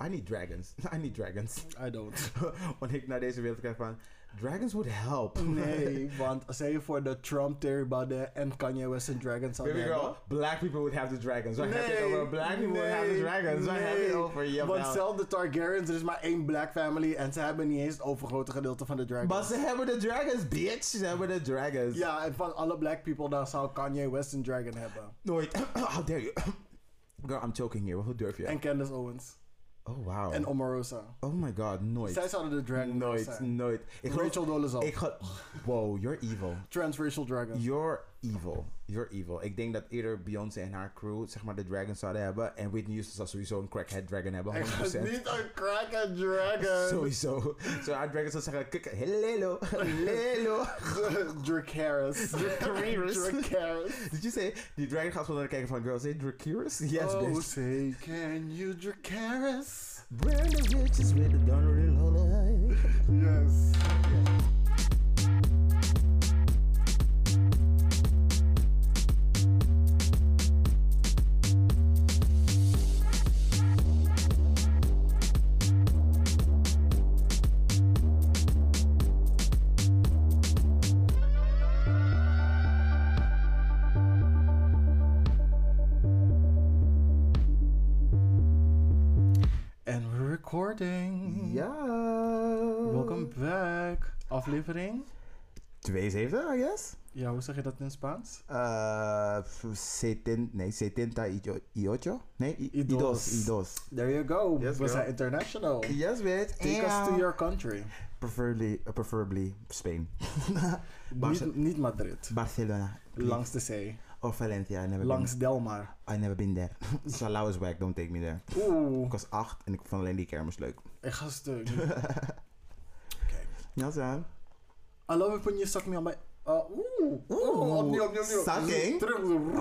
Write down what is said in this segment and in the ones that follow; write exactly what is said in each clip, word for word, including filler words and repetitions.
I need dragons. I need dragons. I don't. Wanneer ik naar deze wereld kijk van... Dragons would help. Nee, want stel je voor dat Trump, Terry Baudet en Kanye West en dragons hadden Baby hebben. girl, black people would have the dragons. Waar Nee, heb je het over? Black people nee, would have the dragons. Waar nee. heb je het over? Jawel. Want zelf de Targaryens, er is maar één black family en ze hebben niet eens het overgrote gedeelte van de dragons. Maar ze hebben de dragons, bitch. Ze hebben de dragons. Ja, en van alle black people, dan zou Kanye West een dragon hebben. Nooit. How dare you? Girl, I'm choking here. Hoe durf je? En Candace Owens. Oh, wow. En Omarosa. Oh my god, nooit. Zij zouden de dragon Nooit, zijn. nooit. Ik geloof- Rachel Dolezal. Ik ga... Wow, you're evil. Transracial dragon. You're evil. You're evil. Ik denk dat eerder Beyoncé en haar crew, zeg maar, de dragons zouden hebben. En Whitney Houston zou sowieso een crackhead dragon hebben. Ik honderd ga procent. niet een crackhead dragon. Sowieso. Zo haar dragons zou zeggen, kijk, hello, hello. Dracarys. Dracarys. Dracarys. Did you say, die dragon gaat gewoon naar kijken van, girl, say Dracarys? Yes, Oh, bitch. say, can you Dracarys? Burn the witches with the thunder and lullaby. Yes. And we're recording. Ja. Welcome back. Aflevering? tweeënzeventig, I guess. Ja, hoe zeg je dat in Spaans? Uh, setin, nee, setenta y ocho? Nee, i- Idos. idos. Idos. There you go. Yes, We girl. zijn international. Yes, bitch. Take us to your country. Preferably, uh, preferably Spain. Barce- Niet, niet Madrid. Barcelona. Langs de zee. Or Valencia. I never Langs Delmar. been, I never been there. Salau is wack, don't take me there. Oeh, Ik was acht en ik vond alleen die kermis leuk. ik ga stuk. Ja, zo. I love it when you suck me on my... Uh, oeh. Oeh, opnieuw, opnieuw, opnieuw. Sucking? Terug.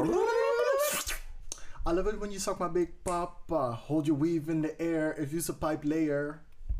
I love it when you suck my big papa. Hold your weave in the air. If you's a pipe layer.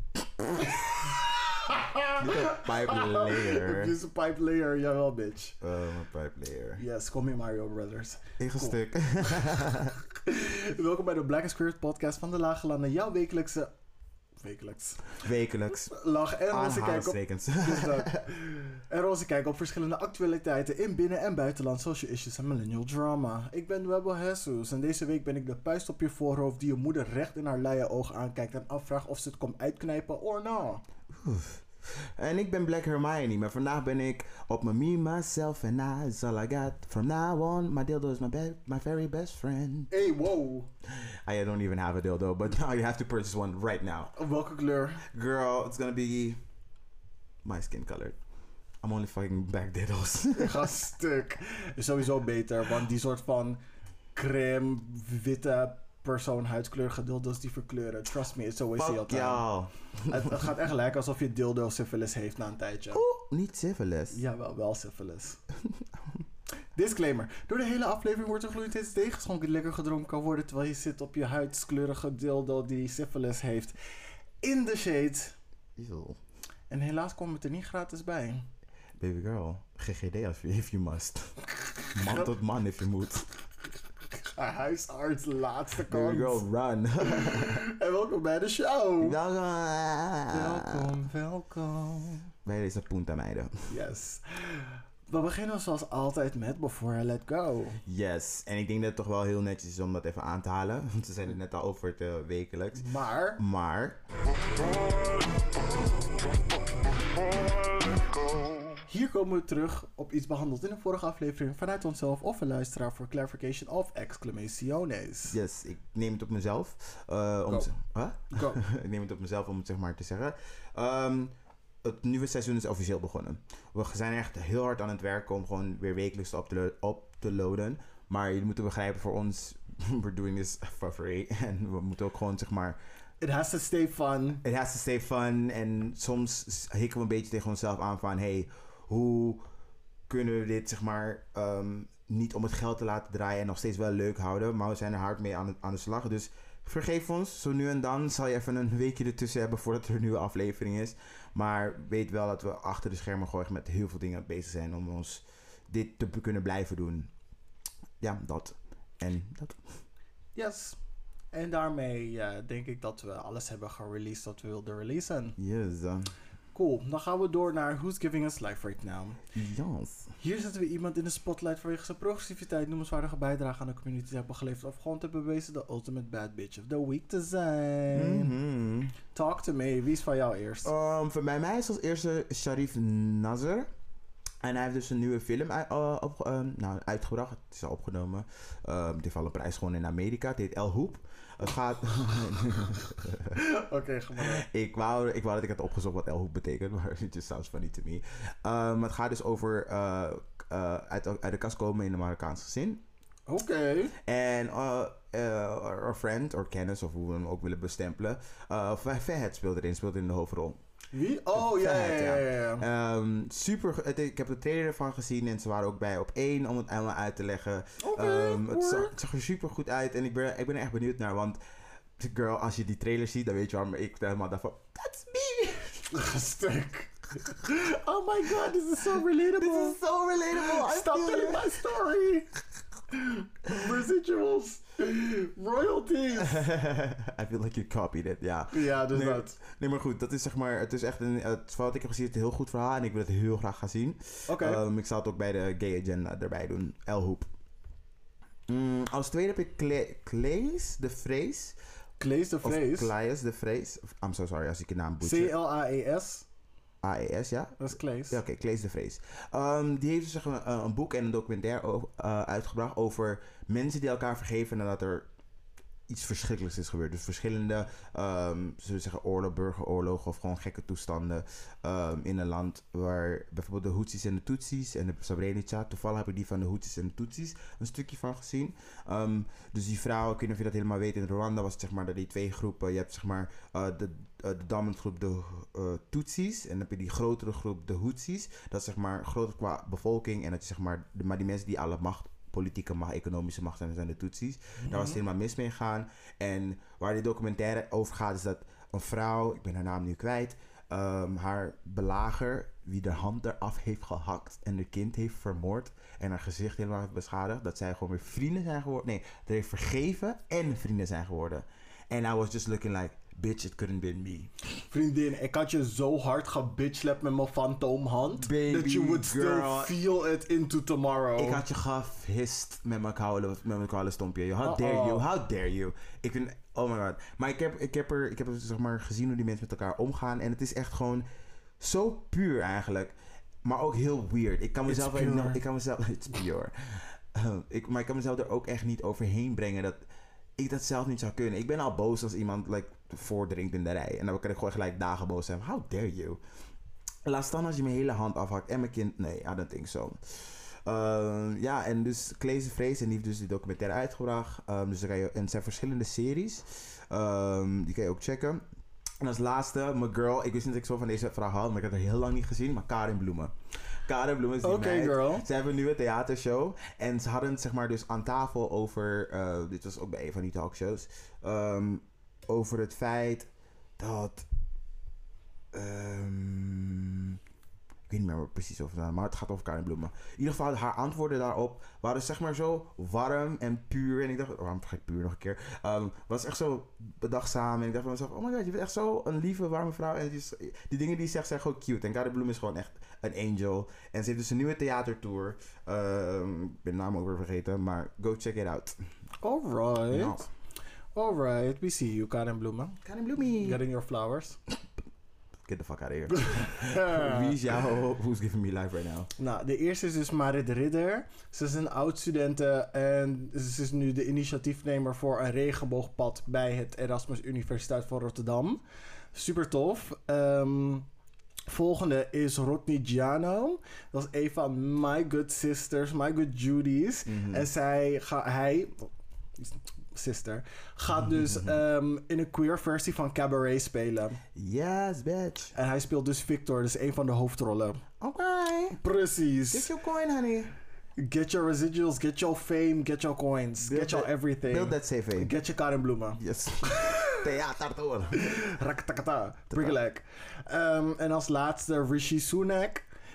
Niet een pipe If layer. you's a pipe layer, jawel bitch. Oh, mijn pipe layer. Yes, call me Mario Brothers. Ik ga Cool. stuk. Welkom bij de Black and Squirt podcast van de Lage Landen. Jouw wekelijkse... Wekelijks. Wekelijks. Lach en roze kijk op... Aanhalingstekens. Dus dat. En roze kijk op verschillende actualiteiten in binnen- en buitenland, social issues en millennial drama. Ik ben Webbo Jesus en deze week ben ik de puist op je voorhoofd die je moeder recht in haar luie oog aankijkt en afvraagt of ze het komt uitknijpen or no. Oef. En ik ben Black Hermione, maar vandaag ben ik op mijn me, myself and I is all I got. From now on, my dildo is my, be- my very best friend. Hey, wow. I don't even have a dildo, but now you have to purchase one right now. Welke kleur? Girl, it's gonna be my skin color. I'm only fucking back diddles. Ik ga stuk. Is sowieso beter, want die soort van crème, witte persoon, huidskleurige dildo's die verkleuren. Trust me, it's a waste of your Fuck time. y'all. Het, het gaat echt lijken alsof je dildo syphilis heeft na een tijdje. Oeh, niet syphilis. Ja, wel, wel syphilis. Disclaimer. Door de hele aflevering wordt er gloeiend thee geschonken die lekker gedronken kan worden terwijl je zit op je huidskleurige dildo die syphilis heeft. In de shade. Ew. En helaas komt het er niet gratis bij. Baby girl, G G D if you, if you must. Man tot man if je moet. Huisarts, laatste kans. Baby girl, run. En welkom bij de show. Welkom. Welkom, welkom. Bij deze punta meiden. Yes. We beginnen zoals altijd met Before I Let Go. Yes, en ik denk dat het toch wel heel netjes is om dat even aan te halen. Want we zijn het net al over het uh, wekelijks. Maar... Maar... Hier komen we terug op iets behandeld in de vorige aflevering vanuit onszelf of een luisteraar voor clarification of exclamationes. Yes, ik neem het op mezelf. Uh, om Go. te, huh? Go. ik neem het op mezelf om het zeg maar te zeggen. Um, het nieuwe seizoen is officieel begonnen. We zijn echt heel hard aan het werken om gewoon weer wekelijks op te, lo- op te loaden. Maar jullie moeten begrijpen, voor ons, we're doing this for free. En we moeten ook gewoon zeg maar... It has to stay fun. It has to stay fun. En soms hikken we een beetje tegen onszelf aan van... Hey, hoe kunnen we dit zeg maar um, niet om het geld te laten draaien en nog steeds wel leuk houden. Maar we zijn er hard mee aan, aan de slag. Dus vergeef ons. Zo nu en dan zal je even een weekje ertussen hebben voordat er een nieuwe aflevering is. Maar weet wel dat we achter de schermen gewoon echt met heel veel dingen bezig zijn om ons dit te kunnen blijven doen. Ja, dat. En dat. Yes. En daarmee uh, denk ik dat we alles hebben gereleased wat we wilden releasen. Yes. Cool, dan gaan we door naar Who's Giving Us Life Right Now. Yes. Hier zetten we iemand in de spotlight vanwege zijn progressiviteit, noemenswaardige bijdrage aan de community hebben geleverd of gewoon te bewezen de ultimate bad bitch of the week te zijn. Mm-hmm. Talk to me, wie is van jou eerst? Um, voor bij mij is als eerste Sharif Nasser. En hij heeft dus een nieuwe film uit, uh, op, um, nou, uitgebracht. Het is al opgenomen. Um, het heeft al een prijs gewonnen in Amerika. Het heet El Hoop. Het gaat... Oké, okay, gewoon. ik, wou, ik wou dat ik had opgezocht wat El Hoop betekent. Maar it just sounds funny to me. Um, het gaat dus over uh, uh, uit, uit de kast komen in een Marokkaans gezin. Oké. Okay. En uh, uh, een friend, of kennis, of hoe we hem ook willen bestempelen. Uh, Fahad speelt erin, speelt in de hoofdrol. Wie? Oh, ja, ja, ja. ja, ja. Um, super, het, ik heb de trailer ervan gezien en ze waren ook bij op één om het allemaal uit te leggen. Okay, um, het, zag, het zag er super goed uit en ik ben, ik ben er echt benieuwd naar, want girl, als je die trailer ziet, dan weet je waarom ik helemaal dacht van, that's me! Stuk. Oh my god, this is so relatable. This is so relatable. Stop telling my story. Residuals. Royalties. I feel like you copied it, ja. Ja, dus nee, dat. Nee, maar goed, dat is zeg maar, het is echt een, het, wat ik heb gezien, het is een heel goed verhaal en ik wil het heel graag gaan zien. Oké. Okay. Um, ik zal het ook bij de Gay Agenda erbij doen, El Hoop. Mm, als tweede heb ik Cle- Claes de Vrees. Claes de Vrees? Of Claes de Vrees. I'm so sorry als ik je naam boetje. C L A E S? A E S, ja? Dat is Claes. Ja, oké, okay, Claes de Vrees. Um, die heeft dus zeg maar, uh, een boek en een documentaire o- uh, uitgebracht over mensen die elkaar vergeven nadat er iets verschrikkelijks is gebeurd. Dus verschillende, um, zullen we zeggen, oorlog, burgeroorlogen of gewoon gekke toestanden um, in een land waar bijvoorbeeld de Houthis en de Tutsis en de Srebrenica, toevallig heb ik die van de Houthis en de Tutsis een stukje van gezien. Um, dus die vrouw, ik weet niet of je dat helemaal weet, in Rwanda was het zeg maar dat die twee groepen, je hebt zeg maar uh, de, uh, de dominant groep de uh, Tutsis en dan heb je die grotere groep de Houthis. Dat is zeg maar groter qua bevolking en dat je zeg maar, de, maar die mensen die alle macht, politieke macht, economische macht zijn, zijn de Tutsis. Mm-hmm. Daar was het helemaal mis mee gegaan. En waar die documentaire over gaat is dat een vrouw, ik ben haar naam nu kwijt, um, haar belager, wie de hand eraf heeft gehakt en de kind heeft vermoord en haar gezicht helemaal heeft beschadigd, dat zij gewoon weer vrienden zijn geworden. Nee, er heeft vergeven en vrienden zijn geworden. And I was just looking like, bitch, it couldn't been me. Vriendin, ik had je zo hard gebitchlapt met mijn fantoomhand. Baby that you would girl. still feel it into tomorrow. Ik had je gevist met mijn koude, met mijn koude stompje. How dare Uh-oh. you? How dare you? Ik vind, oh my god. Maar ik heb, ik heb er, ik heb er, zeg maar gezien hoe die mensen met elkaar omgaan. En het is echt gewoon zo puur eigenlijk. Maar ook heel weird. Ik kan mezelf, It's pure. ik kan mezelf, it's pure. Uh, ik, maar ik kan mezelf er ook echt niet overheen brengen dat ik dat zelf niet zou kunnen. Ik ben al boos als iemand like, voordringt in de rij. En dan kan ik gewoon gelijk dagen boos zijn. How dare you? Laat staan als je mijn hele hand afhakt en mijn kind. Nee, I don't think so. Uh, ja, en dus Claes de Vrees, en die heeft dus die documentaire uitgebracht. Um, dus dan kan je, en het zijn verschillende series. Um, die kan je ook checken. En als laatste, mijn girl. Ik wist niet dat ik zo van deze vraag had, maar ik had haar heel lang niet gezien. Maar Karin Bloemen. Karin Bloemen is die Oké, meid. girl. Ze hebben een nieuwe theatershow. En ze hadden het zeg maar dus aan tafel over... Uh, dit was ook bij een van die talkshows. Um, over het feit dat... Um, ik weet niet meer precies over het, maar het gaat over Karin Bloemen. In ieder geval, haar antwoorden daarop waren zeg maar zo warm en puur. En ik dacht, waarom vergeet puur nog een keer? Um, was echt zo bedachtzaam. En ik dacht van mezelf, oh my god, je bent echt zo een lieve, warme vrouw. En die, is, die dingen die je zegt zijn gewoon cute. En Karin Bloemen is gewoon echt een angel. En ze heeft dus een nieuwe theatertour. Um, ik ben de naam ook weer vergeten, maar go check it out. Alright. Ja. Alright, we see you, Karin Bloemen. Karin Bloemen. Getting your flowers. Get the fuck out of here. Wie is jou? Who's giving me life right now? Nou, de eerste is dus Marit Ridder. Ze is een oud-studente en ze is nu de initiatiefnemer voor een regenboogpad bij het Erasmus Universiteit van Rotterdam. Super tof. Um, volgende is Rodney Giano. Dat is een van my good sisters, my good Judy's. Mm-hmm. En zij, ga, hij... sister, gaat dus um, in een queer versie van Cabaret spelen. Yes, bitch. En hij speelt dus Victor, dus een van de hoofdrollen. Oké. Okay. Precies. Get your coin, honey. Get your residuals, get your fame, get your coins, build get your that, everything. Build that C V. Get your Karin Bloemen. Yes. Theatertour. Raktakata. Briggelek. Um, en als laatste Rishi Sunak.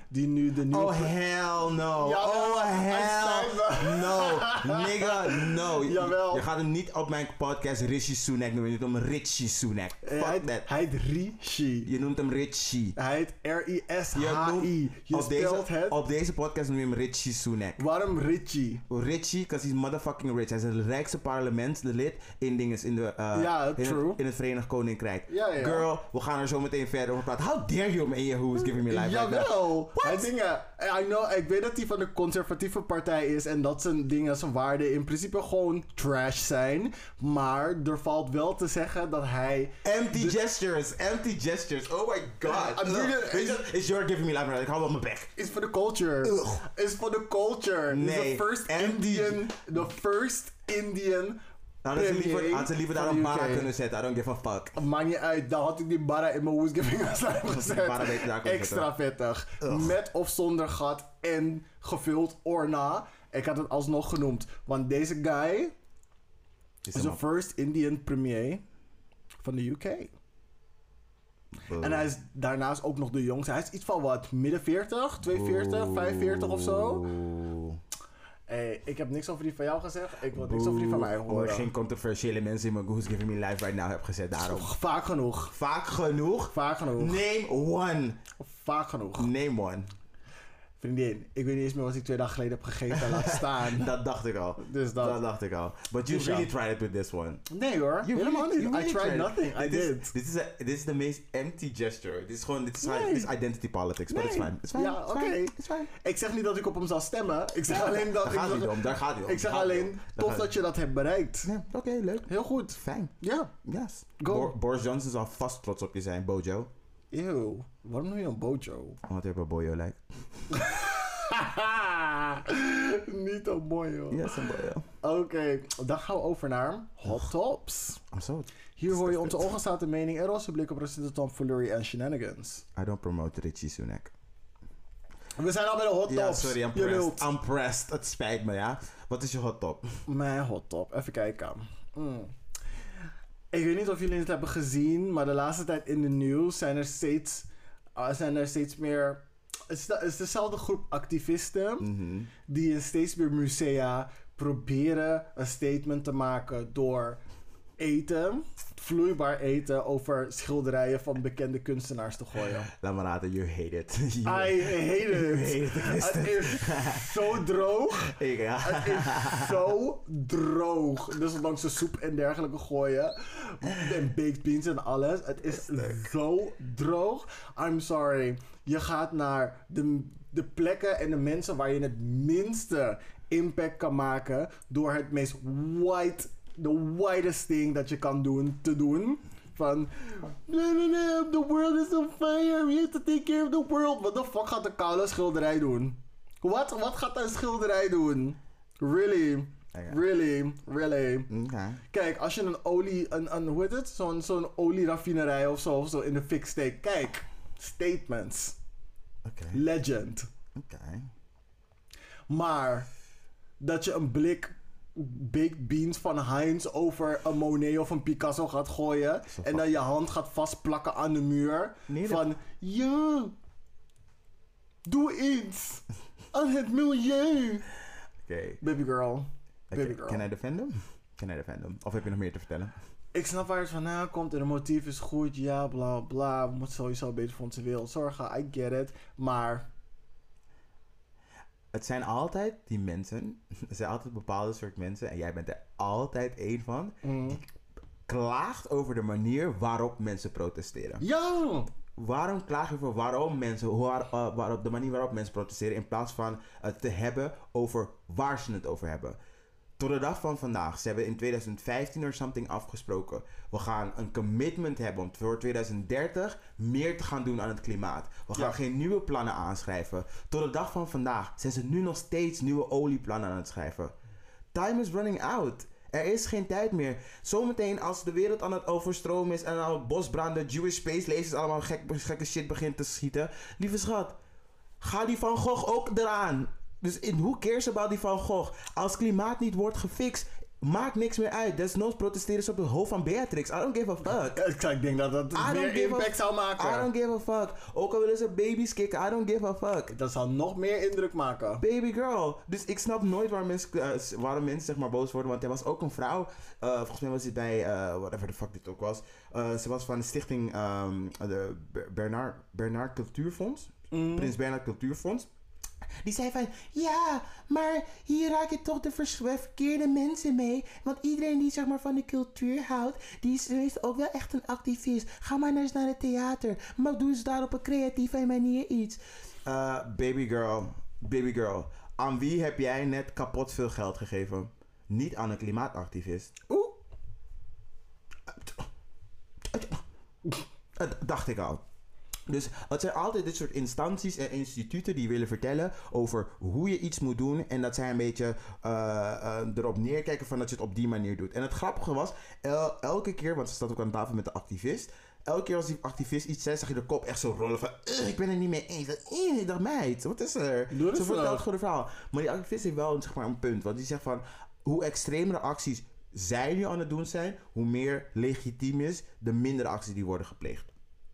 die nu de nieuwe... Oh, hell no. Ja, oh, hij hell zei no. Nigga, no. Jawel. Je gaat hem niet op mijn podcast Rishi Sunak noemen. Je noemt hem Richie Sunak. Fuck hij, that. hij heet Rishi. Je noemt hem Richie. Hij heet R I S Je H noemt- I. Je op, spelt deze, het... op deze podcast noem je hem Richie Sunak. Waarom Richie? Richie, because he's motherfucking rich. Hij is het rijkste parlementslid in, dinges, in, de, uh, Ja, in, true. het, in het Verenigd Koninkrijk. Ja, ja. Girl, we gaan er zo meteen verder over praten. How dare you, man, who's giving me life right now? Jawel. Hij dingen... I know, ik weet dat hij van de conservatieve partij is en dat zijn dingen, zijn waarden in principe gewoon trash zijn. Maar er valt wel te zeggen dat hij... Empty gestures, empty gestures. Oh my god. I'm really- Ugh. Weet je, It's your giving me life right now. Ik hou op mijn bek. Is for the culture. Ugh. Is for the culture. Is Nee, the first empty- Indian... The first Indian... Hadden ze liever, premier had ze liever daar van een de U K. bara kunnen zetten. I don't give a fuck. Maakt niet uit, dan had ik die barra in mijn Who's Giving Us Life bara beter daar gezet. kunnen Extra vettig. Ugh. Met of zonder gat en gevuld or na. Ik had het alsnog genoemd. Want deze guy Is is hem de op. first Indian premier van de U K. Oh. En hij is daarnaast ook nog de jongste. Hij is iets van wat, midden veertig, tweeënveertig, vijfenveertig of zo. Oeh. Hey, ik heb niks over die van jou gezegd. Ik wil niks over die van mij Oeh, horen. geen controversiële mensen in mijn Who's Giving Me Life right now heb gezet daarom. Vaak genoeg. Vaak genoeg. Vaak genoeg. Name one. Vaak genoeg. Name one. Vriendin, ik weet niet eens meer wat ik twee dagen geleden heb gegeten. Laat staan. Dat dacht ik al. Dus dat. Dat dacht ik al. But you Dus ja. really tried it with this one. Nee hoor, You helemaal really- niet. you I really tried it. nothing. I Dit is- did. Dit is, a- dit is de meest empty gesture. Dit is gewoon, dit is, Nee. dit is identity politics, but it's Nee. fine. It's fine. Ja, it's oké. fine, It's fine. Ik zeg niet dat ik op hem zal stemmen. Ik zeg alleen dat... Daar Ik gaat het zeg, niet om, daar gaat het niet om. ik zeg Daar gaat het alleen, niet om. Daar tof gaat dat je dat hebt bereikt. het- Ja, oké, leuk. Heel goed. Fijn. Ja. Yes. Go. Bor- Boris Johnson zal vast trots op je zijn, Bojo. Eeuw. Waarom noem je een bojo? Omdat hij op een bojo lijkt. Niet een bojo. Yes, een bojo. Oké, dan gaan we over naar Hot Tops. I'm so... Hier hoor je onze ongezouten mening en roze blik op president Tom Foolery en shenanigans. I don't promote Richie Sunak. We zijn al bij de Hot Ja, Tops. sorry, I'm Je pressed. lult. I'm pressed. Het spijt me, ja. Wat is je hot top? Mijn hot top. Even kijken. Mm. Ik weet niet of jullie het hebben gezien, maar de laatste tijd in de nieuws zijn er steeds, uh, zijn er steeds meer... Het is, de- het is dezelfde groep activisten Mhm. die in steeds meer musea proberen een statement te maken door eten, vloeibaar eten, over schilderijen van bekende kunstenaars te gooien. Laat me raden, you hate it. I hate You it. hate it. Het is zo droog. Ik, ja. Het is zo droog. Dus langs de soep en dergelijke gooien. En baked beans en alles. Het is zo droog. I'm sorry. Je gaat naar de, de plekken en de mensen waar je het minste impact kan maken. Door het meest white, the whitest thing dat je kan doen, te doen. Van, nee, nee, nee, the world is on fire. We have to take care of the world. What the fuck gaat een koude schilderij doen? Wat? Wat gaat een schilderij doen? Really? Ja. Really? Really? Oké. Kijk, als je een olie, een, een hoe heet het? Zo'n zo'n olieraffinerij of zo, of zo in de fik steekt. Kijk, statements. Oké. Legend. Oké. Maar dat je een blik baked beans van Heinz over een Monet of een Picasso gaat gooien Zo en dan je hand gaat vastplakken aan de muur Nee, dat- van ja, doe iets aan het milieu. Oké. Baby girl. Baby Oké, girl. Can I defend hem? Can I defend hem? Of heb je nog meer te vertellen? Ik snap waar het vandaan komt en het motief is goed, ja, bla bla. We moeten sowieso beter voor onze wereld zorgen, I get it. Maar Het zijn altijd die mensen. Er zijn altijd bepaalde soort mensen. En jij bent er altijd één van. mm, Klaagt over de manier waarop mensen protesteren. ja, Waarom klaag je voor waarom mensen, waar, uh, waarop, de manier waarop mensen protesteren, in plaats van het te hebben over waar ze het over hebben? Tot de dag van vandaag, ze hebben in twintig vijftien or something afgesproken. We gaan een commitment hebben om voor twintig dertig meer te gaan doen aan het klimaat. We gaan Ja. geen nieuwe plannen aanschrijven. Tot de dag van vandaag zijn ze nu nog steeds nieuwe olieplannen aan het schrijven. Time is running out. Er is geen tijd meer. Zometeen als de wereld aan het overstromen is en al bosbranden, Jewish space lasers allemaal gek, gekke shit begint te schieten. Lieve schat, ga die Van Gogh ook eraan. Dus in, who cares about die Van Gogh? Als klimaat niet wordt gefixt, Maakt niks meer uit. Desnoods protesteren ze op het hoofd van Beatrix. I don't give a fuck. Ik denk dat dat I meer impact a, zou maken. I don't give a fuck. Ook al willen ze baby's kicken, I don't give a fuck. Dat zal nog meer indruk maken. Baby girl. Dus ik snap nooit waarom mensen, uh, waarom mensen zeg maar boos worden. Want er was ook een vrouw. Uh, volgens mij was het bij, uh, whatever the fuck dit ook was. Uh, ze was van de stichting um, de Bernard, Bernard Cultuurfonds. Mm. Prins Bernhard Cultuurfonds. Die zei van, ja, maar hier raak je toch de vers- verkeerde mensen mee. Want iedereen die zeg maar van de cultuur houdt, die is, is ook wel echt een activist. Ga maar eens naar het theater. Maar doe eens daar op een creatieve manier iets. Uh, baby girl, baby girl. Aan wie heb jij net kapot veel geld gegeven? Niet aan een klimaatactivist. Oeh. Dat dacht ik al. Dus het zijn altijd dit soort instanties en instituten die willen vertellen over hoe je iets moet doen. En dat zij een beetje uh, uh, erop neerkijken van dat je het op die manier doet. En het grappige was, el- elke keer, want ze staat ook aan tafel met de activist. Elke keer als die activist iets zei, zag je de kop echt zo rollen van, ik ben het niet mee eens. Eh, ik dacht, meid, wat is er? Ze vertelt gewoon de verhaal. Maar die activist heeft wel zeg maar, een punt. Want die zegt van, hoe extremere acties zij nu aan het doen zijn, hoe meer legitiem is, de mindere acties die worden gepleegd.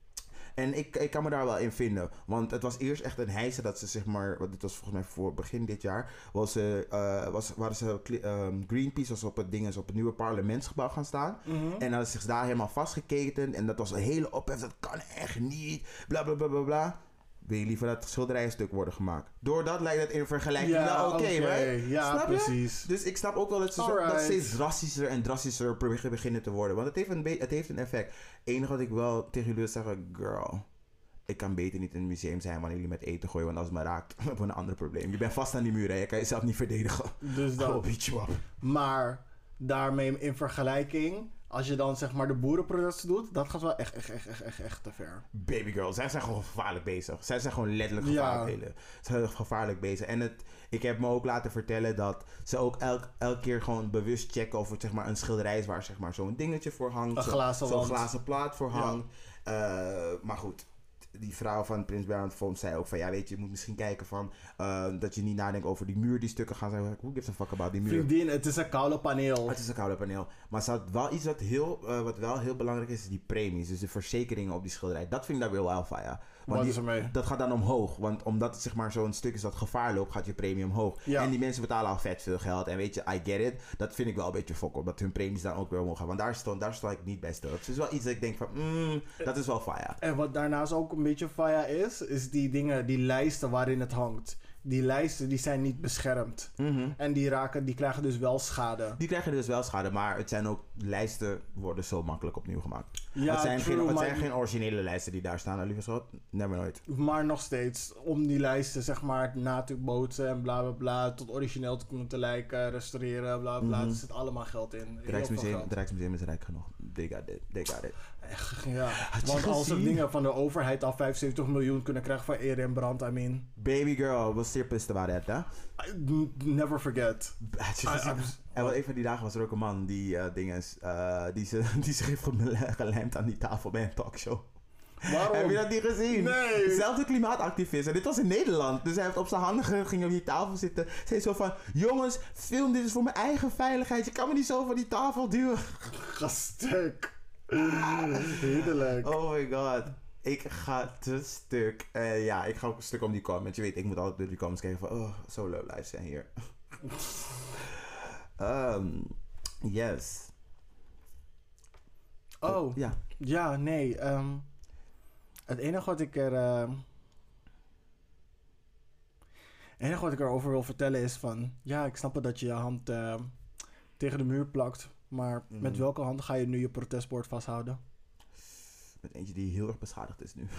En ik, ik kan me daar wel in vinden. Want het was eerst echt een heisa dat ze zeg maar... Want dit was volgens mij voor begin dit jaar. Was, uh, was, waren ze... Um, Greenpeace was op het ding, op het nieuwe parlementsgebouw gaan staan. Mm-hmm. En hadden zich daar helemaal vastgeketen. En dat was een hele ophef. Dat kan echt niet. Bla bla bla bla bla. Wil je liever dat het schilderijen worden gemaakt? Doordat lijkt het in vergelijking ja, wel oké, okay, okay. right? Ja, snap precies. Je? Dus ik snap ook wel dat ze zo, dat steeds drastischer en drastischer beginnen te worden. Want het heeft een, be- het heeft een effect. Het enige wat ik wel tegen jullie wil zeggen, girl... Ik kan beter niet in het museum zijn wanneer jullie met eten gooien. Want als het me raakt, hebben we een ander probleem. Je bent vast aan die muur, hè. Je kan jezelf niet verdedigen. Dus dat. Oh, beat you up. Maar daarmee in vergelijking... Als je dan zeg maar de boerenprotesten doet... Dat gaat wel echt, echt, echt, echt, echt, echt te ver. Baby girl, zij zijn gewoon gevaarlijk bezig. Zij zijn gewoon letterlijk gevaarlijk, ja. Ze zijn gevaarlijk bezig. En het, ik heb me ook laten vertellen dat ze ook elk, elke keer gewoon bewust checken... of het zeg maar een schilderij is waar zeg maar zo'n dingetje voor hangt. Een glazen Zo'n wand. glazen plaat voor hangt. Ja. Uh, maar goed... Die vrouw van Prins Bernhard Fonds zei ook van... Ja, weet je, je moet misschien kijken van... Uh, dat je niet nadenkt over die muur die stukken gaan zijn. Who gives a fuck about die muur? Vriendin, het is een koude paneel. Het is een koude paneel. Maar ze had wel iets wat, heel, uh, wat wel heel belangrijk is... is die premies. Dus de verzekeringen op die schilderij. Dat vind ik daar wel alfa, ja. Want Wat die, is er mee? Dat gaat dan omhoog. Want omdat het zeg maar zo'n stuk is dat gevaar loopt... gaat je premie omhoog. Ja. En die mensen betalen al vet veel geld. En weet je, I get it. Dat vind ik wel een beetje fok op. Dat hun premies dan ook weer omhoog gaan. Want daar stond, daar stond ik niet bij stil. Het is wel iets dat ik denk van... Mm, dat is wel fire. En wat daarnaast ook een beetje fire is... is die dingen, die lijsten waarin het hangt. Die lijsten die zijn niet beschermd. Mm-hmm. En die, raken, die krijgen dus wel schade. Die krijgen dus wel schade, maar het zijn ook lijsten worden zo makkelijk opnieuw gemaakt. Ja, het zijn, true, geen, het maar... zijn geen originele lijsten die daar staan, lieve schat. Never nooit. Maar nog steeds, om die lijsten zeg maar na te bootsen en bla bla bla, tot origineel te kunnen te lijken, restaureren, bla bla. Mm-hmm. Er zit allemaal geld in. Het Rijksmuseum, Rijksmuseum is rijk genoeg. They got it. They got it. Echt, ja. Want als ze dingen van de overheid al vijfenzeventig miljoen kunnen krijgen van eer en brand, I mean. Baby girl, was zeer pissed about it, hè? Never forget. En wel een van die dagen was er ook een man die uh, dingen, uh, die, ze, die zich heeft gelijmd aan die tafel bij een talkshow. Waarom? Heb je dat niet gezien? Nee. Zelfde klimaatactivist. En dit was in Nederland. Dus hij heeft op zijn handen ge- ging op die tafel zitten. Zei zo van... Jongens, film dit is voor mijn eigen veiligheid. Je kan me niet zo van die tafel duwen. Ga stuk. Heerlijk. Oh my god. Ik ga te stuk. Uh, ja, ik ga ook een stuk om die comments. Je weet, ik moet altijd door die comments kijken van... Oh, zo low lives zijn hier. um, yes. Oh. oh. Ja. Ja, nee. Um, het enige wat ik er... Uh, het enige wat ik erover wil vertellen is van... Ja, ik snap het dat je je hand uh, tegen de muur plakt. Maar mm. met welke hand ga je nu je protestbord vasthouden? Met eentje die heel erg beschadigd is nu.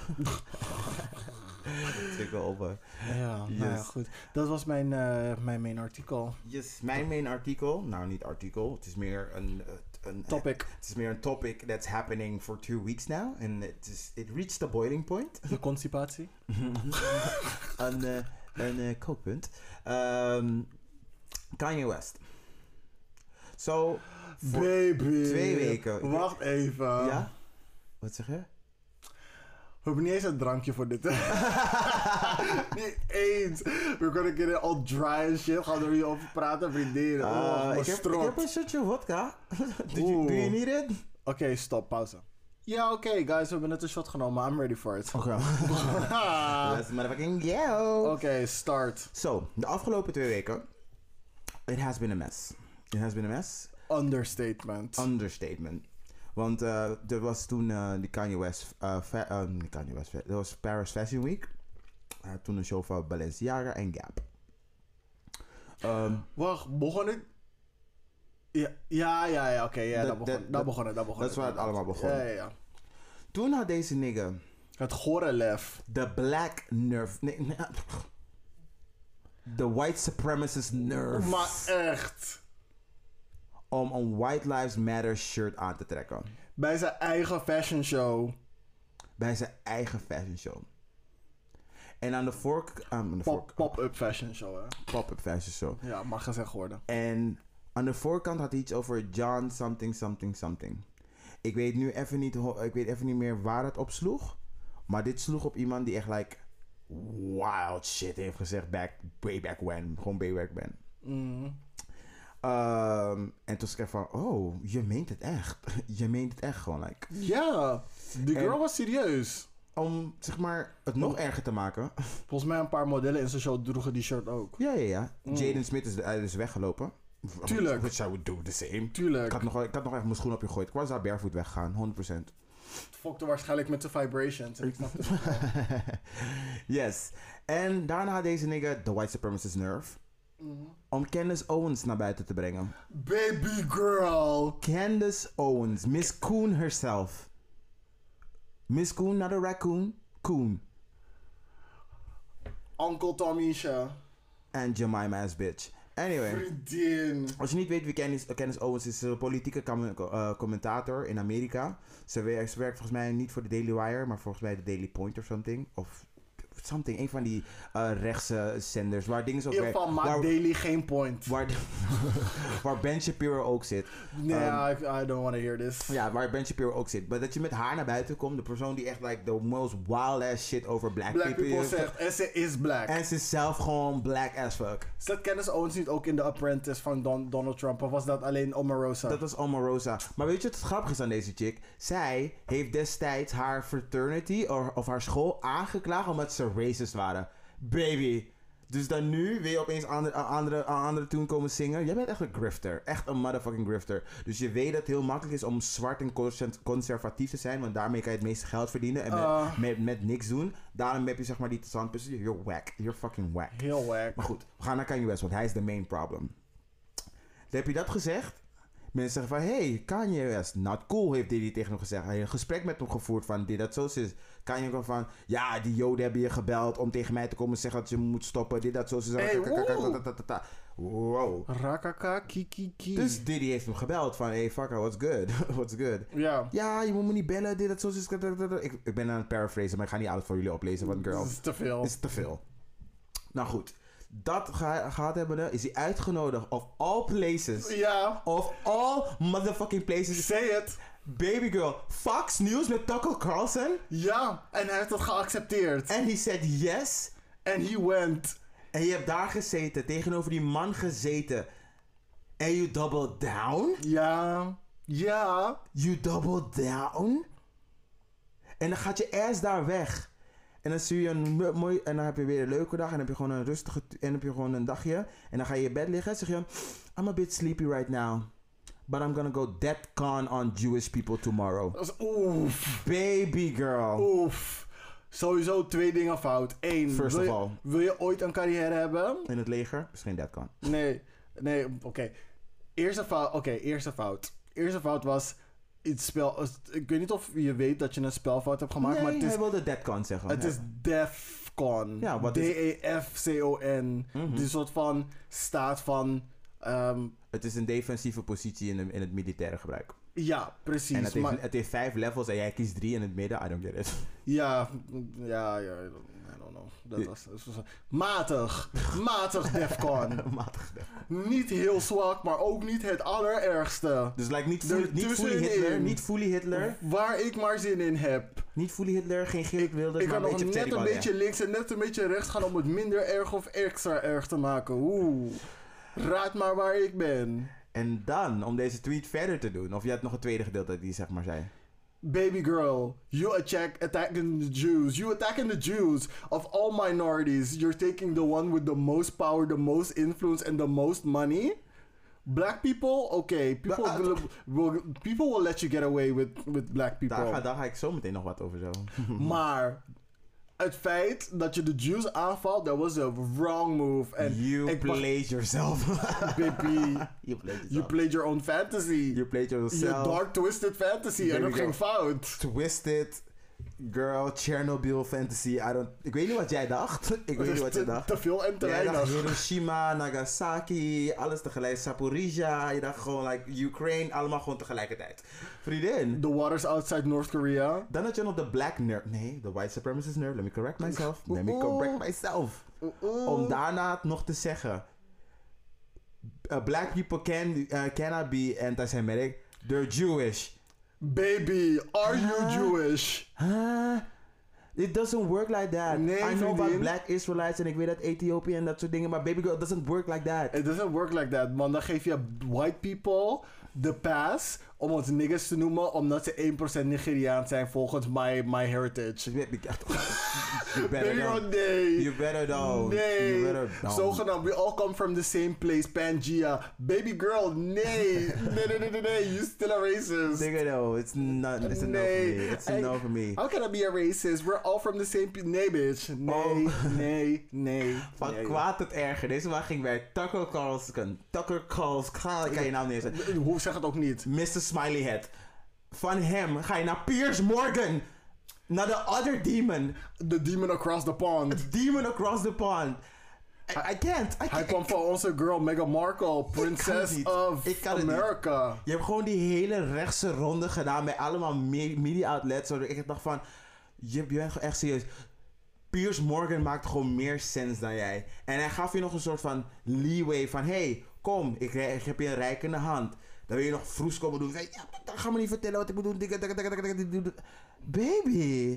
Dat ik wel op. Uh. Ja, yes. Nou ja, goed. Dat was mijn, uh, mijn main artikel. Yes, mijn main artikel. Nou, niet artikel. Het is meer een... Uh, een topic. Het is meer een topic that's happening for two weeks now. And it, is, it reached the boiling point. De constipatie. een uh, een uh, kookpunt. Um, Kanye West. Zo... So, Baby. Twee weken. Wacht even. Ja? Wat zeg je? We hebben niet eens een drankje voor dit. Niet eens. We kunnen keer all dry en shit. Gaan we er hier over praten, vriendin. Uh, Oh, ik, heb, ik heb een shotje vodka. Do you, do you need it? Oké, okay, stop. Pauze. Ja, oké, okay, guys. We hebben net een shot genomen. I'm ready for it. Oké. Okay. Let's motherfucking go. Oké, okay, start. Zo, so, de afgelopen twee weken. It has been a mess. It has been a mess. Understatement. Understatement. Want uh, er was toen uh, die Kanye West, uh, fa- uh, niet Kanye West, er was Paris Fashion Week. Uh, toen een show van Balenciaga en Gap. Um, Wacht, begon het? Ja, ja, ja, ja oké, okay, ja, dat begon, dat begon het, dat begon Dat is waar het allemaal begon. Ja, ja, ja. Toen had deze nigga... Het gore lef. De black nerve... Nee, nee, de white supremacist nerve. Maar echt... Om een White Lives Matter shirt aan te trekken. Bij zijn eigen fashion show. Bij zijn eigen fashion show. En aan de voorkant... Um, Pop, pop-up fashion show, hè? Pop-up fashion show. Ja, mag gezegd worden. En aan de voorkant had hij iets over John something something something. Ik weet nu even niet, ik weet even niet meer waar het op sloeg. Maar dit sloeg op iemand die echt like... wild shit heeft gezegd back, way back when. Gewoon way back when. Mm. Um, en toen zei ik van, oh, je meent het echt. Je meent het echt gewoon, like. Ja, die girl en was serieus. Om, zeg maar, het nog erger te maken. Volgens mij een paar modellen in zijn show droegen die shirt ook. Ja, ja, ja. Mm. Jaden Smith is, uh, is weggelopen. Tuurlijk. Which I would do the same. Tuurlijk. Ik had nog, ik had nog even mijn schoen op je gegooid. Ik was daar barefoot weggegaan, honderd procent. Het fokte waarschijnlijk met de vibrations. En ik snap het. Yes. En daarna had deze nigga, the white supremacist nerve... Mm-hmm. Om Candace Owens naar buiten te brengen. Baby girl. Candace Owens. Miss Coon herself. Miss Coon, not a raccoon. Coon. Uncle Tomisha. En Jemima's bitch. Anyway. Vriendin. Als je niet weet wie Candace, Candace Owens is, is een politieke com- uh, commentator in Amerika. Ze werkt, ze werkt volgens mij niet voor de Daily Wire, maar volgens mij de Daily Point of something. Of... something, een van die uh, rechtse zenders waar dingen zo... In ieder geval maakt Daily geen point. Waar, waar Ben Shapiro ook zit. Nee, um, I, I don't want to hear this. Ja, waar Ben Shapiro ook zit. Maar dat je met haar naar buiten komt, de persoon die echt like the most wild ass shit over black, black people... people zegt, en ze is black. En ze is zelf gewoon black as fuck. Zat Candace Owens niet ook in The Apprentice van Don, Donald Trump? Of was dat alleen Omarosa? Dat was Omarosa. Maar weet je wat het grappige is aan deze chick? Zij heeft destijds haar fraternity of, of haar school aangeklaagd omdat ze racist waren. Baby. Dus dan nu wil je opeens andere, andere, andere tune komen zingen. Jij bent echt een grifter. Echt een motherfucking grifter. Dus je weet dat het heel makkelijk is om zwart en conservatief te zijn. Want daarmee kan je het meeste geld verdienen. En met, uh, met, met niks doen. Daarom heb je zeg maar die zandpussen. You're whack. You're fucking whack. Heel whack. Maar goed. We gaan naar Kanye West. Want hij is de main problem. Dan heb je dat gezegd. Mensen zeggen van, hey, Kanye West, not cool, heeft Diddy tegen hem gezegd. Hij heeft een gesprek met hem gevoerd van, dit, dat, zo is. Kanye kwam van, ja, die joden hebben je gebeld om tegen mij te komen zeggen dat je moet stoppen, dit, dat, zo is. Hey, wow. Rakaka, kiki, ki. Dus Diddy heeft hem gebeld van, hey, fucker, what's good? What's good? Ja. Ja, je moet me niet bellen, dit, dat, zo is. Ik, ik ben aan het paraphrasen, maar ik ga niet alles voor jullie oplezen, want girl. Dat is te veel. is te veel. Nou goed. Dat ge- gehad hebben, is hij uitgenodigd of all places. Ja. Of all motherfucking places. Say it. Baby girl, Fox News met Tucker Carlson. Ja, en hij heeft dat geaccepteerd. En he said yes. And he went. En je hebt daar gezeten, tegenover die man gezeten. En you double down? Ja. Ja. You double down? En dan gaat je ass daar weg. En dan zie je een mooi... En dan heb je weer een leuke dag. En dan heb je gewoon een rustige... En dan heb je gewoon een dagje. En dan ga je in je bed liggen. En zeg je... I'm a bit sleepy right now. But I'm gonna go deathcon on Jewish people tomorrow. Dat is oef. Baby girl. Oef. Sowieso twee dingen fout. Eén. First wil of all. Je, wil je ooit een carrière hebben? In het leger? Is geen deathcon. Nee. Nee, oké. Okay. Eerste fout... Oké, okay, eerste fout. Eerste fout was... Iets spel... Ik weet niet of je weet dat je een spelfout hebt gemaakt, Nee, maar het is... hij wilde deathcon zeggen. Het ja. is Defcon. Ja, wat D E F C O N. Mm-hmm. Het is een soort van staat van... Um, het is een defensieve positie in, de, in het militaire gebruik. Ja, precies. En het heeft, maar, het heeft vijf levels en jij kiest drie in het midden. I don't get it. Ja, ja, ja. I don't, I don't know. Dat was, dat was matig. Matig Defcon. Matig Defcon. Niet heel zwak, maar ook niet het allerergste. Dus like niet, fully, niet fully Hitler. Niet fully Hitler. Waar ik maar zin in heb. Niet fully Hitler, geen Geert Wilders, Ik maar kan een nog beetje net een Teddy beetje links en net een beetje rechts gaan om het minder erg of extra erg te maken. Oeh. Raad maar waar ik ben. En dan, om deze tweet verder te doen, of je had nog een tweede gedeelte die zeg maar zei. Baby girl, you attack attacking the Jews. You attacking the Jews. Of all minorities, you're taking the one with the most power, the most influence, and the most money. Black people, okay. People, But, uh, will, will, people will let you get away with, with black people. Daar ga, daar ga ik zo meteen nog wat over zo. Maar het feit dat je de Jews aanvalt, that was a wrong move. And You ik played yourself. Baby, you played yourself. you played your own fantasy. You played yourself. Je dark twisted fantasy. There En we dat go. ging fout. Twisted. Girl, Chernobyl fantasy. I don't... Ik weet niet wat jij dacht. Ik weet Het niet is wat jij te, dacht. te veel en te Jij dacht weinig. Hiroshima, Nagasaki, alles tegelijk. Zaporizhia. Je dacht gewoon like Ukraine. Allemaal gewoon tegelijkertijd. Vriendin. The waters outside North Korea. Dan had je nog de black nerve. Nee, de white supremacist nerve. Let me correct myself. Let me Oeh. correct myself. Oeh. Om daarna nog te zeggen. Uh, black people can, uh, cannot be anti-Semitic. They're Jewish. Baby, are you Huh? Jewish? Huh? It doesn't work like that. Nee, I know about vriendin. black Israelites en ik weet dat Ethiopië en dat soort dingen. Maar baby girl, it doesn't work like that. It doesn't work like that, man. Dan geef je white people de pass om ons niggas te noemen, omdat ze één procent Nigeriaans zijn volgens my, my heritage. You better Baby, oh don't. nee. You better don't. Nee. You better don't. Zogenaamd, we all come from the same place, Pangea. Baby girl, nee. nee, nee, nee, nee, nee. You still a racist. Nigga, no. It's not. It's a no for Nee. me. It's a I- no for me. How can I be a racist? We're all from the same people. Nee, bitch. Nee, Oh. nee, nee. Van nee. kwaad tot erger. Deze man ging bij Tucker Carlson. Tucker Carlson. Ik kan je naam niet eens zeggen. Hoe zeg het ook niet? mister Smileyhead. Van hem ga je naar Piers Morgan. Naar de other demon. The demon across the pond. Demon across the pond. I, I can't. I Hij can't. kwam van onze girl Meghan Markle, Princess niet. of Ik kan het niet. America. Je hebt gewoon die hele rechtse ronde gedaan bij allemaal me- media outlets. Zodat ik dacht van, je, je bent gewoon echt serieus. Piers Morgan maakt gewoon meer sens dan jij. En hij gaf je nog een soort van leeway van, hey, kom, ik, ik heb je een rijkende hand. Dan wil je nog vroes komen doen. Zeg, ja, dan ga me niet vertellen wat ik moet doen. Dikke, dikke, dikke, dikke, dikke, dikke. Baby,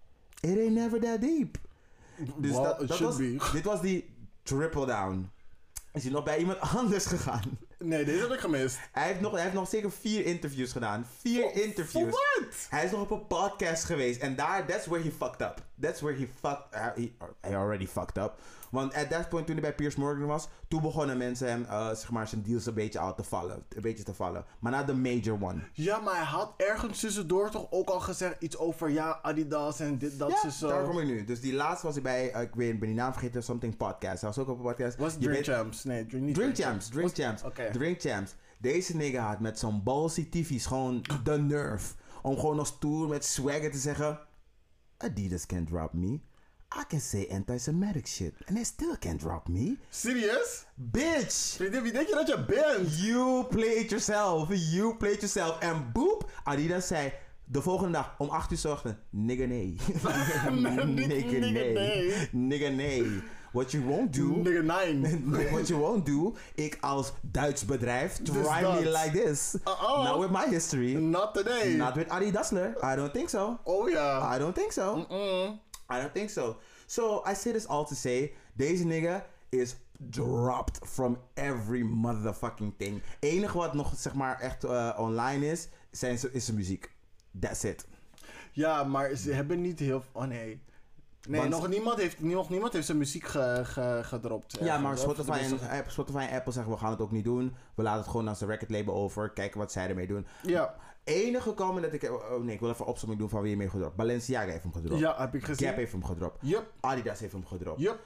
it ain't never that deep. Dus Well, dat, it dat should was, be. dit was die triple down. Is hij nog bij iemand anders gegaan? Nee, deze heb ik gemist. Hij heeft nog, hij heeft nog zeker vier interviews gedaan. Vier Voor- interviews. voor wat? Hij is nog op een podcast geweest. En daar, that's where he fucked up. That's where he fucked, uh, he, he already fucked up. Want at that point, toen hij bij Piers Morgan was, toen begonnen mensen hem, uh, zeg maar, zijn deals een beetje uit te vallen. Een beetje te vallen. Maar not the major one. Ja, maar hij had ergens tussendoor toch ook al gezegd iets over ja, Adidas en dit, dat, Ja, ze zo. daar kom ik nu. Dus die laatste was hij bij, uh, ik weet, ik ben die naam vergeten, Something Podcast. Hij was ook op een podcast. Was Je Drink weet- Champs? Nee, drink, niet Drink Champs, Drink Was- Champs, Oké. Drink Champs. Deze nigga had met zo'n ballsy tyfies gewoon de nerve. Om gewoon nog stoer met swagger te zeggen. Adidas can't drop me. I can say anti-Semitic shit. And they still can't drop me. Serieus? Bitch! Vriendin, wie denk je dat je bent? You played yourself. You played yourself. En boep, Adidas zei de volgende dag om acht uur 's ochtends. Nigga nee. Nigga nee. nee. Nigga nee. What you won't do. Nigga nine. What you won't do, ik als Duits bedrijf, try Dus me dat. like this. Uh-oh. Not with my history. Not today. Not with Adidasler. I don't think so. Oh ja. I don't think so. Mm. I don't think so. So, I say this all to say, deze nigga is dropped from every motherfucking thing. Enige wat nog, zeg maar, echt uh, online is, zijn, is zijn muziek. That's it. Ja, maar ze hebben niet heel... Oh nee. Nee, Want- nog, niemand heeft, nog niemand heeft zijn muziek ge, ge, gedropt. Ja, maar Ergens. Spotify Of en, tenminste- eh, Spotify en Apple zeggen we gaan het ook niet doen. We laten het gewoon naar zijn record label over. Kijken wat zij ermee doen. Ja. Enige komen dat ik... Oh nee, ik wil even opzomming doen van wie je mee gedropt. Balenciaga heeft hem gedropt. Ja, heb ik gezien. Gap heeft hem gedropt. Yup, Adidas heeft hem gedropt. yup.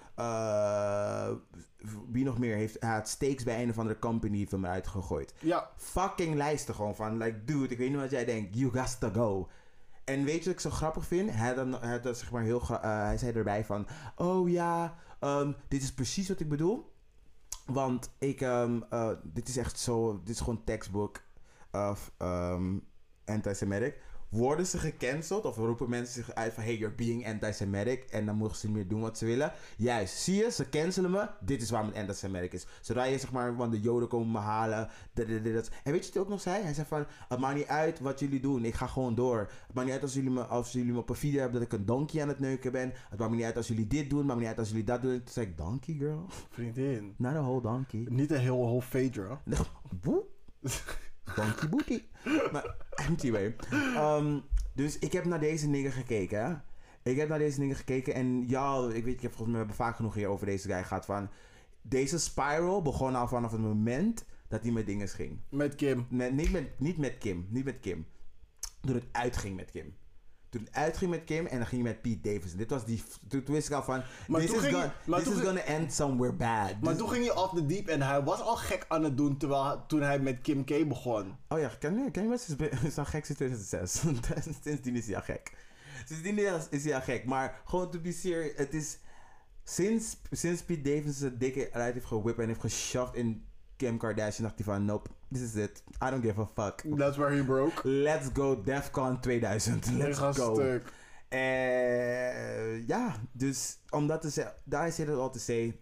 Uh, wie nog meer heeft... Hij had stakes bij een of andere company heeft hem eruit gegooid. Ja. Fucking lijsten gewoon van... Like, dude, ik weet niet wat jij denkt. You got to go. En weet je wat ik zo grappig vind? Hij, dan, hij, had, zeg maar heel gra- uh, hij zei erbij van... Oh ja, um, dit is precies wat ik bedoel. Want ik... Um, uh, dit is echt zo... Dit is gewoon textbook of um, anti-Semitic. worden ze gecanceld of roepen mensen zich uit van hey, you're being anti-Semitic en dan mogen ze niet meer doen wat ze willen. Juist, zie je, ze cancelen me, dit is waarom het anti-Semitic is. Zodra je zeg maar, want de Joden komen me halen, dit, dit, dit. En weet je wat hij ook nog zei? Hij zei van, het maakt niet uit wat jullie doen, ik ga gewoon door. Het maakt niet uit als jullie me, als jullie me op een video hebben dat ik een donkey aan het neuken ben. Het maakt me niet uit als jullie dit doen, het maakt me niet uit als jullie dat doen. Toen zei ik, donkey girl? Vriendin. Not a whole donkey. Niet een heel whole Phaedra. Boe. Donkey booty. Maar anyway. Um, dus ik heb naar deze dingen gekeken. Hè? Ik heb naar deze dingen gekeken. En ja, ik weet, ik heb volgens mij we hebben vaak genoeg hier over deze guy gehad. Van, deze spiral begon al vanaf het moment dat hij met dingen ging. Met Kim. Met, niet, met, niet met Kim. Niet met Kim. Toen het uitging met Kim. Toen het uitging met Kim en dan ging je met Pete Davidson. Dit was die... Toen, toen wist ik al van... Maar This, is, ging, gonna, maar this is ging, gonna end somewhere bad. Maar dus, toen ging hij off the deep en hij was al gek aan het doen terwijl, toen hij met Kim K begon. Oh ja, Kanye West is al gek sinds tweeduizend zes. Sindsdien is hij al gek. Sindsdien is hij al gek. Maar gewoon to be serious, het is... Sinds, sinds Pete Davidson zijn dikke eruit heeft gewipt en heeft geshoved in Kim Kardashian, dacht hij van, nope, this is it. I don't give a fuck. That's where he broke. Let's go Defcon tweeduizend. Let's go. Stuk. Uh, ja, dus om dat te zeggen, daar is het al te zeggen.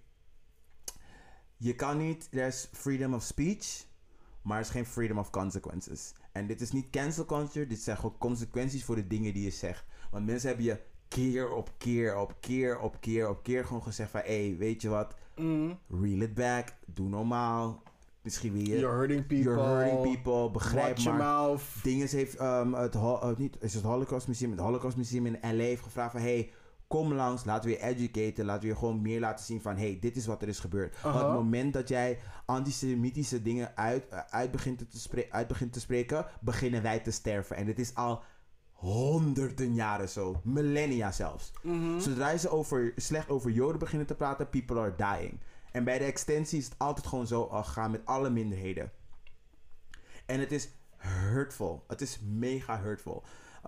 Je kan niet, there's freedom of speech, maar er is geen freedom of consequences. En dit is niet cancel culture, dit zijn gewoon consequenties voor de dingen die je zegt. Want mensen hebben je keer op keer op keer op keer op keer gewoon gezegd van, hé, hey, weet je wat, mm. reel it back, doe normaal. Misschien weer je... You're hurting people. You're hurting people. Begrijp Watch maar. your mouth. Dinges heeft um, het, uh, niet, is het Holocaust Museum, het Holocaust Museum in L A heeft gevraagd van, hey, kom langs, laten we je educaten, laten we je gewoon meer laten zien van, hey, dit is wat er is gebeurd. Uh-huh. Op het moment dat jij antisemitische dingen uit, uh, uit, begint te spre- uit begint te spreken, beginnen wij te sterven. En dit is al honderden jaren zo. Millennia zelfs. Mm-hmm. Zodra ze over, slecht over Joden beginnen te praten, people are dying. En bij de extensie is het altijd gewoon zo al gegaan met alle minderheden. En het is hurtful. Het is mega hurtful.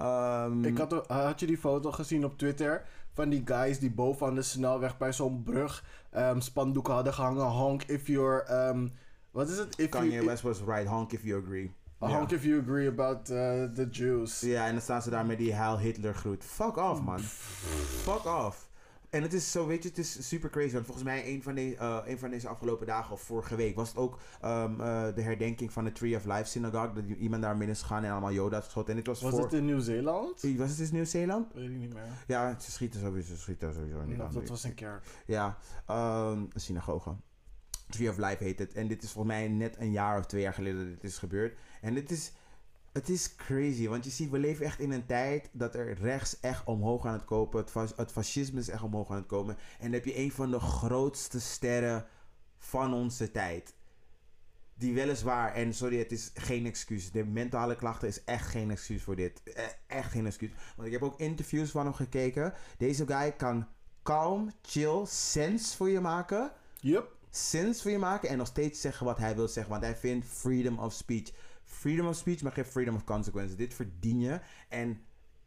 Um, Ik had, had je die foto gezien op Twitter van die guys die boven aan de snelweg bij zo'n brug um, spandoeken hadden gehangen? Honk if you're... Um, wat is het? If Kanye you, West was right. Honk if you agree. Honk ja. if you agree about uh, the Jews. Ja, en dan staan ze daar met die Heil Hitler groet. Fuck off, man. Fuck off. En het is zo, weet je, het is super crazy. Want volgens mij een van, de, uh, een van deze afgelopen dagen of vorige week was het ook um, uh, de herdenking van de Tree of Life synagogue. Dat iemand daar binnen is gegaan en allemaal Joden had geschoten. En dit was, was voor... het in Nieuw-Zeeland? Was het in Nieuw-Zeeland? Weet ik niet meer. Ja, ze schieten sowieso, ze schieten sowieso niet aan. Dat was een kerk. Ja, um, een synagoge. Tree of Life heet het. En dit is volgens mij net een jaar of twee jaar geleden dat dit is gebeurd. En dit is... Het is crazy, want je ziet, we leven echt in een tijd dat er rechts echt omhoog aan het komen. Het, fas- het fascisme is echt omhoog aan het komen. En dan heb je een van de grootste sterren van onze tijd. Die weliswaar, en sorry, het is geen excuus. De mentale klachten is echt geen excuus voor dit. E- echt geen excuus. Want ik heb ook interviews van hem gekeken. Deze guy kan kalm, chill, sense voor je maken. Yep. Sense voor je maken en nog steeds zeggen wat hij wil zeggen. Want hij vindt freedom of speech. Freedom of speech, maar geen freedom of consequences. Dit verdien je. En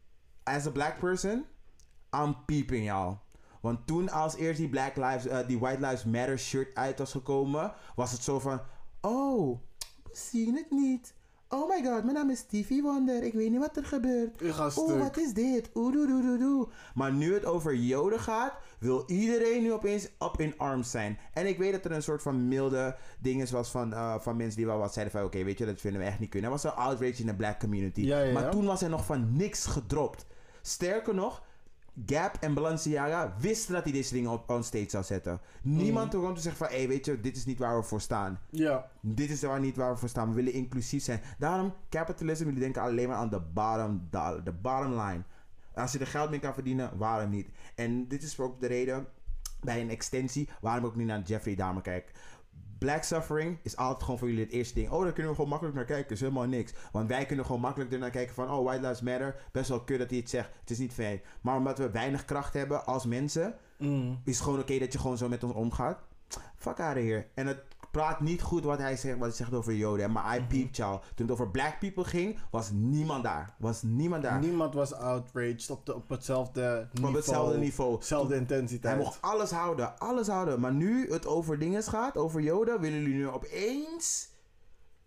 as a black person, I'm peeping y'all. Want toen als eerst die Black Lives, uh, die White Lives Matter shirt uit was gekomen, was het zo van, oh, we zien het niet. Oh my god, mijn naam is Stevie Wonder. Ik weet niet wat er gebeurt. Ik ga stuk. Oh, wat is dit? Oeh, doe, doe, doe, doe. Maar nu het over Joden gaat, wil iedereen nu opeens up in arms zijn. En ik weet dat er een soort van milde dingen was van, uh, van mensen die wel wat zeiden van, oké, okay, weet je, dat vinden we echt niet kunnen. Er was een outrage in de black community. Ja, ja, maar ja. toen was er nog van niks gedropt. Sterker nog, Gap en Balenciaga wisten dat hij deze dingen op on stage zou zetten. Niemand mm. kwam te zeggen van, hé, hey, weet je, dit is niet waar we voor staan. Ja. Dit is waar niet waar we voor staan. We willen inclusief zijn. Daarom, capitalism, jullie denken alleen maar aan de bottom dollar, de bottom line. Als je er geld mee kan verdienen, waarom niet? En dit is ook de reden, bij een extensie, waarom ik ook niet naar Jeffrey Dahmer kijk. Black suffering is altijd gewoon voor jullie het eerste ding. Oh, daar kunnen we gewoon makkelijk naar kijken. Is helemaal niks. Want wij kunnen gewoon makkelijk ernaar kijken van, oh, White Lives Matter. Best wel kut dat hij het zegt. Het is niet fijn. Maar omdat we weinig kracht hebben als mensen, Mm. is het gewoon oké okay dat je gewoon zo met ons omgaat. Fuck out of here. En het praat niet goed wat hij zegt, wat hij zegt over Joden. Maar I peeped y'all. Toen het over black people ging, was niemand daar. Was niemand daar. Niemand was outraged op, de, op hetzelfde niveau. Op hetzelfde niveau. Hetzelfde intensiteit. Hij mocht alles houden, alles houden. Maar nu het over dingen gaat, over Joden, willen jullie nu opeens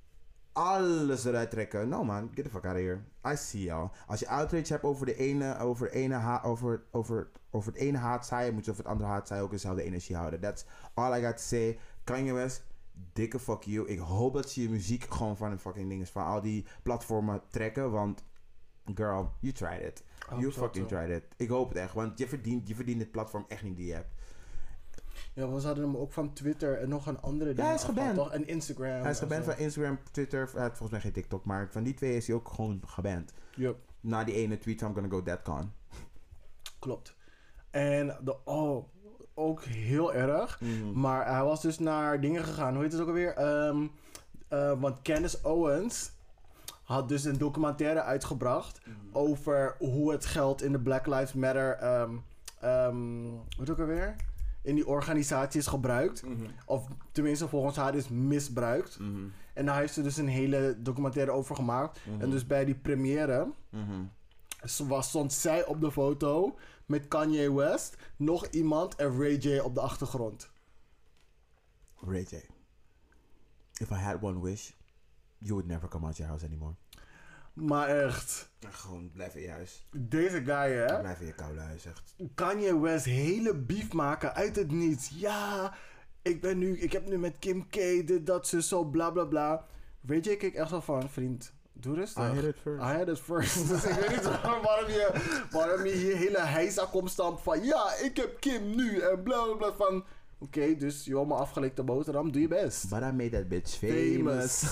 alles eruit trekken. No man, get the fuck out of here. I see y'all. Als je outrage hebt over de ene, over de ene ha- over, over, over het ene haatzaai, moet je over het andere haatzaai ook dezelfde energie houden. That's all I got to say. Kanye West, dikke fuck you. Ik hoop dat je je muziek gewoon van de fucking dingen van al die platformen trekken, want girl, you tried it. You fucking tried it. Ik hoop het echt, want je verdient, je verdient het platform echt niet die je hebt. Ja, we hadden hem ook van Twitter en nog een andere ding. Ja, hij is geband. Toch? En Instagram. Hij is geband zo. van Instagram, Twitter, hij heeft volgens mij geen TikTok, maar van die twee is hij ook gewoon geband. Yep. Na die ene tweet van I'm gonna go Deadcon. Klopt. En de, oh, ook heel erg. Mm. Maar hij was dus naar dingen gegaan. Hoe heet het ook alweer? Um, uh, want Candace Owens had dus een documentaire uitgebracht Mm. over hoe het geld in de Black Lives Matter, um, um, hoe heet het ook alweer? In die organisatie is gebruikt. Mm-hmm. Of tenminste volgens haar is misbruikt. Mm-hmm. En daar heeft ze dus een hele documentaire over gemaakt. Mm-hmm. En dus bij die première Mm-hmm. was, stond zij op de foto met Kanye West, nog iemand en Ray J op de achtergrond. Ray J. If I had one wish, you would never come out your house anymore. Maar echt, Gewoon blijf in je huis. deze guy hè, Blijf in je koude huis, echt. Kanye West hele beef maken uit het niets. Ja, ik ben nu, ik heb nu met Kim K, dit, dat, ze zo, bla bla bla. Ray J keek echt wel van, vriend, doe rustig. I had it first. I had it first. Dus ik weet niet waarom je, waarom je hier hele heisa komt stampen van, ja, ik heb Kim nu en bla bla bla van... Oké, okay, dus je wil me afgelikte boterham, doe je best. But I made that bitch famous.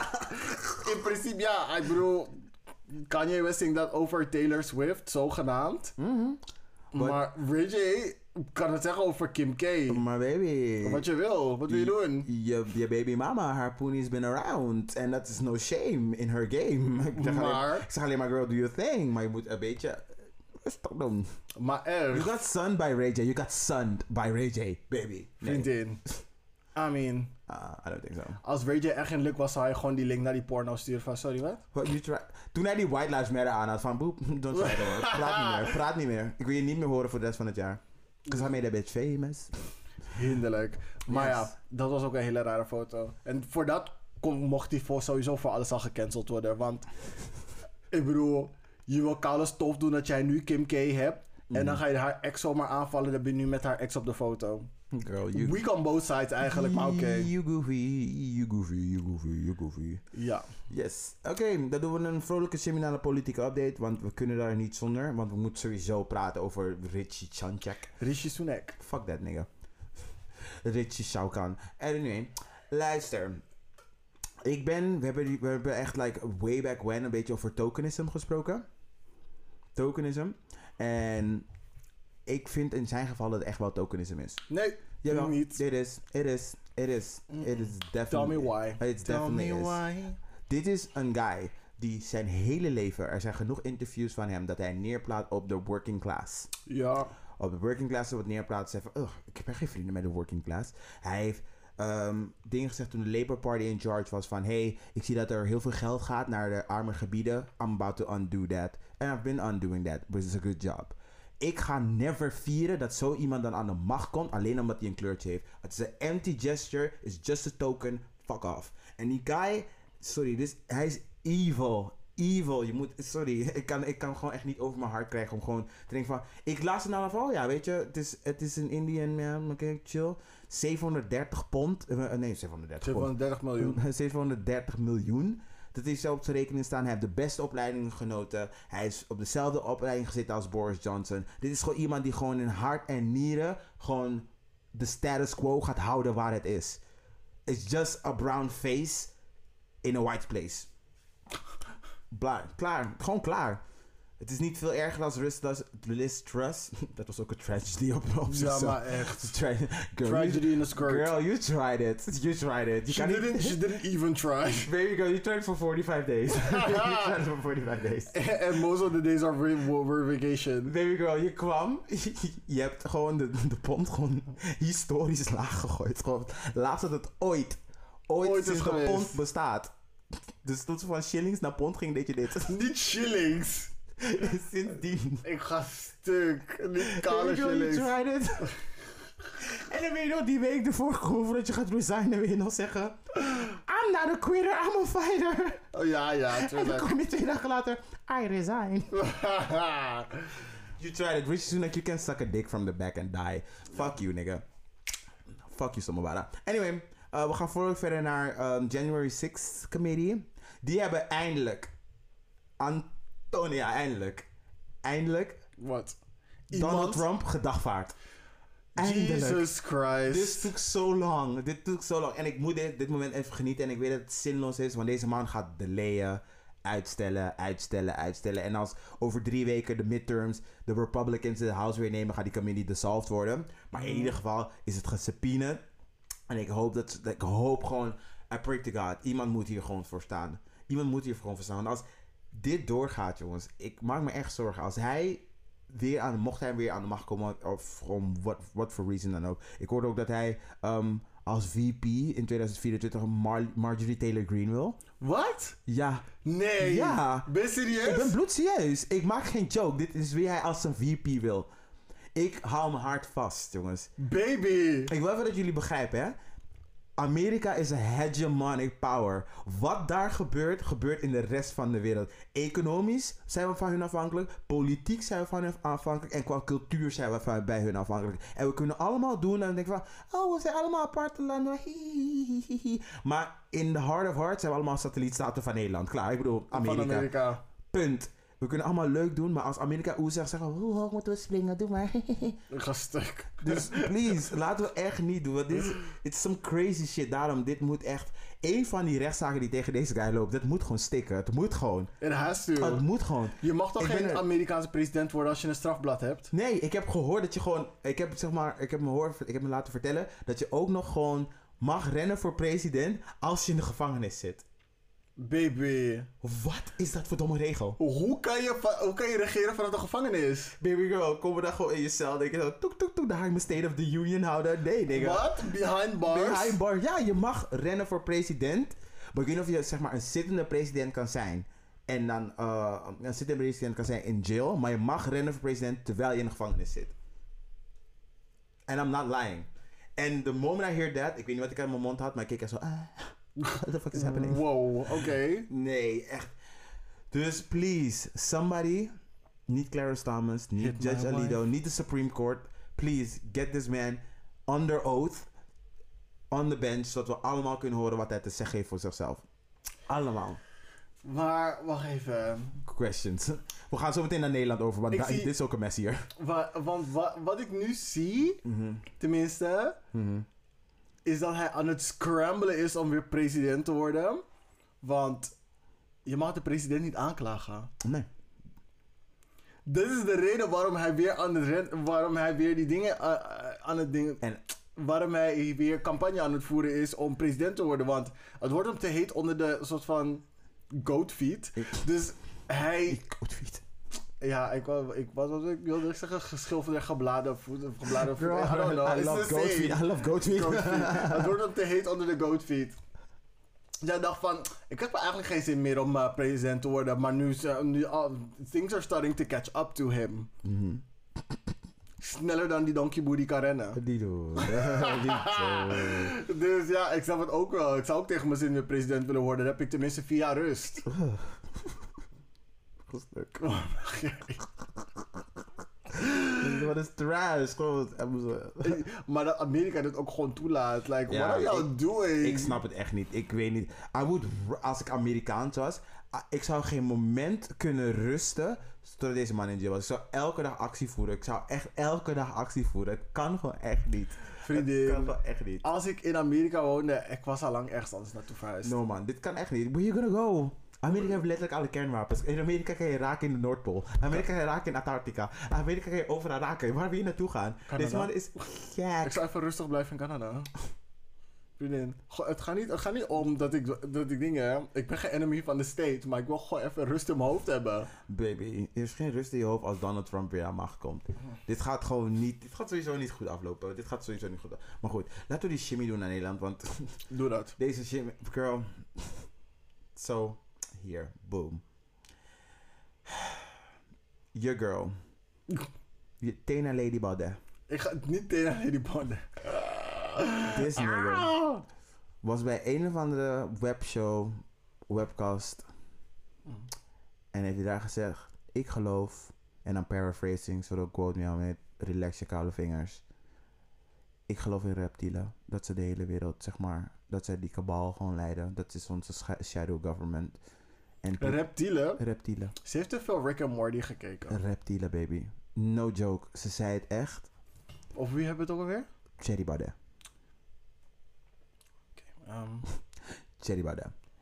In principe ja, ik bedoel, Kanye West zingt dat over Taylor Swift, zogenaamd. Mm-hmm. Maar Ray J kan het zeggen over Kim K. Maar baby. Wat je wil, wat wil je doen? Je, je baby mama, haar ponie's been around. And that is no shame in her game. Ik zeg, Maar- alleen, ik zeg alleen maar girl, do your thing. Maar je moet een beetje rustig doen. Maar You echt, got sunned by Ray J. You got sunned by Ray J, baby. Nee. vriendin. I mean, Uh, I don't think so. als Ray J echt in luk was, zou hij gewoon die link naar die porno sturen van, sorry wat? What, you try... Toen hij die White Lives Matter aan had van boep, don't try that. Praat niet meer, praat niet meer. Ik wil je niet meer horen voor de rest van het jaar. Because I made that bitch famous. Hinderlijk. Maar Yes. ja, dat was ook een hele rare foto. En voor dat kon, mocht hij voor sowieso voor alles al gecanceld worden. Want, ik bedoel, je wil koude stof doen dat jij nu Kim K hebt. En dan ga je haar ex zomaar aanvallen. Dan ben je nu met haar ex op de foto. Girl, you... We can both sides eigenlijk, maar oké. You goofy, you goofy, you goofy, you goofy. Ja. Yes. Oké, okay, dan doen we een vrolijke seminale politieke update. Want we kunnen daar niet zonder. Want we moeten sowieso praten over Richie Chanchak. Rishi Sunak. Fuck that nigga. Richie Shaukan. Anyway, luister. Ik ben, we hebben, die- we hebben echt like way back when een beetje over tokenism gesproken. Tokenism. En ik vind in zijn geval dat het echt wel tokenism is. Nee, Jawel, niet. It is, it is, it is, it is Tell definitely. me why. It's Tell definitely me is. why. Dit is een guy die zijn hele leven, er zijn genoeg interviews van hem dat hij neerplaat op de working class. Ja. Op de working class wordt neerplaat en zegt van, ugh, ik heb echt geen vrienden met de working class. Hij heeft um, dingen gezegd toen de Labour Party in charge was van, hey, ik zie dat er heel veel geld gaat naar de arme gebieden. I'm about to undo that. And I've been undoing that, but it's a good job. Ik ga never vieren dat zo iemand dan aan de macht komt alleen omdat hij een kleurtje heeft. Het is een empty gesture, it's just a token, fuck off. En die guy, sorry, dus hij is evil. Evil, je moet, sorry, ik kan, ik kan gewoon echt niet over mijn hart krijgen om gewoon te denken van, ik las het nou van, oh ja, weet je, het is, het is een Indian man, oké, chill, zevenhonderddertig pond, uh, nee, zevenhonderddertig pond, zevenhonderddertig miljoen. zevenhonderddertig miljoen. Dat heeft zo op zijn rekening staan. Hij heeft de beste opleiding genoten. Hij is op dezelfde opleiding gezeten als Boris Johnson. Dit is gewoon iemand die gewoon in hart en nieren gewoon de status quo gaat houden waar het is. It's just a brown face in a white place. Bla, klaar. Gewoon klaar. Het is niet veel erger dan Liz Truss. Liz Truss. Dat was ook een tragedy op, op Ja, zichzelf. maar echt. Tra- girl, Tragedy you, in a skirt. Girl, you tried it. You tried it. You She kan niet- didn't, she didn't even try. Baby girl, you tried for forty-five days. you tried for forty-five days. And most of the days are were, were vacation. Baby girl, je kwam. Je hebt gewoon de, de pond gewoon historisch laag gegooid. Gewoon laatst dat het ooit, ooit, Ooit is sinds de geweest. pond bestaat. Dus toen ze van shillings naar pond ging, deed je dit. Niet shillings. Sindsdien. Ik ga stuk. Niet kale Baby girl, you shillings. tried it. En dan weet je nog, die week ervoor, voordat je gaat resignen, wil je nog zeggen... I'm not a quitter, I'm a fighter. Oh ja, ja, En dan tuurlijk. kom je twee dagen later, I resign. You tried it. Rishi Sunak, you can suck a dick from the back and die. Fuck you, nigga. Fuck you, Somobara. Anyway, uh, we gaan vooral verder naar um, January sixth Committee. Die hebben eindelijk, Antonia, eindelijk, eindelijk, Wat? Donald Iemand? Trump gedagvaard. Eindelijk. Jesus Christ. This took so long. Dit took so long. En ik moet dit, dit moment even genieten. En ik weet dat het zinloos is. Want deze man gaat delayen. Uitstellen, uitstellen, uitstellen. En als over drie weken de midterms de Republicans de House weer nemen, gaat die committee dissolved worden. Maar in ieder geval is het gesubpoeneerd. En ik hoop dat, ik hoop gewoon, I pray to God, iemand moet hier gewoon voor staan. Iemand moet hier gewoon voor staan. Want als dit doorgaat, jongens, ik maak me echt zorgen. Als hij weer aan, mocht hij weer aan de macht komen, of om wat what for reason dan ook. Ik hoorde ook dat hij um, als V P in tweeduizend vierentwintig Mar- Marjorie Taylor Greene wil. Wat? Ja. Nee. Ja. Ben je serieus? Ik ben bloedserieus. Ik maak geen joke. Dit is wie hij als een V P wil. Ik hou mijn hart vast, jongens. Baby. Ik wil even dat jullie begrijpen, hè. Amerika is een hegemonic power. Wat daar gebeurt, gebeurt in de rest van de wereld. Economisch zijn we van hun afhankelijk. Politiek zijn we van hun afhankelijk. En qua cultuur zijn we van, bij hun afhankelijk. En we kunnen allemaal doen en denken van, oh, we zijn allemaal aparte landen. Hihihihi. Maar in the heart of hearts zijn we allemaal satellietstaten van Nederland. Klaar, ik bedoel Amerika. Van Amerika. Punt. We kunnen allemaal leuk doen, maar als Amerika oeh zegt, zeggen we, hoe hoog moeten we springen? Doe maar. Ik ga stuk. Dus please, laten we echt niet doen. Want dit is it's some crazy shit. Daarom, dit moet echt, één van die rechtszaken die tegen deze guy loopt, dat moet gewoon stikken. Het moet gewoon. It has to. Het moet gewoon. Je mag toch Ik geen ben er- Amerikaanse president worden als je een strafblad hebt? Nee, ik heb gehoord dat je gewoon, ik heb zeg maar, ik heb me hoor, ik heb me laten vertellen dat je ook nog gewoon mag rennen voor president als je in de gevangenis zit. Baby. Wat is dat voor domme regel? Hoe kan je, va- hoe kan je regeren vanuit de gevangenis? Baby girl, kom we dan gewoon in je cel. Denk je zo, toek toek toek, daar ga ik mijn State of the Union houden. Nee, nigga. Wat? Behind bars? Behind bars. Ja, je mag rennen voor president. Maar ik weet niet of je zeg maar een zittende president kan zijn. En dan uh, een zittende president kan zijn in jail. Maar je mag rennen voor president terwijl je in de gevangenis zit. And I'm not lying. And the moment I hear that, ik weet niet wat ik uit mijn mond had, maar ik keek echt zo, ah, what the fuck is happening? Wow, oké. Nee, echt. Dus please, somebody, niet Clarence Thomas, niet Hit my Judge Alito, wife. niet de Supreme Court. Please, get this man under oath, on the bench, zodat we allemaal kunnen horen wat hij te zeggen heeft voor zichzelf. Allemaal. Maar, wacht even. Questions. We gaan zo meteen naar Nederland over, want Ik daar- zie- dit is ook een mess hier. Wa- want wa- wat ik nu zie, Mhm, tenminste, mhm. is dat hij aan het scramblen is om weer president te worden. Want je mag de president niet aanklagen. Nee. Dit is de reden waarom hij weer aan het ren- waarom hij weer die dingen uh, uh, aan het ding, En waarom hij weer campagne aan het voeren is om president te worden. Want het wordt hem te heet onder de soort van goat feet. ik, Dus hij, ik codefiet. ja, ik, wou- ik, wat was ik wilde zeggen, geschilferde gebladen voet, of gebladen voet. Girl, I don't know. I It's love the goat same. feet. I love goat feet. Goat feet. Het wordt hem te heet onder de goat feet. Jij dacht van, ik heb eigenlijk geen zin meer om uh, president te worden, maar nu, uh, nu uh, things are starting to catch up to him. Mhm. Sneller dan die donkey booty kan rennen. Die doen. Die doen. Dus ja, ik snap het ook wel. Ik zou ook tegen mijn zin weer president willen worden. Dan heb ik tenminste vier jaar rust. Goed stuk. Oh, Wat is trash? Gewoon, hij moest, eh, maar dat Amerika dit ook gewoon toelaat. Like, Ja, what are y'all ik- doing? Ik snap het echt niet. Ik weet niet. I would, r- als ik Amerikaans was, ah, ik zou geen moment kunnen rusten tot deze man in jail was. Ik zou elke dag actie voeren. Ik zou echt elke dag actie voeren. Het kan gewoon echt niet. Het Vriendin, kan gewoon echt niet. als ik in Amerika woonde, ik was al lang ergens anders naartoe verhuisd. No man, dit kan echt niet. Where you gonna go? Amerika heeft letterlijk alle kernwapens. In Amerika kan je raken in de Noordpool. Amerika kan je raken in Antarctica. Amerika kan je overal raken. Waar wil je naartoe gaan? Canada. Deze man is Ik gek. zou even rustig blijven in Canada. Vriendin, goh, het gaat niet, het gaat niet om dat ik, dat ik dingen... Ik ben geen enemy van de state, maar ik wil gewoon even rust in mijn hoofd hebben. Baby, er is geen rust in je hoofd als Donald Trump weer aan macht komt. Dit gaat gewoon niet... Dit gaat sowieso niet goed aflopen. Dit gaat sowieso niet goed af- Maar goed, laten we die shimmy doen naar Nederland. Want Doe dat. deze shimmy... Girl. So, here. Boom. Your girl. Je Tena Lady Baudet. Ik ga het niet tegen Lady Baudet. This nigga. Ah! was bij een of andere webshow, webcast. Mm. En heeft hij daar gezegd, ik geloof, en dan paraphrasing, so quote me al met, relax je koude vingers. Ik geloof in reptielen. Dat ze de hele wereld, zeg maar, dat zij die kabal gewoon leiden. Dat is onze sh- shadow government. En Reptielen? reptielen. Ze heeft te veel Rick and Morty gekeken. Reptielen, baby. No joke. Ze zei het echt. Of wie hebben we het ook alweer? Cherry Baudet. Um, Cherry Baudet.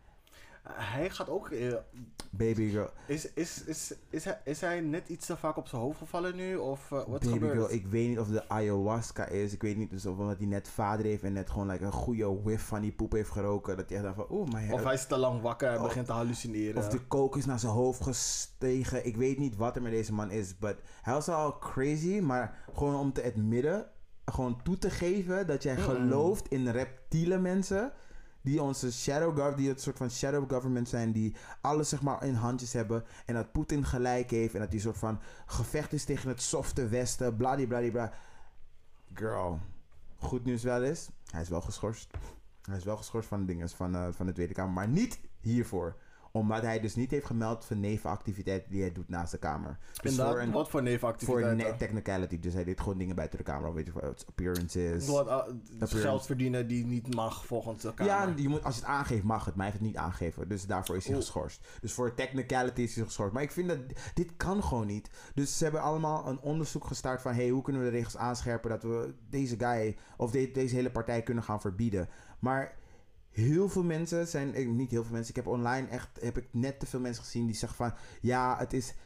hij gaat ook... Uh, Baby girl. is, is, is, is, hij, is hij net iets te vaak op zijn hoofd gevallen nu? Of uh, wat Baby gebeurt? girl, ik weet niet of de ayahuasca is. Ik weet niet dus of omdat hij net vader heeft en net gewoon like, een goede whiff van die poep heeft geroken. Dat hij echt dacht van, oeh, maar Of hij is te lang wakker en Oh. begint te hallucineren. Of de kook is naar zijn hoofd gestegen. Ik weet niet wat er met deze man is. But hij was al crazy. Maar gewoon om te admitten. Gewoon toe te geven dat jij Mm. gelooft in reptiele mensen. Die onze shadow government. Die het soort van shadow government zijn. Die alles zeg maar in handjes hebben. En dat Poetin gelijk heeft. En dat die soort van gevecht is tegen het softe westen. Bladibladibla. Girl. Goed nieuws wel is. Hij is wel geschorst. Hij is wel geschorst van de dingen van, uh, van de Tweede Kamer. Maar niet hiervoor. Omdat hij dus niet heeft gemeld van nevenactiviteiten die hij doet naast de Kamer. Dus Inderdaad, voor een, wat voor voor nevenactiviteiten? een technicality. Dus hij deed gewoon dingen buiten de Kamer. Weet je, voor appearances. Wat, uh, Appearance. geld verdienen die niet mag volgens de Kamer. Ja, je moet, als je het aangeeft mag het. Maar hij heeft het niet aangegeven. Dus daarvoor is hij Oeh. geschorst. Dus voor technicality is hij geschorst. Maar ik vind dat dit kan gewoon niet. Dus ze hebben allemaal een onderzoek gestart van... Hey, hoe kunnen we de regels aanscherpen dat we deze guy... Of de, deze hele partij kunnen gaan verbieden. Maar... Heel veel mensen zijn, ik, niet heel veel mensen, ik heb online echt, heb ik net te veel mensen gezien die zeggen van, ja, het is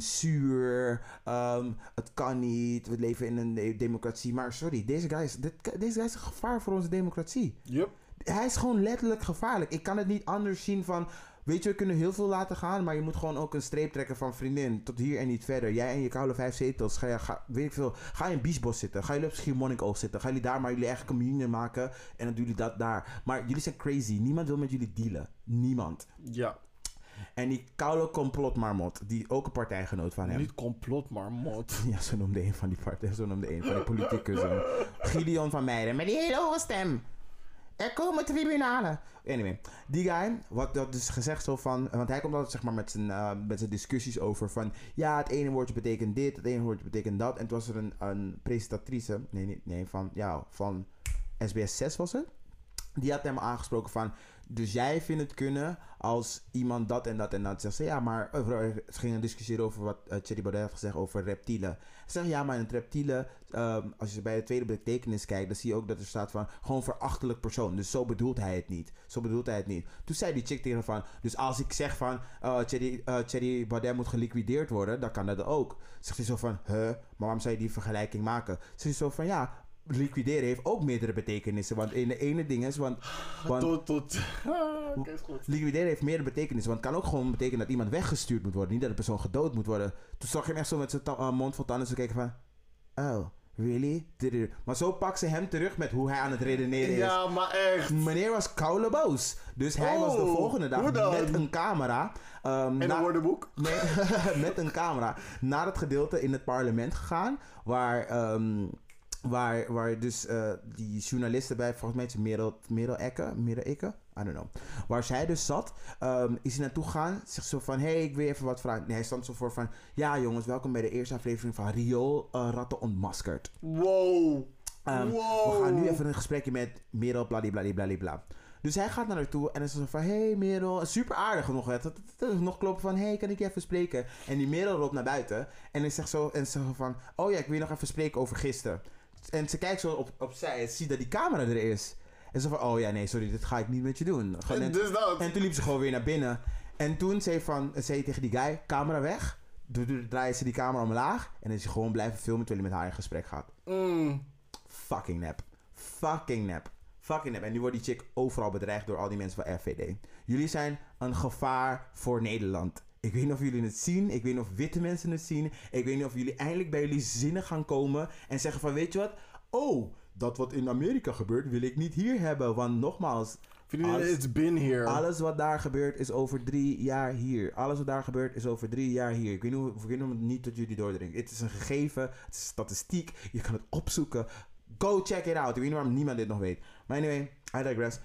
censuur, um, het kan niet, we leven in een de- democratie, maar sorry, deze guy is, dit, deze guy is een gevaar voor onze democratie. Yup. Hij is gewoon letterlijk gevaarlijk. Ik kan het niet anders zien van... Weet je, we kunnen heel veel laten gaan... maar je moet gewoon ook een streep trekken van vriendin... tot hier en niet verder. Jij en je koude vijf zetels... Ga je, ga, weet ik veel, ga je in Biesbos zitten... ga jullie op Schiermonnikoog zitten... gaan jullie daar maar jullie eigen communion maken... en dan doen jullie dat daar. Maar jullie zijn crazy. Niemand wil met jullie dealen. Niemand. Ja. En die koude complotmarmot... die ook een partijgenoot van hem... Niet complot, maar mot. Ja, zo noemde een van die partijen... zo noemde een van die politicus... hem. Gideon van Meijeren... met die hele hoge stem... Er komen tribunalen. Anyway, die guy, wat dat dus gezegd zo van... Want hij komt altijd zeg maar met zijn, uh, met zijn discussies over van... Ja, het ene woordje betekent dit, het ene woordje betekent dat. En toen was er een, een presentatrice... Nee, nee, nee, van, ja, van S B S zes was het. Die had hem aangesproken van... Dus jij vindt het kunnen als iemand dat en dat en dat zegt. Ze, ja, maar uh, ze gingen discussiëren over wat uh, Thierry Baudet had gezegd over reptielen. Ze zeggen, ja, maar in het reptielen, um, als je bij de tweede betekenis kijkt, dan zie je ook dat er staat van gewoon verachtelijk persoon. Dus zo bedoelt hij het niet. Zo bedoelt hij het niet. Toen zei die chick tegen hem van, dus als ik zeg van uh, Thierry, uh, Thierry Baudet moet geliquideerd worden, dan kan dat ook. Zegt hij zo van, huh, maar waarom zou je die vergelijking maken? Ze zegt zo van, ja, liquideren heeft ook meerdere betekenissen. Want in de ene ding is, want... want Tot, tot. Ah, oké, is goed. liquideren heeft meerdere betekenissen. Want het kan ook gewoon betekenen dat iemand weggestuurd moet worden. Niet dat de persoon gedood moet worden. Toen zag je hem echt zo met zijn ta- uh, mond vol tanden zo kijken van... Oh, really? Tudu. Maar zo pakt ze hem terug met hoe hij aan het redeneren is. Ja, maar echt. Meneer was koude boos. Dus hij Oh, was de volgende dag hoe dan? met een camera... Um, En na- een woordenboek? Nee, met een camera naar het gedeelte in het parlement gegaan. Waar... Um, Waar, waar dus uh, die journalisten bij, volgens mij is het Merel, Merel Ekke, Merel Ekke, I don't know. Waar zij dus zat, um, is hij naartoe gegaan, zegt zo van, hé, hey, ik wil even wat vragen. Nee, hij stond zo voor van, ja jongens, welkom bij de eerste aflevering van Riool uh, Ratten Ontmaskerd. Wow. Um, wow. We gaan nu even een gesprekje met Merel, bladibladibladibla. Dus hij gaat naar haar toe en is zo van, hé hey, Merel, super aardig nog. Het, het, het, het, nog kloppen van, hé, hey, kan ik je even spreken? En die Merel loopt naar buiten en hij zegt zo, en zegt zo van, oh ja, ik wil nog even spreken over gisteren. En ze kijkt zo op, opzij en ziet dat die camera er is. En ze van, oh ja, nee, sorry, dit ga ik niet met je doen. Gewoon, en, Dus dat. en toen liep ze gewoon weer naar binnen. En toen zei, van, zei tegen die guy, camera weg. Toen draaide ze die camera omlaag. En dan is hij gewoon blijven filmen terwijl hij met haar in gesprek gaat. Mm. Fucking nep. Fucking nep. Fucking nep. En nu wordt die chick overal bedreigd door al die mensen van R V D. Jullie zijn een gevaar voor Nederland. Ik weet niet of jullie het zien. Ik weet niet of witte mensen het zien. Ik weet niet of jullie eindelijk bij jullie zinnen gaan komen. En zeggen van, weet je wat? Oh, dat wat in Amerika gebeurt wil ik niet hier hebben. Want nogmaals... Alles, it's been here. Alles wat daar gebeurt is over drie jaar hier. Alles wat daar gebeurt is over drie jaar hier. Ik weet niet, ik weet niet, niet tot jullie doordringen. Het is een gegeven. Het is statistiek. Je kan het opzoeken. Go check it out. Ik weet niet waarom niemand dit nog weet. Maar anyway, I digress.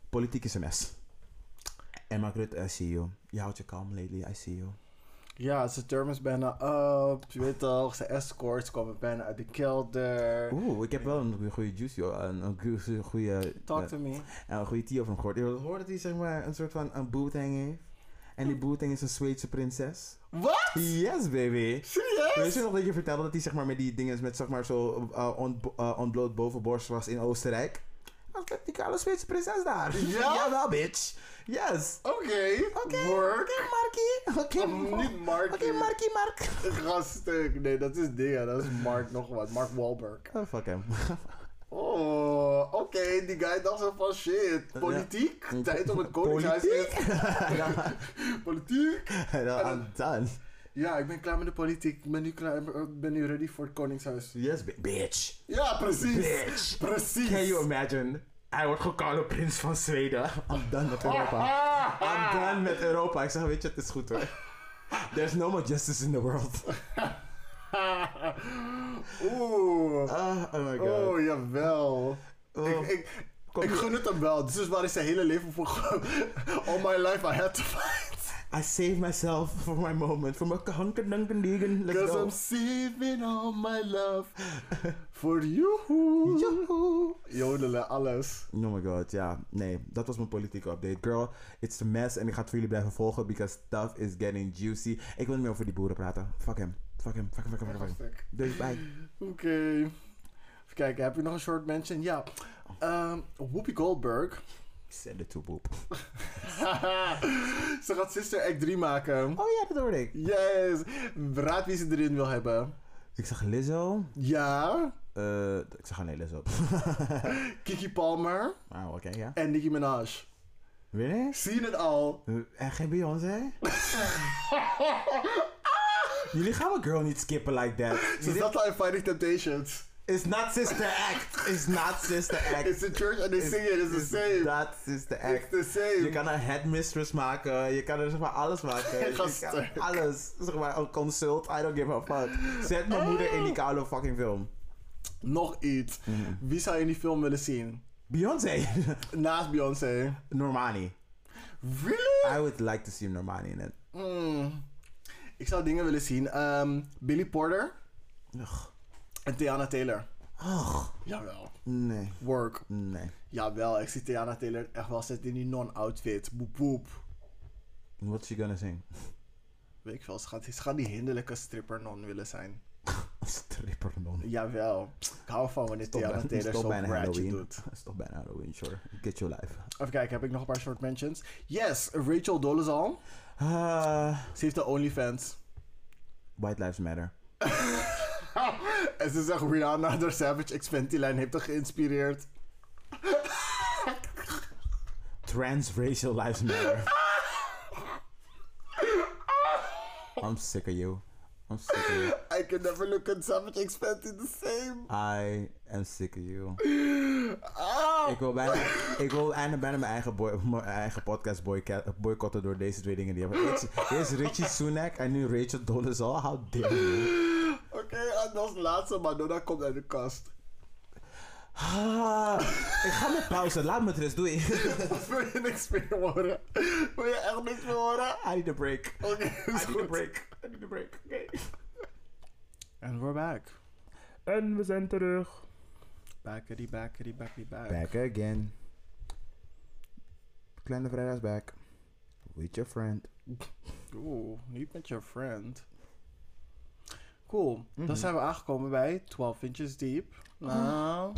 Politiek is een mes. En Mark Rutte, I see you. Je houdt je kalm lately, I see you. Ja, zijn term is bijna up. Je weet toch, zijn escorts komen bijna uit de kelder. Oeh, ik heb wel een goede juice, joh. Een, een goede... goede Talk to me. een goede tea over hem gehoord. Je hoort dat hij zeg maar een soort van een bootang heeft. En die bootang is een Zweedse prinses. Wat? Yes, baby. Serieus? Weet je nog dat je vertelde dat hij zeg maar met die dingen met zeg maar zo uh, on, uh, ontbloot bovenborst was in Oostenrijk? Dat was met die kale Zweedse prinses daar. Ja? Jawel, bitch. Yes. Oké. Oké. Work. Oké, Markie. Oké, Oh, niet Markie. Oké, Markie, Mark. Gaststuk. Nee, dat is dingen. Dat is Mark nog wat. Mark Wahlberg. Oh, fuck hem. Oh, oké. Okay. Die guy dacht zo van shit. Politiek? Ja. Tijd om het koningshuis in. Politiek? Ja, I'm done. Ja, ik ben klaar met de politiek. Ik ben nu, klaar, ik ben nu ready voor het koningshuis. Yes, bitch. Ja, precies. Bitch. Precies. Can you imagine? Hij wordt gekoude prins van Zweden. I'm done met Europa. I'm done met Europa. Ik zeg, weet je, het is goed hoor. There's no more justice in the world. Oeh. Uh, oh my god. Oh, jawel. Oh. Ik, ik, ik gun het hem wel. Dit is waar hij zijn hele leven voor... All my life I had to fight. I saved myself for my moment. For my kanker degen. Let's Cause go. I'm saving all my love for you. Joehoe. Jodelen, alles. Oh my god, ja. Nee, dat was mijn politieke update. Girl, it's a mess. En ik ga het voor jullie blijven volgen. Because stuff is getting juicy. Ik wil niet meer over die boeren praten. Fuck hem. Fuck hem. Fuck hem. Fuck hem. Fuck hem. Dus bye. Oké. Okay. Even kijken, heb je nog een short mention? Ja. Um, Whoopi Goldberg. Send it to Whoop. Ze gaat Sister Act drie maken. Oh ja, dat hoorde ik. Yes. Raad wie ze erin wil hebben. Ik zag Lizzo. Ja. Uh, ik zag alleen Lizzo. Kiki Palmer. Oh, oké, okay, ja. En Nicki Minaj. Really? Zie je het al? Uh, en geen Beyoncé? Jullie gaan mijn girl niet skippen like that. Ze zat al in Fighting Temptations. It's not Sister Act. It's not Sister Act. It's the church and they sing it. It's the same. It's not Sister Act. It's the same. Je kan een headmistress maken. Je kan er zeg maar alles maken. Je kan alles. Zeg maar een consult. I don't give a fuck. Zet mijn moeder in die koude fucking film. Nog iets. Mm. Wie zou je in die film willen zien? Beyoncé. Naast Beyoncé. Normani. Really? I would like to see Normani in it. Mm. Ik zou dingen willen zien. Um, Billy Porter. Ugh. En Tiana Taylor. Ugh. Jawel. Nee. Work. Nee. Jawel, ik zie Tiana Taylor echt wel zitten in die non-outfit. Boep boep. What's she gonna sing? Weet ik veel, ze gaat, ze gaat die hinderlijke stripper non willen zijn. Stripper non? Jawel. Ik hou van wanneer Stop Tiana ben, Taylor zo ratchet doet. Stop bijna Halloween, sure. Get your life. Even kijken, heb ik nog een paar short mentions? Yes, Rachel Dolezal. Uh, ze heeft de OnlyFans. White Lives Matter. En ze zegt Rihanna door Savage X Fenty-lijn heeft haar geïnspireerd. Transracial Lives Matter. I'm sick of you. I'm sick of you. I can never look at Savage X Fenty the same. I am sick of you. Ah. Ik wil bijna, ik wil bijna, bijna mijn eigen, boy, mijn eigen podcast boycotten door deze twee dingen die hebben. Eerst Richie Sunak en nu Rachel Dolezal. How dare you? Oké, okay, en als laatste Madonna komt uit de kast. Ah, ik ga met pauze. Laat me het rust. Doei. Wil je niks meer horen? Wil je echt niks meer horen? I need a break. Oké, okay, I need goed. a break. I need a break. Oké. Okay. And we're back. En we zijn terug. Backity, backity, backity, back. Back again. Kleine vrijdag back. With your friend. Oeh, niet met your friend. Cool. Mm-hmm. Dan zijn we aangekomen bij twaalf inches deep. Nou.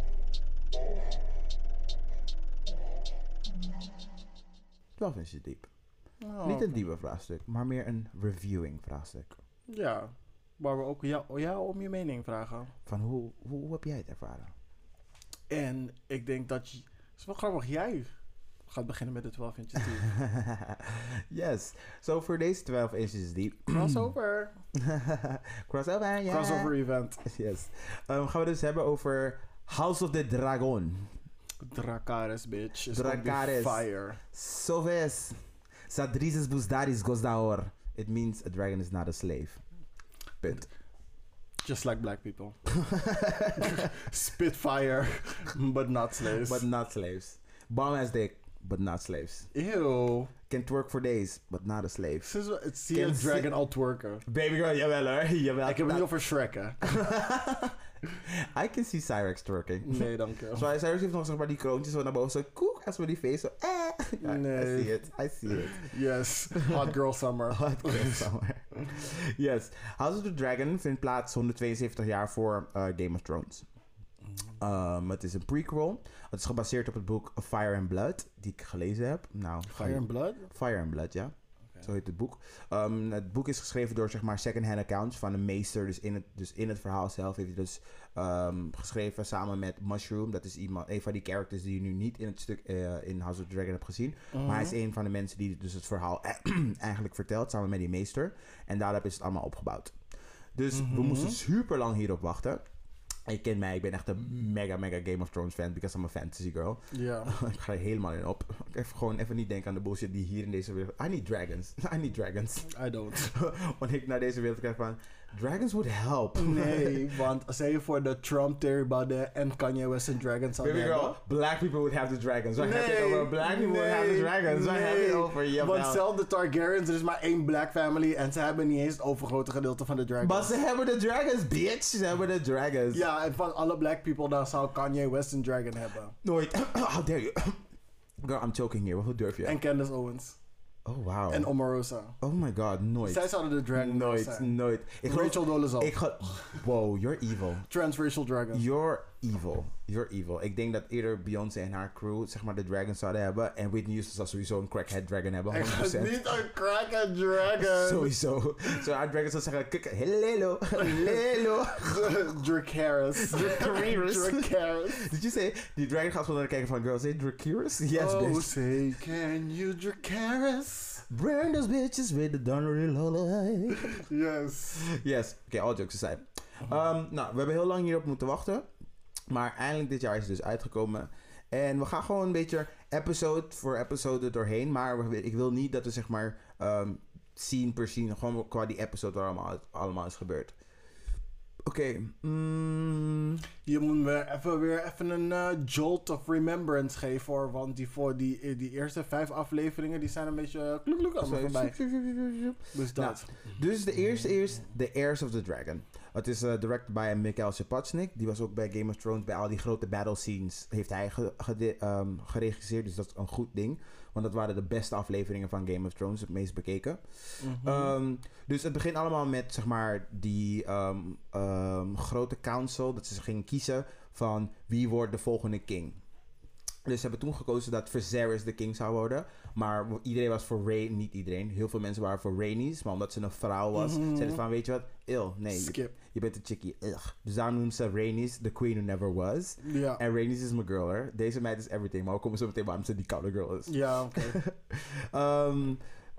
twaalf inches deep. Oh, Niet een diepe vraagstuk, maar meer een reviewing vraagstuk. Ja, waar we ook jou, jou om je mening vragen. Van hoe, hoe, hoe heb jij het ervaren? En ik denk dat je... Het is wel grappig, jij gaat beginnen met de twaalf inches deep. Yes. So voor deze twaalf inches deep... Crossover. Crossover, ja. Crossover event. Yes. Um, gaan we dus hebben over House of the Dragon. Dracarys, bitch. Is Dracarys. Fire. Soves. Sadrises Buzdaris Gosdaor. It means a dragon is not a slave. Punt. Just like black people. Spitfire, but not slaves. But not slaves. Bomb ass dick. but not slaves. Ew. Can twerk for days, but not a slave. Sinds we- Het zie je Can een dragon si- al twerken. Baby girl, jawel hoor. Jawel. Ik heb het niet over Shrek, hè. I can see Cyrex twerking. Nee, dank je. Zo, Cyrus heeft nog zeg maar die kroontjes zo naar boven. Zo koek, als we die face. Zo, eh. Ja, Nee. I see it. I see it. Yes. Hot girl summer. Hot girl summer. Yes. House of the Dragon vindt plaats honderdtweeënzeventig jaar voor uh, Game of Thrones. Um, het is een prequel. Het is gebaseerd op het boek Fire and Blood, die ik gelezen heb. Nou, Fire and Blood? Fire and Blood, ja. Okay. Zo heet het boek. Um, het boek is geschreven door zeg maar second-hand accounts van een meester. Dus in het, dus in het verhaal zelf heeft hij dus um, geschreven samen met Mushroom. Dat is iemand, een van die characters die je nu niet in het stuk uh, in House of the Dragon hebt gezien. Uh-huh. Maar hij is een van de mensen die dus het verhaal eigenlijk vertelt samen met die meester. En daarop is het allemaal opgebouwd. Dus Uh-huh. we moesten super lang hierop wachten. Je kent mij, ik ben echt een mega, mega Game of Thrones fan, because I'm a fantasy girl. Ja. Ik ga er helemaal in op. Ik even gewoon even niet denken aan de bullshit die hier in deze wereld... I need dragons. I need dragons. I don't. Wanneer ik naar deze wereld kijk van... Dragons would help. Nee, want stel je voor de Trump, Terry Baudet en Kanye West en Dragons Baby hadden girl, hebben. black people would have the dragons. Waar heb je het Nee, over? Black people would have the nee, dragons. Waar heb je het nee. over? Jawel. Want zelf de Targaryens, er is maar één black family en ze hebben niet eens het overgrote gedeelte van de dragons. Maar ze hebben de dragons, bitch. Ze hebben de dragons. Ja, en van alle black people, dan zou Kanye West een dragon hebben. Nooit. How dare you? Girl, I'm choking here. Hoe durf je? En Candace Owens. Oh, wow. En Omarosa. Oh my god, nooit. Zij zouden de dragon Nooit, zijn. nooit. Ik geloof- Rachel Dolezal. Ik ga... Wow, you're evil. Transracial dragon. You're evil. You're evil. Ik denk dat eerder Beyoncé en haar crew zeg maar de dragons zouden hebben. En Whitney Houston zou sowieso een crackhead dragon hebben. Hij honderd gaat procent. niet een crackhead dragon. Sowieso. Zo haar dragons zou zeggen, kijk, hello, hello. Dracarys. Dracarys. Dracarys. Did you say, die dragon gaat gewoon naar kijken van, girl, say Dracarys? Yes, Oh, bitch. say, can you Dracarys? Burn those bitches with the Donnery Lola. Yes. Yes. Oké, okay, all jokes aside. Um, nou, we hebben heel lang hierop moeten wachten. Maar eindelijk dit jaar is het dus uitgekomen. En we gaan gewoon een beetje episode voor episode er doorheen. Maar we- ik wil niet dat we zeg maar um, scene per scene, gewoon qua die episode waar allemaal, allemaal is gebeurd. Oké. Okay, mm, Je moet me even weer even een uh, jolt of remembrance geven hoor. Want die, voor die, die eerste vijf afleveringen die zijn een beetje kloek kloek allemaal voorbij. Dus dat. Dus de eerste is The Heirs of the Dragon. Het is uh, directed by Mikhail Sapochnik. Die was ook bij Game of Thrones. Bij al die grote battle scenes heeft hij ge- ge- um, geregisseerd. Dus dat is een goed ding. Want dat waren de beste afleveringen van Game of Thrones. Het meest bekeken. Mm-hmm. Um, dus het begint allemaal met zeg maar die um, um, grote council. Dat ze gingen kiezen van wie wordt de volgende king. Dus ze hebben toen gekozen dat Viserys de king zou worden. Maar iedereen was voor Rhaenys. Niet iedereen. Heel veel mensen waren voor Rhaenys. Maar omdat ze een vrouw was, Mhm. zeiden ze van, weet je wat? Ill, nee. Je, Skip. je bent een chickie. Ugh. Dus daarom noemen ze Rhaenys the queen who never was. Ja. En Rhaenys is mijn girl, hoor. Deze meid is everything. Maar we komen zo meteen waarom ze die koude girl is. Ja, oké. um,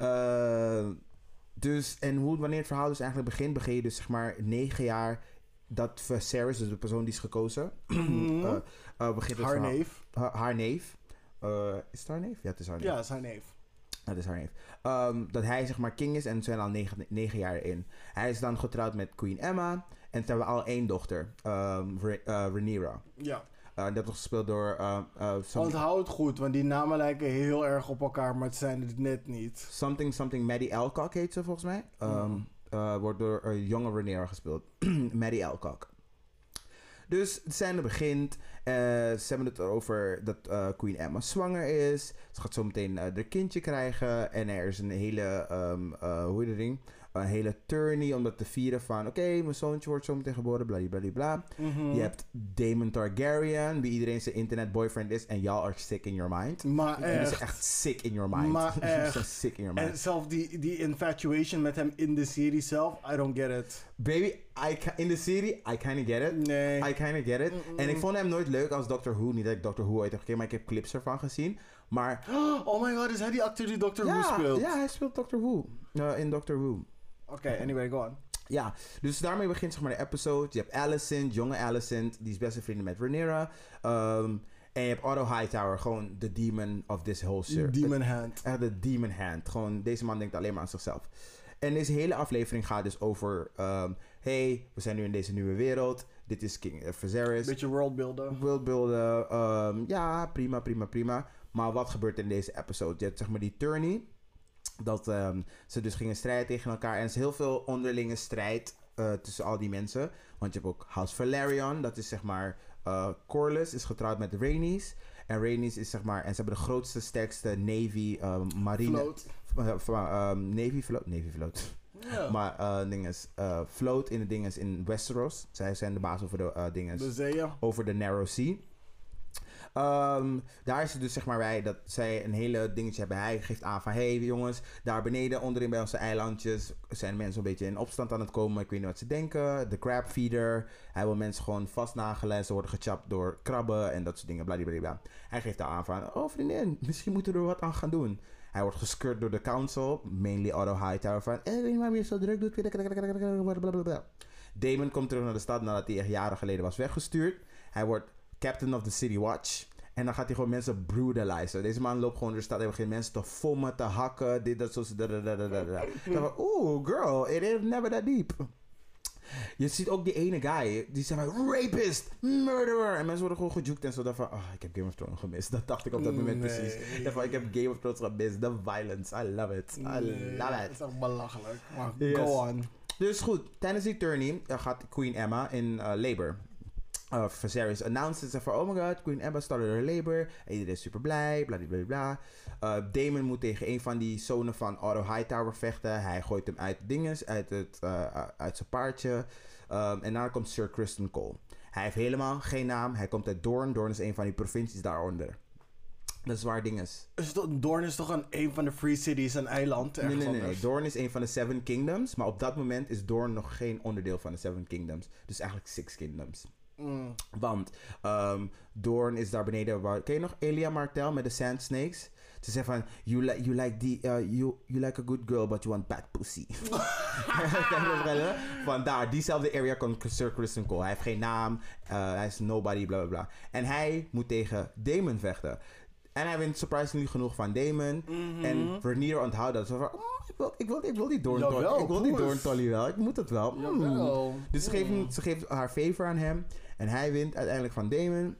uh, dus, en hoe, wanneer het verhaal dus eigenlijk begint, begin je dus zeg maar negen jaar dat Viserys, dus de persoon die is gekozen, Mhm. uh, uh, begint het Haar verhaal. neef. Ha- haar neef. Uh, is het haar neef? Ja, het is haar neef. Ja, dat is haar neef. Dat is haar neef. Um, dat hij zeg maar king is en ze zijn al negen, negen jaar in. Hij is dan getrouwd met Queen Emma. En ze hebben al één dochter, um, Re- uh, Rhaenyra. Ja. Uh, dat wordt gespeeld door... Uh, uh, some- Onthoud het goed, want die namen lijken heel erg op elkaar, maar het zijn het net niet. something, something Maddie Alcock heet ze volgens mij. Um, Hmm. uh, wordt door een jonge Rhaenyra gespeeld. Maddie Alcock. Dus de scène begint. Uh, ze hebben het over dat uh, Queen Emma zwanger is. Ze gaat zo meteen uh, haar kindje krijgen. En er is een hele, um, uh, hoe heet het ding? Een hele tourney om dat te vieren van... Oké, okay, mijn zoontje wordt zo meteen geboren, bladibladibla. Mhm. Je hebt Daemon Targaryen, wie iedereen zijn internet boyfriend is. En y'all are sick in your mind. Maar En is echt. echt sick in your mind. Maar echt. Just sick in your mind. En zelf die, die infatuation met hem in de serie zelf, I don't get it. Baby, I ca- in de serie, I kinda get it. Nee. I kinda get it. Mm-mm. En ik vond hem nooit leuk als Doctor Who. Niet dat ik Doctor Who ooit heb gekeken, maar ik heb clips ervan gezien. Maar... Oh my god, is hij die acteur die Doctor ja, Who speelt? Ja, hij speelt Doctor Who. Uh, in Doctor Who. Oké, okay, anyway, go on. Ja, dus daarmee begint zeg maar de episode. Je hebt Alicent, jonge Alicent. Die is beste vrienden met Rhaenyra. Um, en je hebt Otto Hightower, gewoon de demon of this whole shit. Demon Hand. Echt de demon hand. Gewoon, deze man denkt alleen maar aan zichzelf. En deze hele aflevering gaat dus over... Um, hey, we zijn nu in deze nieuwe wereld. Dit is King uh, Viserys. Beetje worldbuilden. Worldbuilden. Um, ja, prima, prima, prima. Maar wat gebeurt er in deze episode? Je hebt zeg maar die tourney. Dat um, ze dus gingen strijden tegen elkaar. En er is heel veel onderlinge strijd uh, tussen al die mensen. Want je hebt ook House Velaryon. Dat is zeg maar... Uh, Corlys is getrouwd met Rhaenys. En Rhaenys is zeg maar... En ze hebben de grootste, sterkste Navy uh, marine... Vloot. Uh, um, Navy vloot. Navy vloot. Ja. Maar uh, dinges, uh, vloot in de dinges in Westeros. Zij zijn de baas over de uh, dinges. De zeeën. Over de Narrow Sea. Um, daar is het dus zeg maar bij dat zij een hele dingetje hebben. Hij geeft aan van... Hey jongens, daar beneden onderin bij onze eilandjes... zijn mensen een beetje in opstand aan het komen. Ik weet niet wat ze denken. De crab feeder. Hij wil mensen gewoon vastnagelen. Ze worden gechapt door krabben en dat soort dingen. Bladibladibla. Hij geeft daar aan van... Oh vriendin, misschien moeten we er wat aan gaan doen. Hij wordt geskirt door de council. Mainly Otto Hightower van... Eh, weet je waarom je zo druk doet? Blablabla. Daemon komt terug naar de stad nadat hij echt jaren geleden was weggestuurd. Hij wordt... Captain of the City Watch. En dan gaat hij gewoon mensen brutalizen. Deze man loopt gewoon door de stad. Hij begint mensen te fommen, te hakken. Dit, dat, zo. Da, da, da, da, da. Dan van, oeh, girl, it is never that deep. Je ziet ook die ene guy. Die zegt van, rapist, murderer. En mensen worden gewoon gejukt en zo. Dan van, oh, ik heb Game of Thrones gemist. Dat dacht ik op dat moment nee. precies. Dan van, ik heb Game of Thrones gemist. The violence, I love it. I nee, love it. Dat is echt belachelijk. Maar yes. Go on. Dus goed, tijdens die tourney gaat Queen Emma in uh, labor. Uh, Viserys announced ze van, oh my god, Queen Emma started her labor. En iedereen is super blij, bladibladibla. Uh, Daemon moet tegen een van die zonen van Otto Hightower vechten. Hij gooit hem uit dinges, uit, het, uh, uit zijn paardje. Um, en daarna komt Sir Criston Cole. Hij heeft helemaal geen naam. Hij komt uit Dorne. Dorne is een van die provincies daaronder. Dat is waar ding is. is toch, Dorne is toch een, een van de Free Cities, een eiland? Nee, nee, nee, nee. Dorne is een van de Seven Kingdoms. Maar op dat moment is Dorne nog geen onderdeel van de Seven Kingdoms. Dus eigenlijk Six Kingdoms. Mm. Want um, Dorne is daar beneden. Waar, ken je nog Elia Martell met de Sand Snakes? Ze zegt van, you, li- you, like the, uh, you, you like a good girl, but you want bad pussy. Vandaar, diezelfde area komt Sir Criston Cole. Hij heeft geen naam, uh, hij is nobody, bla bla bla. En hij moet tegen Daemon vechten. En hij wint surprisingly genoeg van Daemon. Mm-hmm. En Rhaenyra onthoudt dat. Zo van, oh, ik, wil, ik, wil, ik wil die Dorne Tolly. Ik wil die Dorne Tolly wel. Ik moet het wel. Mm. Dus ze geeft, mm. ze geeft haar favor aan hem. En hij wint uiteindelijk van Daemon.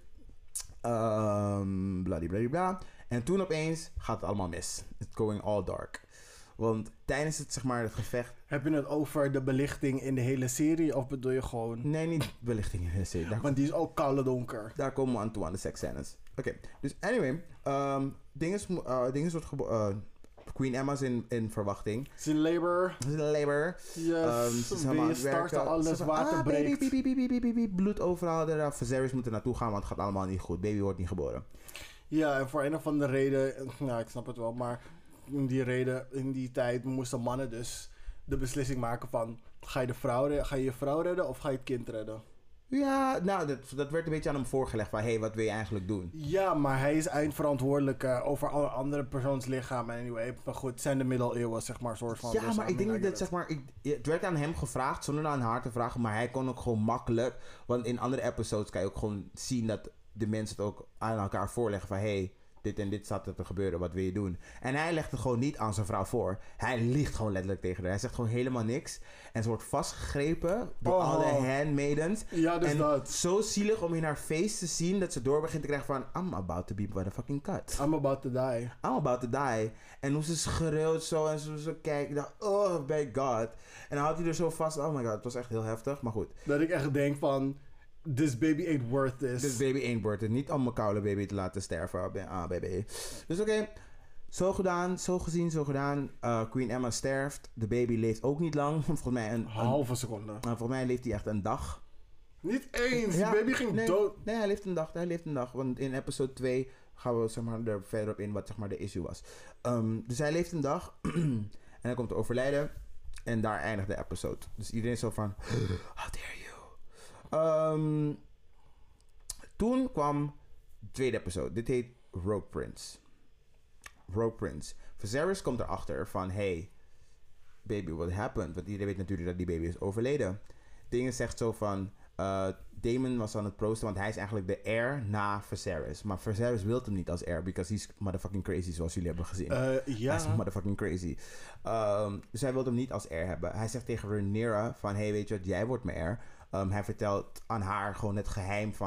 Um, bladibladibla. En toen opeens gaat het allemaal mis. It's going all dark. Want tijdens het, zeg maar, het gevecht... Heb je het over de belichting in de hele serie? Of bedoel je gewoon... Nee, niet belichting in de hele serie. Daar Want die is ook koude donker. Daar komen we aan toe, aan de seksscènes. Oké, okay. Dus anyway. Um, dinges, uh, dinges wordt gebo- uh, Queen Emma is in, in verwachting. Ze is in labor. Ze is in labor. Yes. Um, ze is helemaal aan het werken. Alles, van, water ah, breekt. Baby, baby, baby, baby, bloed overal. De Viserys moet er naartoe gaan, want het gaat allemaal niet goed. Baby wordt niet geboren. Ja, en voor een of andere reden... Nou, ik snap het wel, maar... In die reden, in die tijd moesten mannen dus de beslissing maken van... Ga je, de vrouw redden, ga je je vrouw redden of ga je het kind redden? Ja, nou, dat, dat werd een beetje aan hem voorgelegd van... Hé, hey, wat wil je eigenlijk doen? Ja, maar hij is eindverantwoordelijk uh, over alle andere persoons lichaam. Anyway, maar goed, het zijn de middeleeuwen, zeg maar, soort van... Ja, maar ik denk niet dat, zeg maar... Ik, het werd aan hem gevraagd, zonder aan haar te vragen... Maar hij kon ook gewoon makkelijk... Want in andere episodes kan je ook gewoon zien dat de mensen het ook aan elkaar voorleggen van... Hey, dit en dit staat er te gebeuren, wat wil je doen? En hij legt het gewoon niet aan zijn vrouw voor. Hij liegt gewoon letterlijk tegen haar. Hij zegt gewoon helemaal niks. En ze wordt vastgegrepen door oh. alle handmaidens. Ja, dus en dat. Zo zielig om in haar face te zien dat ze door begint te krijgen van... I'm about to be motherfucking cut. I'm about to die. I'm about to die. En hoe ze schreeuwt zo en zo, zo kijkt. Ik dacht, oh my god. En dan houdt hij er zo vast. Oh my god, het was echt heel heftig, maar goed. Dat ik echt denk van... This baby ain't worth this. This baby ain't worth it. Niet om mijn koude baby te laten sterven. Ah, baby. Dus oké. Okay. Zo gedaan. Zo gezien. Zo gedaan. Uh, Queen Emma sterft. De baby leeft ook niet lang. Volgens mij een... Halve seconde. Uh, volgens mij leeft hij echt een dag. Niet eens. Ja, die baby ging nee, dood. Nee, hij leeft een dag. Hij leeft een dag. Want in episode twee gaan we zeg maar, er verder op in wat zeg maar, de issue was. Um, dus hij leeft een dag. En dan komt er overlijden. En daar eindigt de episode. Dus iedereen is zo van... How dare you? Um, toen kwam de tweede episode. Dit heet Rogue Prince. Rogue Prince. Viserys komt erachter van... Hey, baby, what happened? Want iedereen weet natuurlijk dat die baby is overleden. Dingen zegt zo van... Uh, Daemon was aan het proosten, want hij is eigenlijk de heir na Viserys. Maar Viserys wil hem niet als heir, because he's motherfucking crazy, zoals jullie hebben gezien. Uh, ja. Hij is motherfucking crazy. Um, dus hij wil hem niet als heir hebben. Hij zegt tegen Rhaenyra van... Hey, weet je wat? Jij wordt mijn heir. Um, hij vertelt aan haar gewoon het geheim van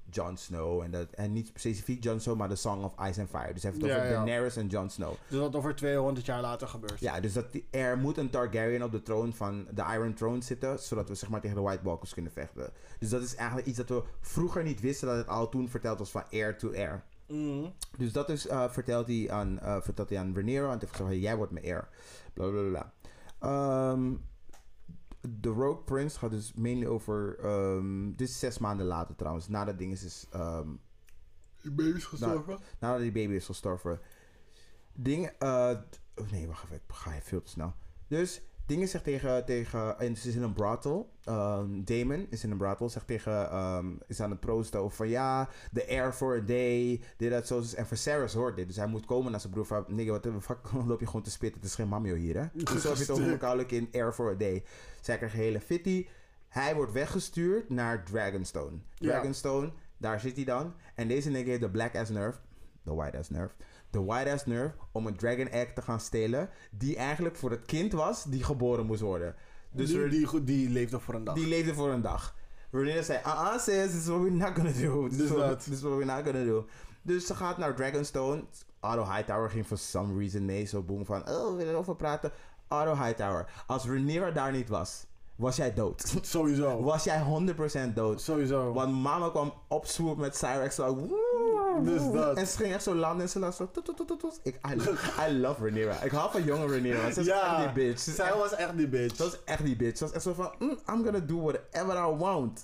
Jon Snow. En, dat, en niet specifiek Jon Snow, maar de Song of Ice and Fire. Dus hij heeft het Ja, over ja. Daenerys en Jon Snow. Dus wat over tweehonderd jaar later gebeurt. Ja, dus dat die- er moet een Targaryen op de troon van de Iron Throne zitten, zodat we zeg maar tegen de White Walkers kunnen vechten. Dus dat is eigenlijk iets dat we vroeger niet wisten, dat het al toen verteld was van heir to heir. Mm. Dus dat is, uh, vertelt, hij aan, uh, vertelt hij aan Rhaenyra. En hij heeft gezegd, hey, jij wordt mijn heir. Bla bla bla. Um, The Rogue Prince gaat dus mainly over... Um, dit is zes maanden later trouwens. Nadat ding is... is um, Je baby is gestorven? Na, nadat die baby is gestorven. Ding... Uh, oh nee, wacht even. Ik ga even veel te snel. Dus... Dingen zegt tegen, tegen... En ze is in een brothel. Um, Daemon is in een brothel. Zegt tegen... Um, is aan het proosten over van... Ja, the heir for a day. Dit, dat, zo. En Viserys hoort dit. Dus hij moet komen naar zijn broer van... Nigga, wat de fuck loop je gewoon te spitten? Het is geen mamio hier, hè? Dus zo heb je het over elkaar in heir for a day. Zij krijgt een hele fitty. Hij wordt weggestuurd naar Dragonstone. Dragonstone, ja. Daar zit hij dan. En deze nigga heeft de black ass nerve. De white ass nerve. De white ass nerve om een dragon egg te gaan stelen. Die eigenlijk voor het kind was die geboren moest worden. Dus die, er, die, die leefde voor een dag. Die leefde voor een dag. Rhaenyra zei, ah uh-uh, sis, this is what we're not gonna do. This, Dus is, what, dat. this is what we're not gonna do. Dus ze gaat naar Dragonstone. Otto Hightower ging for some reason mee. Zo boem van, oh, we willen erover praten. Otto Hightower. Als Rhaenyra daar niet was, was jij dood. Sowieso. Was jij honderd procent dood. Sowieso. Want mama kwam opswoep met Cyrex. Zo, dus dat. En ze ging echt zo landen en ze las zo... Toet, toet, toet, toet. Ik, I, I love Rhaenyra. Ik hou van jonge Rhaenyra. Ze is ja, echt die bitch. Ze zij echt, was echt die bitch. Ze was echt die bitch. Ze was echt zo van... Mm, I'm gonna do whatever I want.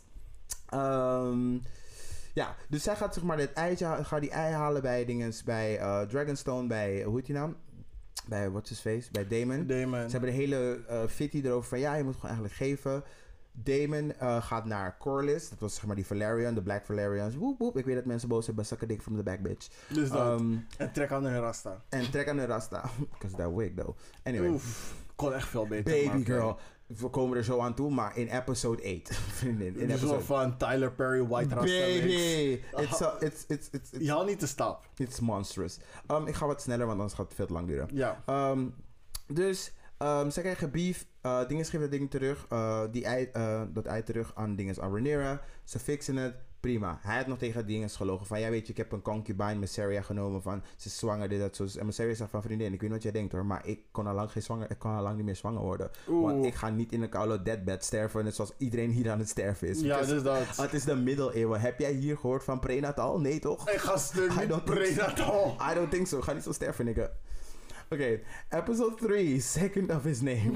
Um, ja, dus zij gaat zeg maar dit eitje... Gaat die ei halen bij dinges... Bij uh, Dragonstone. Bij... Hoe heet die naam? Bij What's His Face? Bij Daemon. Daemon. Ze hebben de hele uh, fitty erover van... Ja, je moet gewoon eigenlijk geven... Daemon uh, gaat naar Corlys. Dat was zeg maar die Valerian, de Black Valerians. Woep woep. Ik weet dat mensen boos zijn, but suck a dick from the back, bitch. Dus dat. Um, en trek aan hun rasta. en trek aan de rasta. Because that wig, though. Anyway. Oef. Kon echt veel beter. Baby maken. girl. We komen er zo aan toe, maar in episode eight. Vriendin. In dus episode... van Tyler Perry, White Rasta. Baby! It's, a, it's, it's, it's, it's, Je haalt niet de stap. it's monstrous. Um, ik ga wat sneller, want anders gaat het veel te lang duren. Ja. Um, dus... Um, zij krijgen beef. Uh, dingen geven dat ding terug. Uh, die ei, uh, dat ei terug aan dingen aan Rhaenyra. Ze fixen het. Prima. Hij had nog tegen dingen gelogen van... Ja, weet je, ik heb een concubine, Mysaria, genomen van... Ze is zwanger, dit, dat, zo. En Mysaria zegt van... Vriendin, ik weet niet wat jij denkt hoor... Maar ik kon al lang, geen zwanger, ik kon al lang niet meer zwanger worden. Oeh. Want ik ga niet in een koude deadbed sterven... Net zoals iedereen hier aan het sterven is. Ja, Because dus dat. Het is de middeleeuwen. Heb jij hier gehoord van prenatal? Nee, toch? Ik ga stuk I niet don't think so. prenatal. I don't think so. Ga niet zo sterven, nigga. Oké, okay. Episode three, second of his name.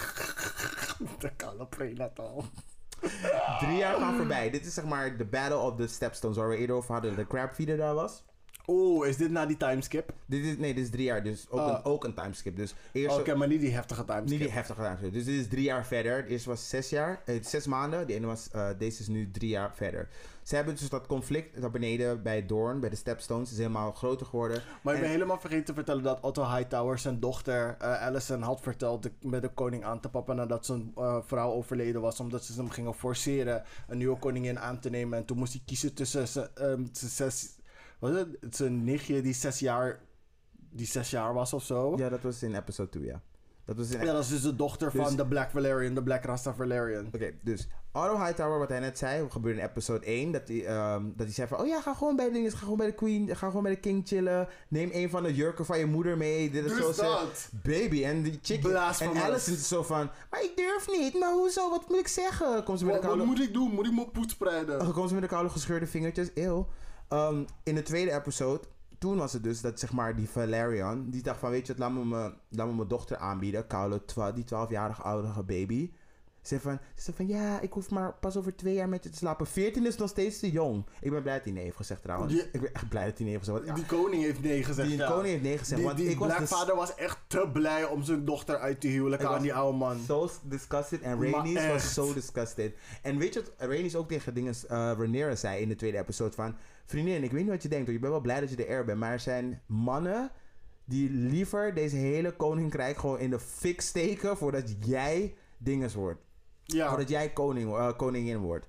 De koude prenatal. Drie jaar gaan voorbij. Dit is zeg maar de Battle of the Stepstones, waar we eerder over hadden, de crabfeeder daar was. Oeh, is dit na die timeskip? Dit is, nee, dit is drie jaar, dus ook, Oh. een, ook een timeskip. Dus eerst Oké, okay, maar niet die heftige timeskip. niet die heftige timeskip. Dus dit is drie jaar verder. De eerste was zes jaar, eh, zes maanden. De ene was, uh, deze is nu drie jaar verder. Ze hebben dus dat conflict daar beneden bij Dorne, bij de Stepstones, is helemaal groter geworden. Maar ik ben En- helemaal vergeten te vertellen dat Otto Hightower zijn dochter uh, Alicent had verteld de, met de koning aan te pappen nadat zijn uh, vrouw overleden was. Omdat ze hem gingen forceren een nieuwe koningin aan te nemen. En toen moest hij kiezen tussen zijn um, zes... Wat is het? Zijn nichtje die zes jaar... Die zes jaar was of zo. Ja, dat was in episode two, ja. Dat was in Ja, dat is dus de dochter Dus- van de Black Valerian, de Black Rasta Valerian. Oké, okay, dus Otto Hightower, wat hij net zei, gebeurde in episode één, dat hij, um, dat hij zei van, oh ja, ga gewoon bij de dingen, ga gewoon bij de queen, ga gewoon bij de king chillen, neem een van de jurken van je moeder mee, dit is Dus zo ze- dat. baby, en die chick, en Blasphemous. Alice is zo van, maar ik durf niet, maar hoezo, wat moet ik zeggen? Komt ze met Wat, de wat koude, moet ik doen? Moet ik mijn poet spreiden? oh, komt ze met de koude gescheurde vingertjes, eeuw. Um, in de tweede episode, toen was het dus dat zeg maar die Valerian, die dacht van, weet je wat, laat me mijn, laat me mijn dochter aanbieden, koude, twa- die twaalfjarige oude baby. Ze zei van, ze zei van, ja, ik hoef maar pas over twee jaar met je te slapen. veertien is nog steeds te jong. Ik ben blij dat hij nee heeft gezegd trouwens. Die- ik ben echt blij dat hij nee heeft gezegd. Want, ja, Die koning heeft nee gezegd. die ja. koning heeft nee gezegd. Die, want die ik was dus Blackvader was echt te blij om zijn dochter uit te huwelijken Ik aan was die oude man. so disgusted. En Maar Rhaenys was echt. so disgusted. En weet je wat Rhaenys ook tegen dingen uh, Rhaenyra zei in de tweede episode van... Vriendin, ik weet niet wat je denkt hoor. Je bent wel blij dat je de heir bent. Maar er zijn mannen die liever deze hele koninkrijk gewoon in de fik steken... voordat jij dinges wordt. Ja. Voordat jij koning, uh, koningin wordt.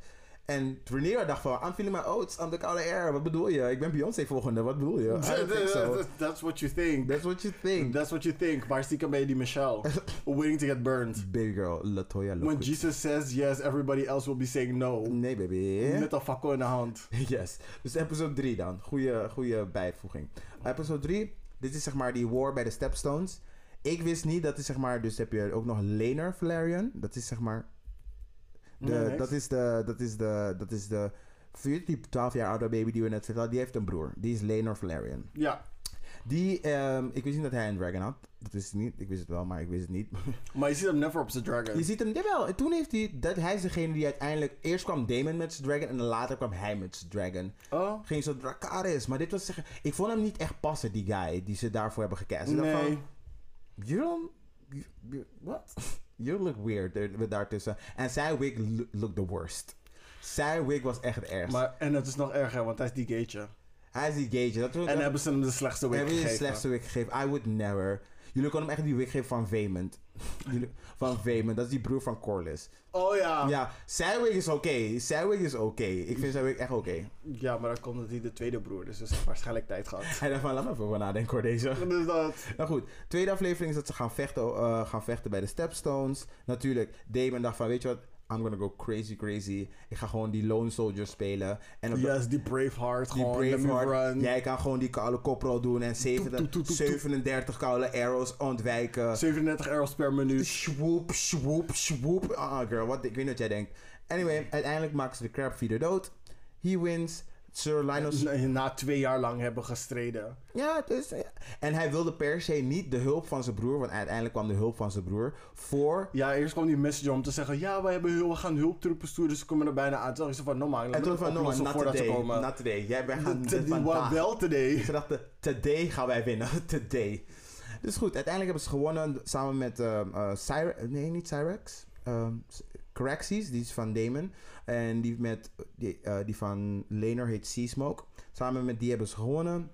En Rhaenyra dacht van, I'm feeling my oats, I'm the koude air. Wat bedoel je? Ik ben Beyoncé volgende, wat bedoel je? I don't think so. That's what you think. That's what you think. That's what you think. Maar stiekem ben je die Michelle. Waiting to get burned. Baby girl, Latoya When Jesus says yes, everybody else will be saying no. Nee, baby. Met een fakkel in de hand. Yes. Dus episode drie dan. Goeie, goeie bijvoeging. Episode drie, dit is zeg maar die war bij de Stepstones. Ik wist niet, dat is zeg maar, dus heb je ook nog Laenor Velaryon. Dat is zeg maar... De, Nice. dat is de, dat is de, dat is de, die twaalf jaar oude baby die we net vertelden, die heeft een broer. Die is Laenor Velaryon. Ja. Die, um, ik wist niet dat hij een dragon had. Dat wist ik niet. Ik wist het wel, maar ik wist het niet. Maar je ziet hem never op zijn dragon. Je ziet hem, jawel. En toen heeft hij, dat, hij is degene die uiteindelijk, eerst kwam Daemon met zijn dragon en dan later kwam hij met zijn dragon. Oh? Ging zo Dracarys. Maar dit was zeggen, ik vond hem niet echt passen, die guy, die ze daarvoor hebben gecast. Ik dacht Nee. van, you don't, you, you, what? You look weird er, daartussen. En zijn wig lo- looked the worst. Zijn wig was echt het ergst. Maar, en het is nog erger, want hij is die gaytje. Hij is die gauge. Dat En hebben ze hem de slechtste wig hebben gegeven. de slechtste wig gegeven. I would never. Jullie konden hem echt die wig geven van Vaemond. Jullie- van Vaemond. Dat is die broer van Corlys. Oh ja. Ja, zijn wig is oké. Okay. Zijn wig is oké. Okay. Ik vind zijn wig echt oké. Okay. Ja, maar dan komt dat hij de tweede broer is. Dus hij heeft waarschijnlijk tijd gehad. Hij dacht van, laat me even over nadenken hoor deze. Dus dat. Nou goed, tweede aflevering is dat ze gaan vechten, uh, gaan vechten bij de Stepstones. Natuurlijk, Daemon dacht van, weet je wat, I'm gonna go crazy crazy. Ik ga gewoon die Lone Soldier spelen. En op Yes, die Braveheart. die Gewoon, let me Braveheart, run. jij kan gewoon die koude koprol doen en zevenendertig, Toep, toep, toep, toep, toep. zevenendertig koude arrows ontwijken. zevenendertig arrows per minuut. Swoop, swoop, swoop. Ah, girl, wat, ik weet niet wat jij denkt. Anyway, uiteindelijk maken ze de crab feeder dood. He wins. Sir Lionel... Na, na twee jaar lang hebben gestreden. Ja, dus... ja. En hij wilde per se niet de hulp van zijn broer, want uiteindelijk kwam de hulp van zijn broer voor... Ja, eerst kwam die messenger om te zeggen... Ja, wij hebben heel, we gaan hulptroepen sturen, dus ze komen er bijna aan. Toen dacht ik zo van, no man, En toen van, no man, not voordat ze today, komen. not today. Jij, wij gaan De- dit de- vandaag. wel today. Ze dachten, today gaan wij winnen. Today. Dus goed, uiteindelijk hebben ze gewonnen samen met um, uh, Cyrex... Nee, niet Cyrex. Um, Caraxes, die is van Daemon. En die, met, die, uh, die van Laenor heet Seasmoke. Samen met die hebben ze gewonnen.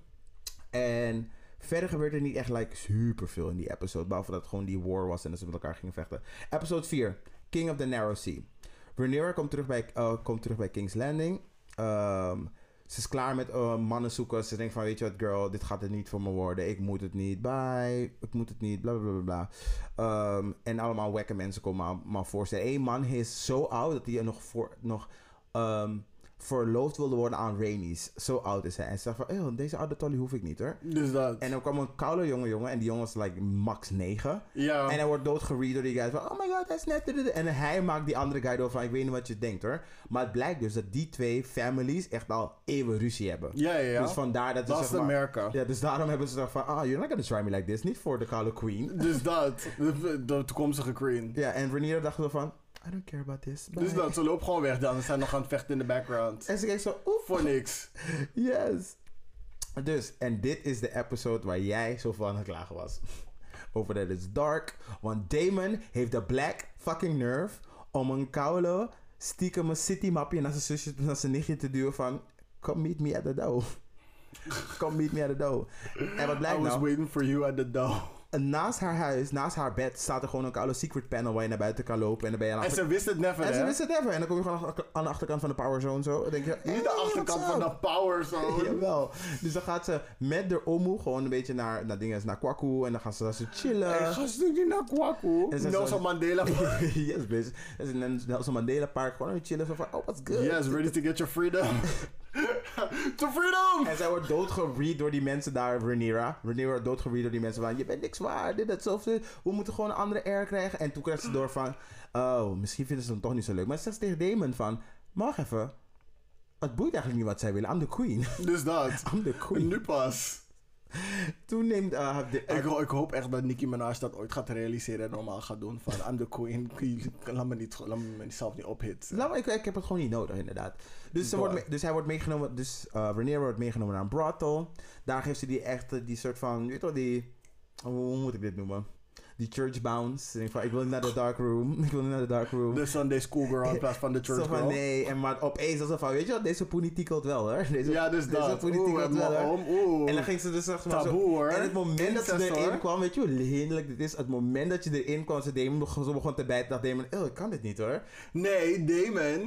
En verder gebeurde er niet echt like, super veel in die episode. Behalve dat het gewoon die war was en dat ze met elkaar gingen vechten. Episode vier. King of the Narrow Sea. Rhaenyra komt terug bij, uh, komt terug bij King's Landing. Um, ze is klaar met uh, mannen zoeken. Ze denkt van, weet je wat girl, dit gaat het niet voor me worden. Ik moet het niet. Bye. Ik moet het niet. Bla bla bla bla. Um, en allemaal wekke mensen komen maar, maar voorstellen. Eén man is zo oud dat hij nog, voor, nog um, verloofd wilde worden aan Rhaenys. Zo oud is hij. En ze zegt van, oh, deze oude tolly hoef ik niet hoor. Dus dat. En dan kwam een koude jonge jongen. En die jongen was like max negen. Ja. En hij wordt doodgereed door die guy. Van, oh my god, hij is net... En hij maakt die andere guy door van, ik weet niet wat je denkt hoor. Maar het blijkt dus dat die twee families echt al eeuwen ruzie hebben. Ja, ja, ja. Dus vandaar dat ze Dat is zeg de maar... merken. Ja, dus daarom hebben ze gezegd van, ah, you're not gonna try me like this. Niet voor de koude queen. Dus dat. De, de toekomstige queen. Ja, en Rhaenyra dacht er van, I don't care about this. Bye. Dus dat, ze loopt gewoon weg dan. Ze zijn nog aan het vechten in de background. En ze kijkt zo, oef. Voor niks. Yes. Dus, en dit is de episode waar jij zo van aan het klagen was. Over dat it's dark. Want Daemon heeft de black fucking nerve om een koude, stiekem een city mapje naar zijn zusje, naar zijn nichtje te duwen van, come meet me at the door. Come meet me at the door. En wat I blijkt was nou? waiting for you at the door. En naast haar huis, naast haar bed, staat er gewoon een koude secret panel waar je naar buiten kan lopen. En dan ben je aan de En achter- ze wist het never, En ze hè? wist het even. En dan kom je gewoon aan de achterkant van de power zone zo. Dan denk je, Niet de hey, achterkant what's van up? de power zone. Jawel. Dus dan gaat ze met de omoe gewoon een beetje naar, naar dingen, naar Kwaku. En dan gaan ze, dan ze chillen. Hey, ga stukje naar Kwaku. En ze Nelson zo- Mandela. Yes, bitch. En ze in Nelson Mandela Park gewoon aan het chillen. Zo van, oh, what's good? Yes, ready to get your freedom. to freedom! En zij wordt doodgereed door die mensen daar, Rhaenyra. Rhaenyra wordt doodgereed door die mensen van, je bent niks waard, dit, dat, zo. We moeten gewoon een andere air krijgen. En toen kreeg ze door van, oh, misschien vinden ze hem toch niet zo leuk. Maar ze zegt tegen Daemon van, mag even, het boeit eigenlijk niet wat zij willen. I'm the queen. Dus dat. I'm the queen. Nu pas. Toen neemt... Uh, de, uh, Ik, ho- ik hoop echt dat Nicki Minaj dat ooit gaat realiseren en normaal gaat doen. Van, I'm the queen. Laat me, niet, laat me mezelf niet ophitsen. Laat maar, ik, ik heb het gewoon niet nodig, inderdaad. Dus, ze wordt, me- dus hij wordt meegenomen... Dus uh, Rhaenyra wordt meegenomen naar een brothel. Daar geeft ze die echt... Die soort van... Weet je wel, die... Hoe moet ik dit noemen? Die church bounce. Ik, van, ik wil niet naar de dark room. Ik wil niet naar de dark room. De Sunday school girl in plaats van de church Zo van, girl. nee. En maar opeens was het van... Weet je wat? Deze poenie tikkelt wel, hoor. Deze, Ja, dus deze dat. poenie Oeh, tikkelt en wel, hoor. om, oeh. En dan ging ze dus zeg maar Taboe, zo... hoor. En het moment dat ze Incest, erin hoor. kwam... Weet je hoe hinderlijk dit is? Het moment dat je erin kwam... Ze Damon begon, ze begon te bijten. Dacht Damon... Oh, ik kan dit niet, hoor. Nee, Damon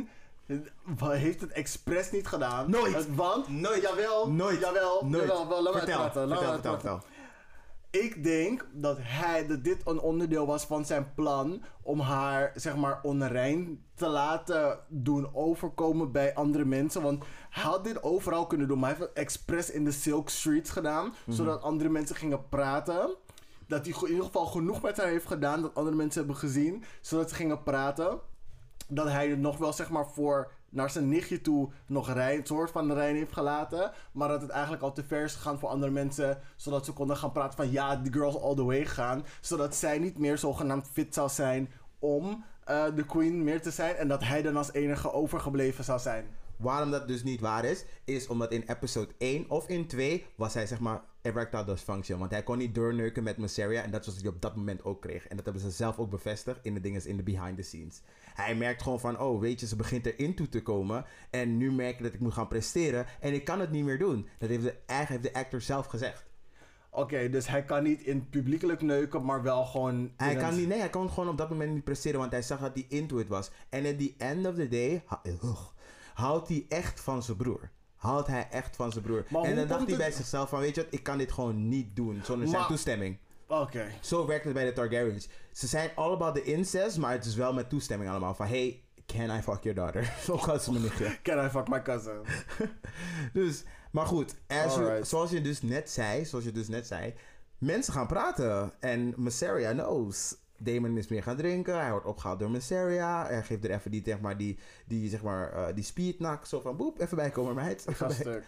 Wat heeft het expres niet gedaan? Nooit. Het, want? Nooit. Jawel. Nooit. Jawel. Nooit. Jawel. Wel, laat me Vertel, praten. Laat vertel, me vertel, praten. vertel. Ik denk dat hij, dat dit een onderdeel was van zijn plan om haar, zeg maar, onrein te laten doen overkomen bij andere mensen. Want hij had dit overal kunnen doen, maar hij heeft het expres in de Silk Streets gedaan, Mm-hmm. zodat andere mensen gingen praten. Dat hij in ieder geval genoeg met haar heeft gedaan, dat andere mensen hebben gezien, zodat ze gingen praten. Dat hij het nog wel, zeg maar, voor naar zijn nichtje toe nog rein, een soort van rein heeft gelaten. Maar dat het eigenlijk al te ver is gegaan voor andere mensen. Zodat ze konden gaan praten van ja, the girls all the way gaan. Zodat zij niet meer zogenaamd fit zou zijn om uh, de queen meer te zijn. En dat hij dan als enige overgebleven zou zijn. Waarom dat dus niet waar is, is omdat in episode één of in twee was hij zeg maar erectile dysfunction. Want hij kon niet doorneuken met Mysteria en dat was wat hij op dat moment ook kreeg. En dat hebben ze zelf ook bevestigd in de dingen in de behind the scenes. Hij merkt gewoon van, oh weet je, ze begint erin toe te komen. En nu merk ik dat ik moet gaan presteren en ik kan het niet meer doen. Dat heeft de, eigenlijk heeft de actor zelf gezegd. Oké, okay, dus hij kan niet in publiekelijk neuken, maar wel gewoon... Hij kan een... niet, nee, hij kon gewoon op dat moment niet presteren, want hij zag dat hij into it was. En at the end of the day, ha, ugh, houdt hij echt van zijn broer. Houdt hij echt van zijn broer. Maar en dan dacht hij het... bij zichzelf van, weet je wat, ik kan dit gewoon niet doen zonder maar... zijn toestemming. Oké. Okay. Zo werkt het bij de Targaryens. Ze zijn all about the incest, maar het is wel met toestemming allemaal. Van, hey, can I fuck your daughter? Zo gaat ze me niet. Can I fuck my cousin? Dus, maar goed, as you, Alright. zoals je dus net zei, zoals je dus net zei, mensen gaan praten. En Mysteria knows. Daemon is meer gaan drinken. Hij wordt opgehaald door Mysteria. Hij geeft er even die, zeg maar, die, die, zeg maar, uh, die speednak. Zo van, boep, even bijkomen, meid. Ik ga stuk.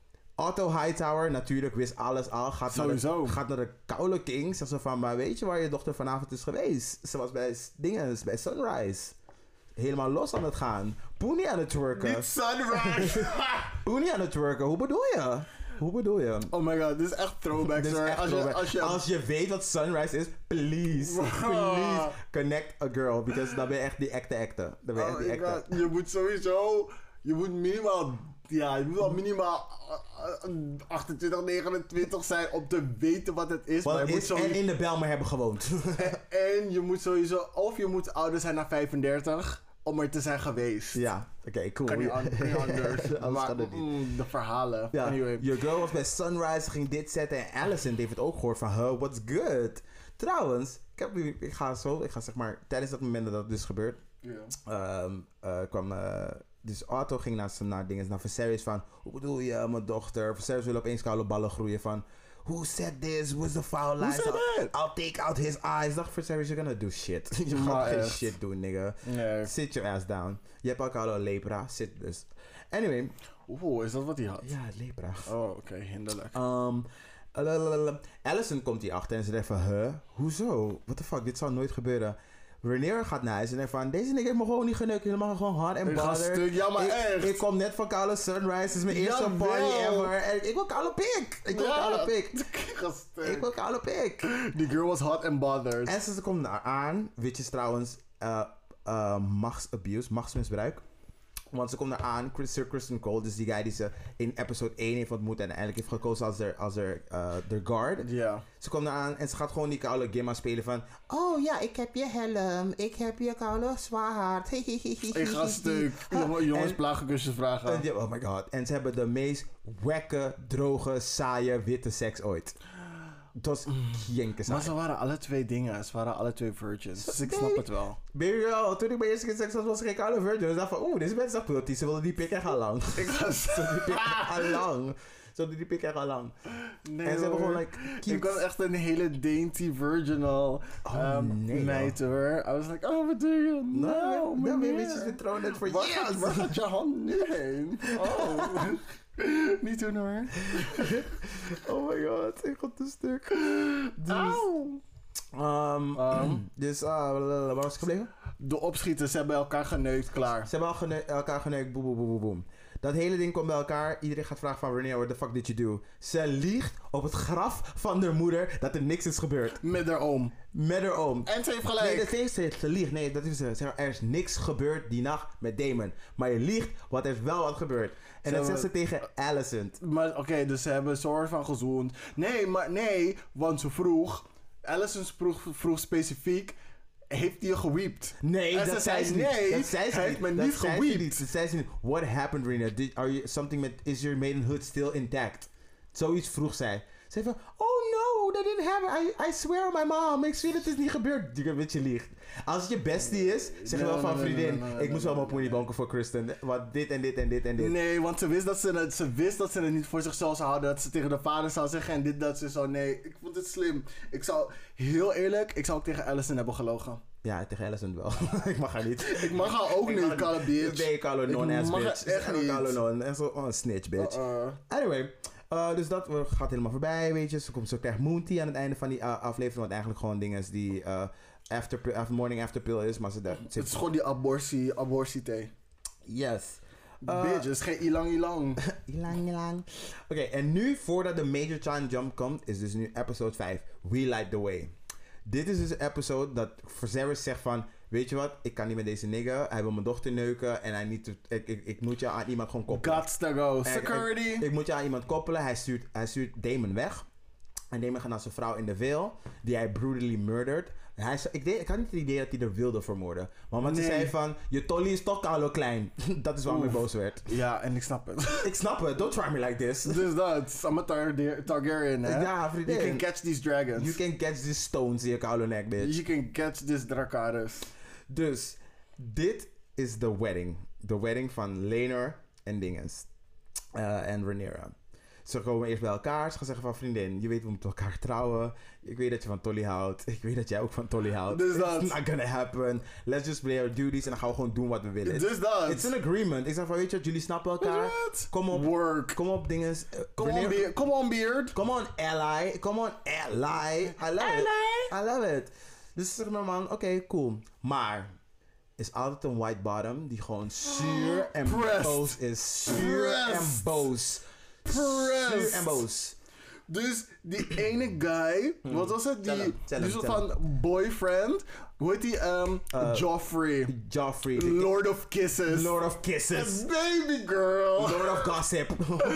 Otto Hightower, natuurlijk, wist alles al. Gaat Sowieso. Naar de, gaat naar de koude king. Zegt zo van, maar weet je waar je dochter vanavond is geweest? Ze was bij dinges, bij Sunrise. Helemaal los aan het gaan. Poenie aan het twerken. Niet Sunrise! Poenie aan het twerken, hoe bedoel je? Hoe bedoel je? Oh my god, dit is echt throwback, Dit is sir. echt Als, throwback. je, als, je... als je weet wat Sunrise is, please, please connect a girl. Because dan ben je echt die echte acte. Dan ben je echt Oh die my acte. god, je moet sowieso... Je moet minimaal... Ja, je moet wel minimaal achtentwintig, negenentwintig zijn om te weten wat het is. Wat maar je is moet sowieso... en in de Bijlmer hebben gewoond. en, en je moet sowieso... Of je moet ouder zijn dan vijfendertig om er te zijn geweest. Ja, oké, okay, cool. Kan niet, an- kan niet anders. Anders maar kan het niet. mm, de verhalen. Ja, Anyway. your girl was bij Sunrise, ze ging dit zetten en Allison heeft het ook gehoord van, huh, what's good? Trouwens, ik, heb nu, ik ga zo, ik ga zeg maar, tijdens dat moment dat dat dus gebeurt, Yeah. um, uh, kwam, uh, dus Otto ging naar, naar dingen, naar Viserys van, hoe bedoel je, mijn dochter? Viserys wil opeens koude ballen groeien van, who said this? Who's the foul lies? Who said I'll, that? I'll take out his eyes. Dacht Viserys, you're gonna do shit. Je gaat Maar geen echt. shit doen, nigga. Nee. Sit your ass down. Je hebt ook al een lepra, zit dus. Anyway. Oeh, is dat wat hij had? Ja, lepra. Oh, oké, okay, hinderlijk. Um, lalalala. Allison komt hier achter en ze denkt van, huh? Hoezo? What the fuck? Dit zou nooit gebeuren. Rhaenyra gaat naar huis en denkt van, deze nigga heeft me gewoon niet geneukt. Jullie mag gewoon hard en Ik ga bothered. stuk, ja, maar ik, echt. Ik kom net van koude Sunrise. Het is mijn eerste Jawel. party ever. En ik wil koude pik. Ik wil Ja. koude pik. Ik ga stuk. Ik wil koude pik. Die girl was hot and bothered. En ze komt naar aan. Weet je trouwens, uh, uh, machtsabuse, machtsmisbruik. Want ze komt naar aan, Sir Kristen Cole, dus die guy die ze in episode één heeft ontmoet en eigenlijk heeft gekozen als haar, als haar, uh, their guard. Ja. Ze komt naar aan en ze gaat gewoon die koude gimma spelen van, oh ja, ik heb je helm, ik heb je koude zwaard. Ik ga stuk. Jongen, jongens, plagenkusjes vragen. En, oh my god. En ze hebben de meest wekke, droge, saaie, witte seks ooit. Het was jenken saai. Maar ze waren alle twee dingen. Ze waren alle twee virgins. Dus ik Nee. snap het wel. Baby girl, toen ik mijn eerste keer seks had, was ik geen koude virgin. Ik dacht van, oeh, deze mensen zijn putty. Ze wilden die pik echt al lang. Ik ga Ze wilden die pik echt al lang. Ze wilden die pik echt al lang. Nee, En ze hebben hoor. gewoon, like, cute- Ik was echt een hele dainty virginal Oh, um, nee, meid hoor. I was like, oh, what do you know? Nou, dan ben je meneer? bitches been thrown it for Waar gaat, years. waar gaat je hand nu heen? Oh. Niet doen hoor. Oh my god, ik ga te stuk. Dus, Auw. um, Um. dus, uh, waar was ik gebleven? De opschieters hebben elkaar geneukt, klaar. Ze hebben al gene- elkaar geneukt, boem, boem, boem, boem, boem. Dat hele ding komt bij elkaar. Iedereen gaat vragen van Rhaenyra, what the fuck did you do? Ze liegt op het graf van haar moeder dat er niks is gebeurd. Met haar oom. Met haar oom. En ze heeft Nee, gelijk. dat heeft ze. Ze liegt. Nee, dat is ze. Ze zegt, er is niks gebeurd die nacht met Daemon. Maar je liegt, wat er is wel wat gebeurd. En Ze dat zegt hebben- ze tegen Alicent. Maar oké, dus ze hebben een soort van gezoend. Nee, maar nee, want ze vroeg... Allison vroeg, vroeg specifiek... heeft hij je gewiept? Nee, en dat ze zei zei ze niet. nee, Dat zei ze hij heeft niet. me Dat niet zei ze gewiept. niet. Dat zei ze niet. What happened, Rina? Did, are you, something met, is your maidenhood still intact? Zoiets vroeg zij. Ze zei van, oh no, that didn't happen. I, I swear on my mom. Ik zweer dat het niet gebeurd. Je weet je liegt. Als het je bestie is, zeg je No, wel van no, no, vriendin, no, no, no, ik moest no, wel mijn no, poenie no. bonken voor Kristen. Want dit en dit en dit en dit. Nee, want ze wist, dat ze, het, ze wist dat ze het niet voor zichzelf zou houden. Dat ze tegen de vader zou zeggen en dit, dat, ze zo. Nee, ik vond het slim. Ik zou, heel eerlijk, ik zou ook tegen Allison hebben gelogen. Ja, tegen Allison wel. Ik mag haar niet. Ik mag haar ook niet, kale bitch. Nee, ik call her non-ass mag haar bitch. echt niet. Ik call her non. En zo, oh, een snitch, bitch. Uh-uh. Anyway, uh, dus dat uh, gaat helemaal voorbij, weet je. Ze komt zo krijgt Moon Tea aan het einde van die uh, aflevering. Wat eigenlijk gewoon dingen is die uh, after, after morning after pill is. Maar ze, daar Het is gewoon die abortie, abortie thee. Yes. Uh, Bitch, het is geen ilang ilang. Ilang, ilang. Oké, en nu, voordat de Major Time Jump komt, is dus nu episode vijf. We Light the Way. Dit is dus een episode dat Viserys zegt van, weet je wat, ik kan niet met deze nigger. Hij wil mijn dochter neuken en hij niet, ik, ik, ik moet je aan iemand gewoon koppelen. Gots to go. En Security. Ik, ik moet je aan iemand koppelen. Hij stuurt, hij stuurt Damon weg. En Damon gaat naar zijn vrouw in de Vale, die hij brutally murdered. Hij, is- ik, deed, ik had niet het idee dat hij er wilde vermoorden. Maar omdat Nee. hij zei van, je tolly is toch al klein. Dat is waarom ik Oef. boos werd. Ja, en ik snap het. Ik snap het, don't try me like this. Dus dat, I'm a Tar- Targaryen, hè? Ja, vriendin. You can catch these dragons. You can catch these stones in je koude nek, bitch. You can catch this Dracarys. Dus, dit is de wedding. De wedding van Laenor en Dingens. Uh, en Rhaenyra. Ze komen eerst bij elkaar. Ze gaan zeggen van, vriendin, je weet we moeten elkaar trouwen. Ik weet dat je van Tolly houdt. Ik weet dat jij ook van Tolly houdt. Dus dat. It's not gonna happen. Let's just play our duties en dan gaan we gewoon doen wat we willen. Dus dat. It's an agreement. Ik zeg van, weet je wat, jullie snappen elkaar. What? Kom op. Work. Kom op, Dinges. Uh, Come on, Rhaenyra- beard. Come on, beard. Come on, ally. Come on, ally. I love it. I love it. Dus zeg maar, man, oké, okay, cool. Maar is altijd een white bottom die gewoon zuur en Pressed. boos is. Zuur en Pressed. boos. Pressed. Zuur en boos. Dus die ene guy, wat was het? Die, Tell him, tell die him, soort tell van boyfriend. Hoe heet die? Um, Uh, Joffrey. Joffrey. de- Lord of Kisses. Lord of Kisses. Baby girl. Lord of Gossip.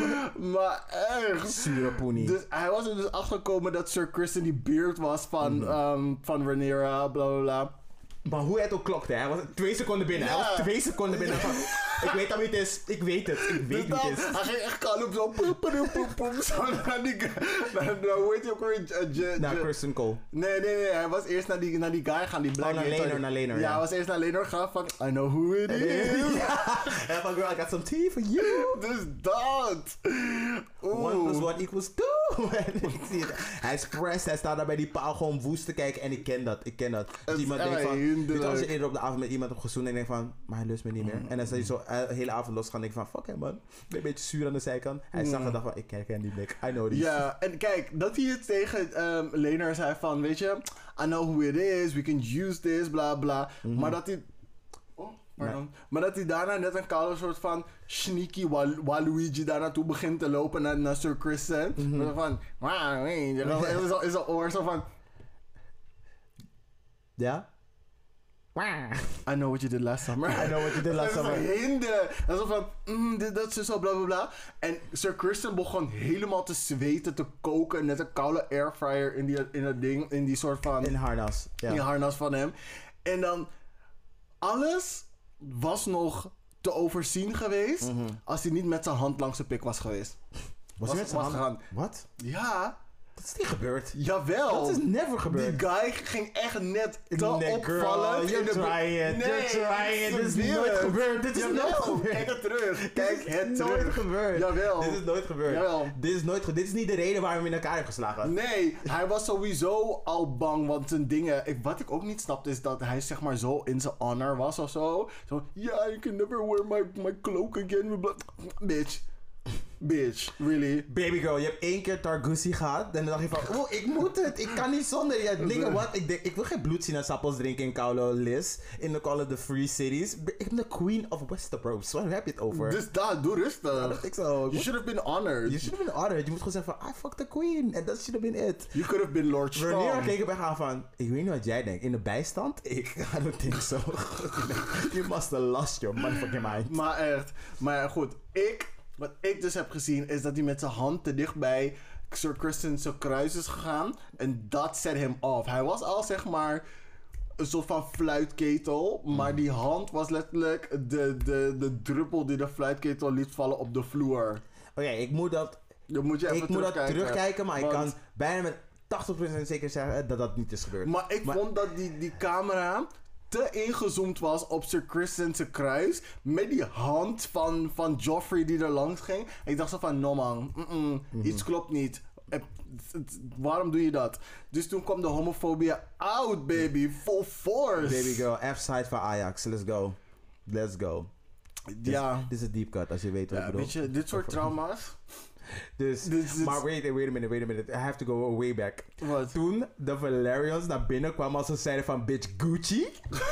Maar echt. Zure poenie. Dus hij was er dus achter gekomen dat Sir Kristen die beard was van, Mhm. um, van Rhaenyra, bla bla bla. Maar hoe hij het ook klokte, hè? Hij was twee seconden binnen. Hij Ja. was twee seconden binnen. Van, ik weet dat wie het is. Ik weet het. Ik weet Dus wie dan, het is. hij ging echt kalm zo, poep, poep, poep, poep, zo naar die, naar, naar, hoe heet die ook weer? Uh, Je- Naar Je- Kristen Cole. Nee, nee, nee, hij was eerst naar die, naar die guy gaan, die black Oh, naar guy. Laenor, naar Laenor, Ja, ja. hij was eerst naar Laenor gaan van, I know who it is. Ja. En van, girl, I got some tea for you. Dus dat. One plus Oeh. one equals two. En ik zie het. Hij is pressed. Hij staat daar bij die paal gewoon woest te kijken. En ik ken dat. Ik ken dat. Dus is iemand echt denkt van... hinderlijk. Weet je, als je eerder op de avond met iemand hebt gezoend en denkt van... Maar hij lust me niet meer. En dan sta je zo uh, de hele avond los gaan en denk van... Fuck hem, man. Ik ben een beetje zuur aan de zijkant. Hij zag en dacht van... Ik ken, ken die blik. I know these. Ja, en kijk, dat hij het tegen um, Laenor zei van, weet je, I know who it is, we can use this, bla bla. Mhm. Maar dat hij... Oh, pardon. Maar dat hij daarna net een koude soort van sneaky Wal- Waluigi daar naartoe begint te lopen naar, naar Sir Kristen. Mhm. Zo van, wow, nee, is al is al oor zo van, Ja? I know what you did last summer. I know what you did last Dat is summer. een hinder. En zo van, mm, dit, dat, zo, zo, bla bla bla. En Sir Kristen begon helemaal te zweten, te koken. Net een koude airfryer in die, in dat ding, in die soort van... In harnas. Ja. Die harnas van hem. En dan, alles was nog te overzien geweest als hij niet met zijn hand langs zijn pik was geweest. Was Was- hij met zijn was handen? Wat? Ja, Dat is niet gebeurd. jawel. Dat is never gebeurd. Die guy ging echt net te Nee, opvallend. girl, in de you're be- trying it. You're trying it. Dit is verbeeld. nooit gebeurd. Dit is Jawel, nooit gebeurd. Kijk het terug. Kijk Dit is het nooit terug. gebeurd. Jawel. Dit is nooit gebeurd. Jawel. Dit is nooit ge- Dit is niet de reden waarom we in elkaar hebben geslagen. Nee, hij was sowieso al bang, want zijn dingen... Ik, wat ik ook niet snapte is dat hij zeg maar zo in zijn honor was of zo. Zo, yeah, you can never wear my, my cloak again. blah. Bitch. Bitch, really? Baby girl, je hebt één keer Targusi gehad. En dan dacht je van, oh, ik moet het. Ik kan niet zonder. Ja, dingen wat? Ik, denk, ik wil geen bloedsinaasappels drinken in Kaulo Liz. In de Call of the Free Cities. Ik ben de queen of Westeros. Waar heb je het over? Dus daar, doe Ja, rustig. dat ik zo. You should have been honored. You should have been honored. Je moet gewoon zeggen van, I fucked the queen. En dat should have been it. You could have been Lord Rhaenyra Strong. keek erbij aan van, ik weet niet wat jij denkt. In de bijstand? Ik, I don't think so. You must have lost your motherfucking mind. Maar echt. Maar goed, ik... Wat ik dus heb gezien is dat hij met zijn hand te dicht bij Sir Kristen zijn kruis is gegaan. En dat set hem off. Hij was al zeg maar een soort van fluitketel. Maar die hand was letterlijk de, de, de druppel die de fluitketel liet vallen op de vloer. Oké, ik moet dat... Dan moet je even ik moet dat terugkijken. terugkijken, maar Want- ik kan bijna met tachtig procent zeker zeggen dat dat niet is gebeurd. Maar ik Maar- vond dat die, die camera te ingezoomd was op Sir Kristen zijn kruis. Met die hand van, van Joffrey die er langs ging. En ik dacht zo van, no man, mm-mm, Mhm. iets klopt niet. Eh, het- het- Waarom doe je dat? Dus toen kwam de homofobie out, baby. Full force. Baby girl, F-side van Ajax. Let's go. Let's go. Ja. Dit is een deep cut, als je weet wat Ja, ik bedoel. weet je, dit soort trauma's. Dus, Dit is- maar wait, wait a minute, wait a minute. I have to go way back. Wat? Toen de Valerians naar binnen kwamen als ze zeiden van bitch Gucci.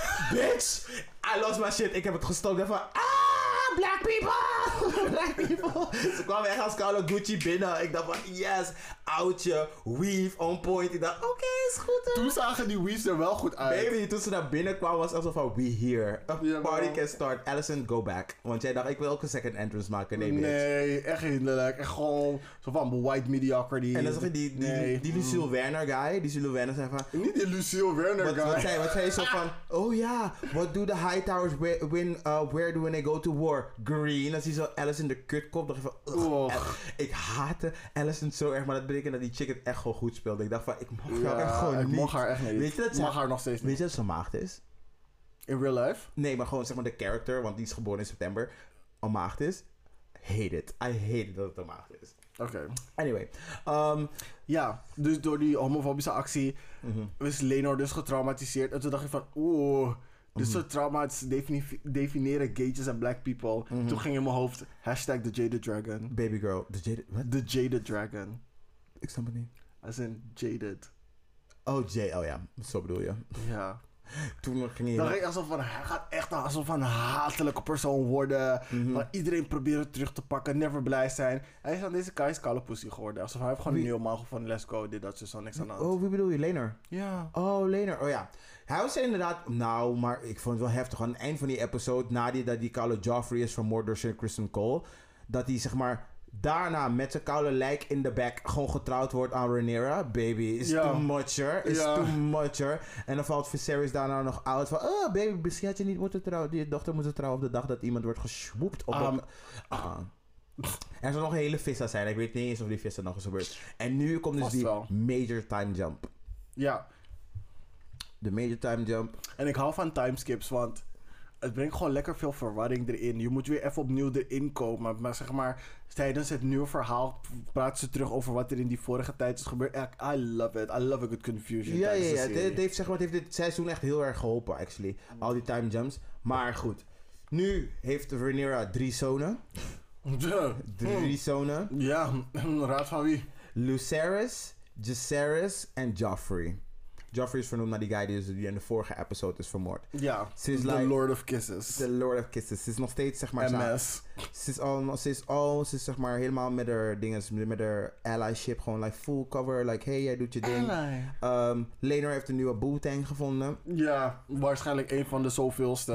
Bitch! I lost my shit. Ik heb het gestoken. Ik dacht van ah, black people! Black people! Ze kwamen echt als koude Gucci binnen. Ik dacht van yes, oudje, weave, on point. Ik dacht oké, is goed hè. Toen zagen die weaves er wel goed uit. Baby, toen ze naar binnen kwamen was het alsof van we here. A Ja, party man. can start. Allison, go back. Want jij dacht ik wil ook een second entrance maken. Nee, bitch. Nee, echt hinderlijk. Echt gewoon zo van white mediocrity. En dan zag je die, die, Nee. die, die Lucille Werner guy. Die Lucille Werner zei van... Niet die Lucille Werner Wat, guy. wat, zei, wat zei je zo van... Oh ja, what do the Hightowers wi- win... Uh, where do when they go to war? Green. Dan zie je zo Alice in de kutkop. dacht ik van... ugh, Och. Al- ik haatte Alice zo erg. Maar dat betekent dat die chick het echt gewoon goed speelde. Ik dacht van... Ik mag haar echt Ja, gewoon ik niet. mag haar echt niet. Weet je dat Ik ze- mag haar nog steeds Weet niet. je dat ze maagd is? In real life? Nee, maar gewoon zeg maar de character. Want die is geboren in september. Een maagd is. Hate it. I hate it dat het een maagd is. Oké. Anyway. Um, Ja, dus door die homofobische actie mhm. is Lenor dus getraumatiseerd. En toen dacht ik van, oeh, dit Mhm. soort trauma's defini- definiëren gaytjes en black people. Mhm. Toen ging in mijn hoofd, hashtag the Jaded Dragon. Baby girl. De Jade... Wat? The Jaded Dragon. Ik snap het niet. As in jaded. Oh, Jay. Oh ja. Zo bedoel je. Ja. Toen ging je... Dan ging ik alsof van, hij gaat echt een- alsof van een hatelijke persoon worden. Mhm. Maar iedereen proberen terug te pakken, never blij zijn. Hij is aan deze Kai's koude pussy geworden. Alsof hij heeft gewoon Wie? een nieuwe man van let's go, dit, dat, zo, niks aan de hand. Oh, wie bedoel je? Lener? Ja. Oh, Lener. Oh ja. Hij was inderdaad... Nou, maar ik vond het wel heftig. Aan het eind van die episode, na die, dat die koude Joffrey is vermoord door Sir Kristen Cole, dat hij zeg maar daarna met zijn koude lijk in de bek gewoon getrouwd wordt aan Rhaenyra. Baby, is Ja. too much, her. Is Ja. too much, her. En dan valt Viserys daarna nog uit van... Oh, baby, misschien had je niet moeten trouwen. Die dochter moet trouwen op de dag dat iemand wordt geswoept op Um, een... Ah. Er zou nog een hele vissa zijn. Ik weet niet eens of die vissa nog is gebeurd. En nu komt dus Vast die wel. major time jump. Ja. De major time jump. En ik hou van timeskips, want het brengt gewoon lekker veel verwarring erin. Je moet weer even opnieuw erin komen. Maar zeg maar, tijdens het nieuwe verhaal praten ze terug over wat er in die vorige tijd is gebeurd. I love it. I love a good confusion. Ja, ja, tijdens de ja. Het, serie. het heeft, zeg maar, het heeft dit seizoen echt heel erg geholpen, actually. Al die time jumps. Maar goed. Nu heeft Rhaenyra drie zonen. Drie zonen. Ja, raad van wie? Lucerys, Jacaerys en Joffrey. Joffrey is vernoemd naar die guy die, dus- die in de vorige episode is vermoord. Ja, Ze is The like- Lord of Kisses. The Lord of Kisses. Ze is nog steeds, zeg maar... M S. Ze is al, ze is al, ze is zeg maar helemaal met haar dingen, met haar allyship, gewoon like full cover, like hey, jij doet je ding. Um, Lenor heeft een nieuwe Wu-Tang gevonden. Ja, waarschijnlijk een van de zoveelste.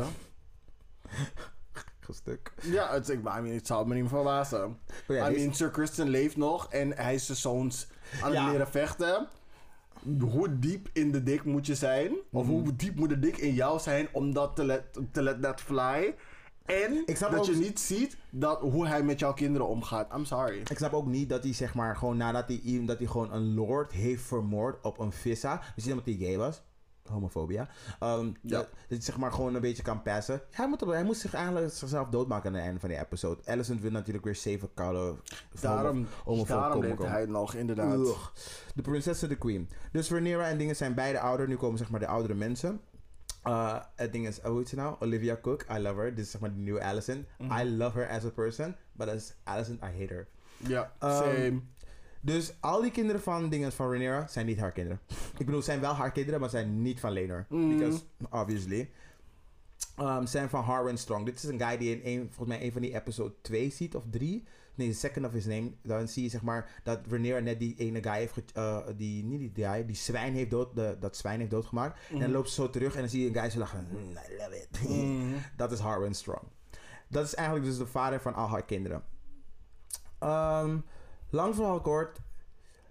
Gestuk. Ja, het, ik, I mean, het zou me niet verbazen. Oh ja, I deze- mean, Sir Kristen leeft nog en hij is zijn zoons aan het Ja. leren vechten. Hoe diep in de dik moet je zijn? Of Mhm. hoe diep moet de dik in jou zijn om dat te let, te let that fly? En Ik snap dat ook- je niet ziet dat, hoe hij met jouw kinderen omgaat. I'm sorry. Ik snap ook niet dat hij zeg maar gewoon nadat hij, i- dat hij gewoon een lord heeft vermoord op een vissa. Misschien omdat hij gay was. Homofobia. Um, Ja. dat, dat hij zeg maar gewoon een beetje kan passen. Hij moet, hij moet zich eigenlijk zichzelf doodmaken aan het einde van die episode. Alicent wil natuurlijk weer zeven koude Daarom, homofoob daarom komen leeft komen. hij nog, inderdaad. Ugh. De prinses en de queen. Dus Rhaenyra en dingen zijn beide ouder. Nu komen zeg maar de oudere mensen. Uh, het ding is, uh, hoe heet ze nou? Olivia Cook. I love her. Dit is zeg maar de nieuwe Alicent. Mhm. I love her as a person. But as Alicent, I hate her. Ja, Um, same. Dus al die kinderen van dingen van Rhaenyra zijn niet haar kinderen. Ik bedoel, zijn wel haar kinderen, maar zijn niet van Lenor. Mhm. Because, obviously. Um, zijn van Harwin Strong. Dit is een guy die in een, volgens mij een van die episode twee ziet, of drie. Nee, the second of his name. Dan zie je zeg maar dat Rhaenyra net die ene guy heeft, ge- uh, die, niet die guy, die zwijn heeft dood, de, dat zwijn heeft doodgemaakt. En dan loopt ze zo terug en dan zie je een guy zo lachen. "Mm, I love it. Mhm. Dat is Harwin Strong. Dat is eigenlijk dus de vader van al haar kinderen. Um, lang verhaal kort.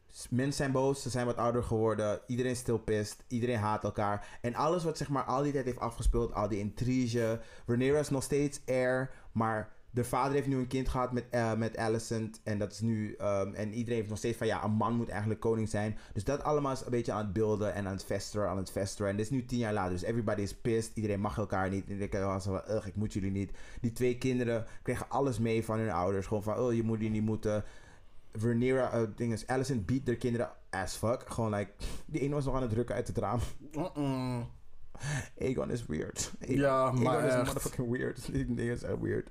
Mensen zijn boos, ze zijn wat ouder geworden. Iedereen is still pissed. Iedereen haat elkaar. En alles wat zeg maar al die tijd heeft afgespeeld, al die intrige. Rhaenyra is nog steeds heir, maar de vader heeft nu een kind gehad met, uh, met Alicent. En dat is nu. Um, en iedereen heeft nog steeds van ja, een man moet eigenlijk koning zijn. Dus dat allemaal is een beetje aan het beelden en aan het festeren, aan het festeren. En dit is nu tien jaar later. Dus everybody is pissed. Iedereen mag elkaar niet. En ik was van, ugh, ik moet jullie niet. Die twee kinderen kregen alles mee van hun ouders. Gewoon van, oh, je moet die niet moeten. Rhaenyra, uh, ding is, Alicent beat de kinderen as fuck. Gewoon like, die ene was nog aan het drukken uit het raam. Mm-mm. Aegon is weird. Aegon, Ja, maar Aegon is echt. motherfucking weird. Die ding is echt weird.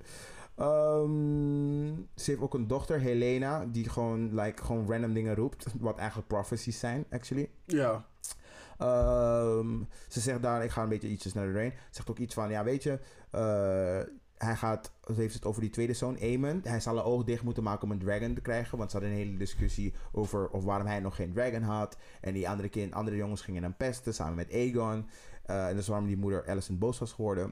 Um, ze heeft ook een dochter, Helena, die gewoon, like, gewoon random dingen roept. Wat eigenlijk prophecies zijn, actually. Ja. Um, ze zegt daar, ik ga een beetje ietsjes naar de doorheen. Ze zegt ook iets van, ja, weet je, uh, hij gaat, ze heeft het over die tweede zoon, Aemon. Hij zal een oog dicht moeten maken om een dragon te krijgen. Want ze hadden een hele discussie over of waarom hij nog geen dragon had. En die andere, kind, andere jongens gingen hem pesten samen met Aegon. Uh, en dat is waarom die moeder Alicent boos was geworden.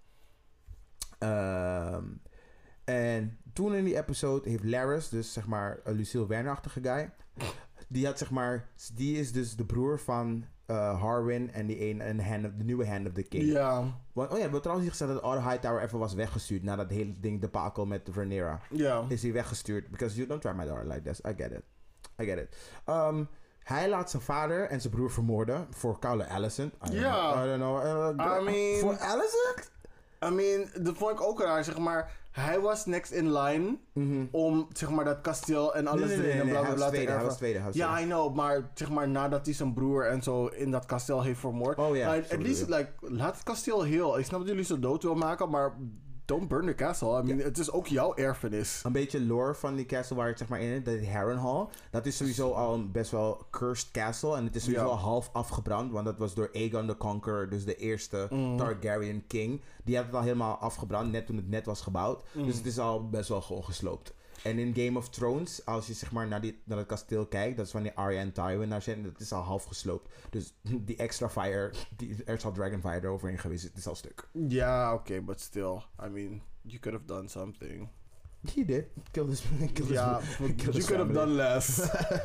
Um, en toen in die episode heeft Larys, dus zeg maar een Lucille Werner-achtige guy. Die had zeg maar, die is dus de broer van uh, Harwin en die een, en hand of, de nieuwe Hand of the King. Ja. Want, oh ja, we hebben trouwens niet gezegd dat Otto Hightower even was weggestuurd na dat hele ding, de debacle met Rhaenyra. Ja. Is hij weggestuurd. Because you don't try my daughter like this. I get it. I get it. Um, hij laat zijn vader en zijn broer vermoorden voor koude Alicent. I don't Ja. know. I don't know. Uh, I mean- Voor Alicent? I mean, dat vond ik ook raar, zeg maar. Hij was next in line Mhm. om, zeg maar, dat kasteel en alles Nee, nee, erin nee, en nee, bla hij bla was bla te tweede, hij erven. was tweede, hij was Ja, tweede. I know, maar zeg maar nadat hij zijn broer en zo in dat kasteel heeft vermoord. Oh ja, Like, zo at least, bedoel like, laat het kasteel heel. Ik snap dat jullie zo dood wil maken, maar don't burn the castle. I mean, het is ook jouw erfenis. Een beetje lore van die castle waar het zeg maar in is, de Harrenhal. Dat is sowieso al een best wel cursed castle. En het is sowieso Ja. al half afgebrand. Want dat was door Aegon the Conqueror, dus de eerste Mm. Targaryen king. Die had het al helemaal afgebrand, net toen het net was gebouwd. Mm. Dus het is al best wel gewoon gesloopt. En in Game of Thrones, als je zeg maar naar, die, naar het kasteel kijkt, dat is wanneer Arya en Tywin daar zijn, dat is al half gesloopt. Dus die extra fire, die, er is al Dragonfire eroverheen geweest, het is al stuk. Ja, oké, okay, but still. I mean, you could have done something. He did. Kill this, kill this, Ja, kill you this could have family. done less.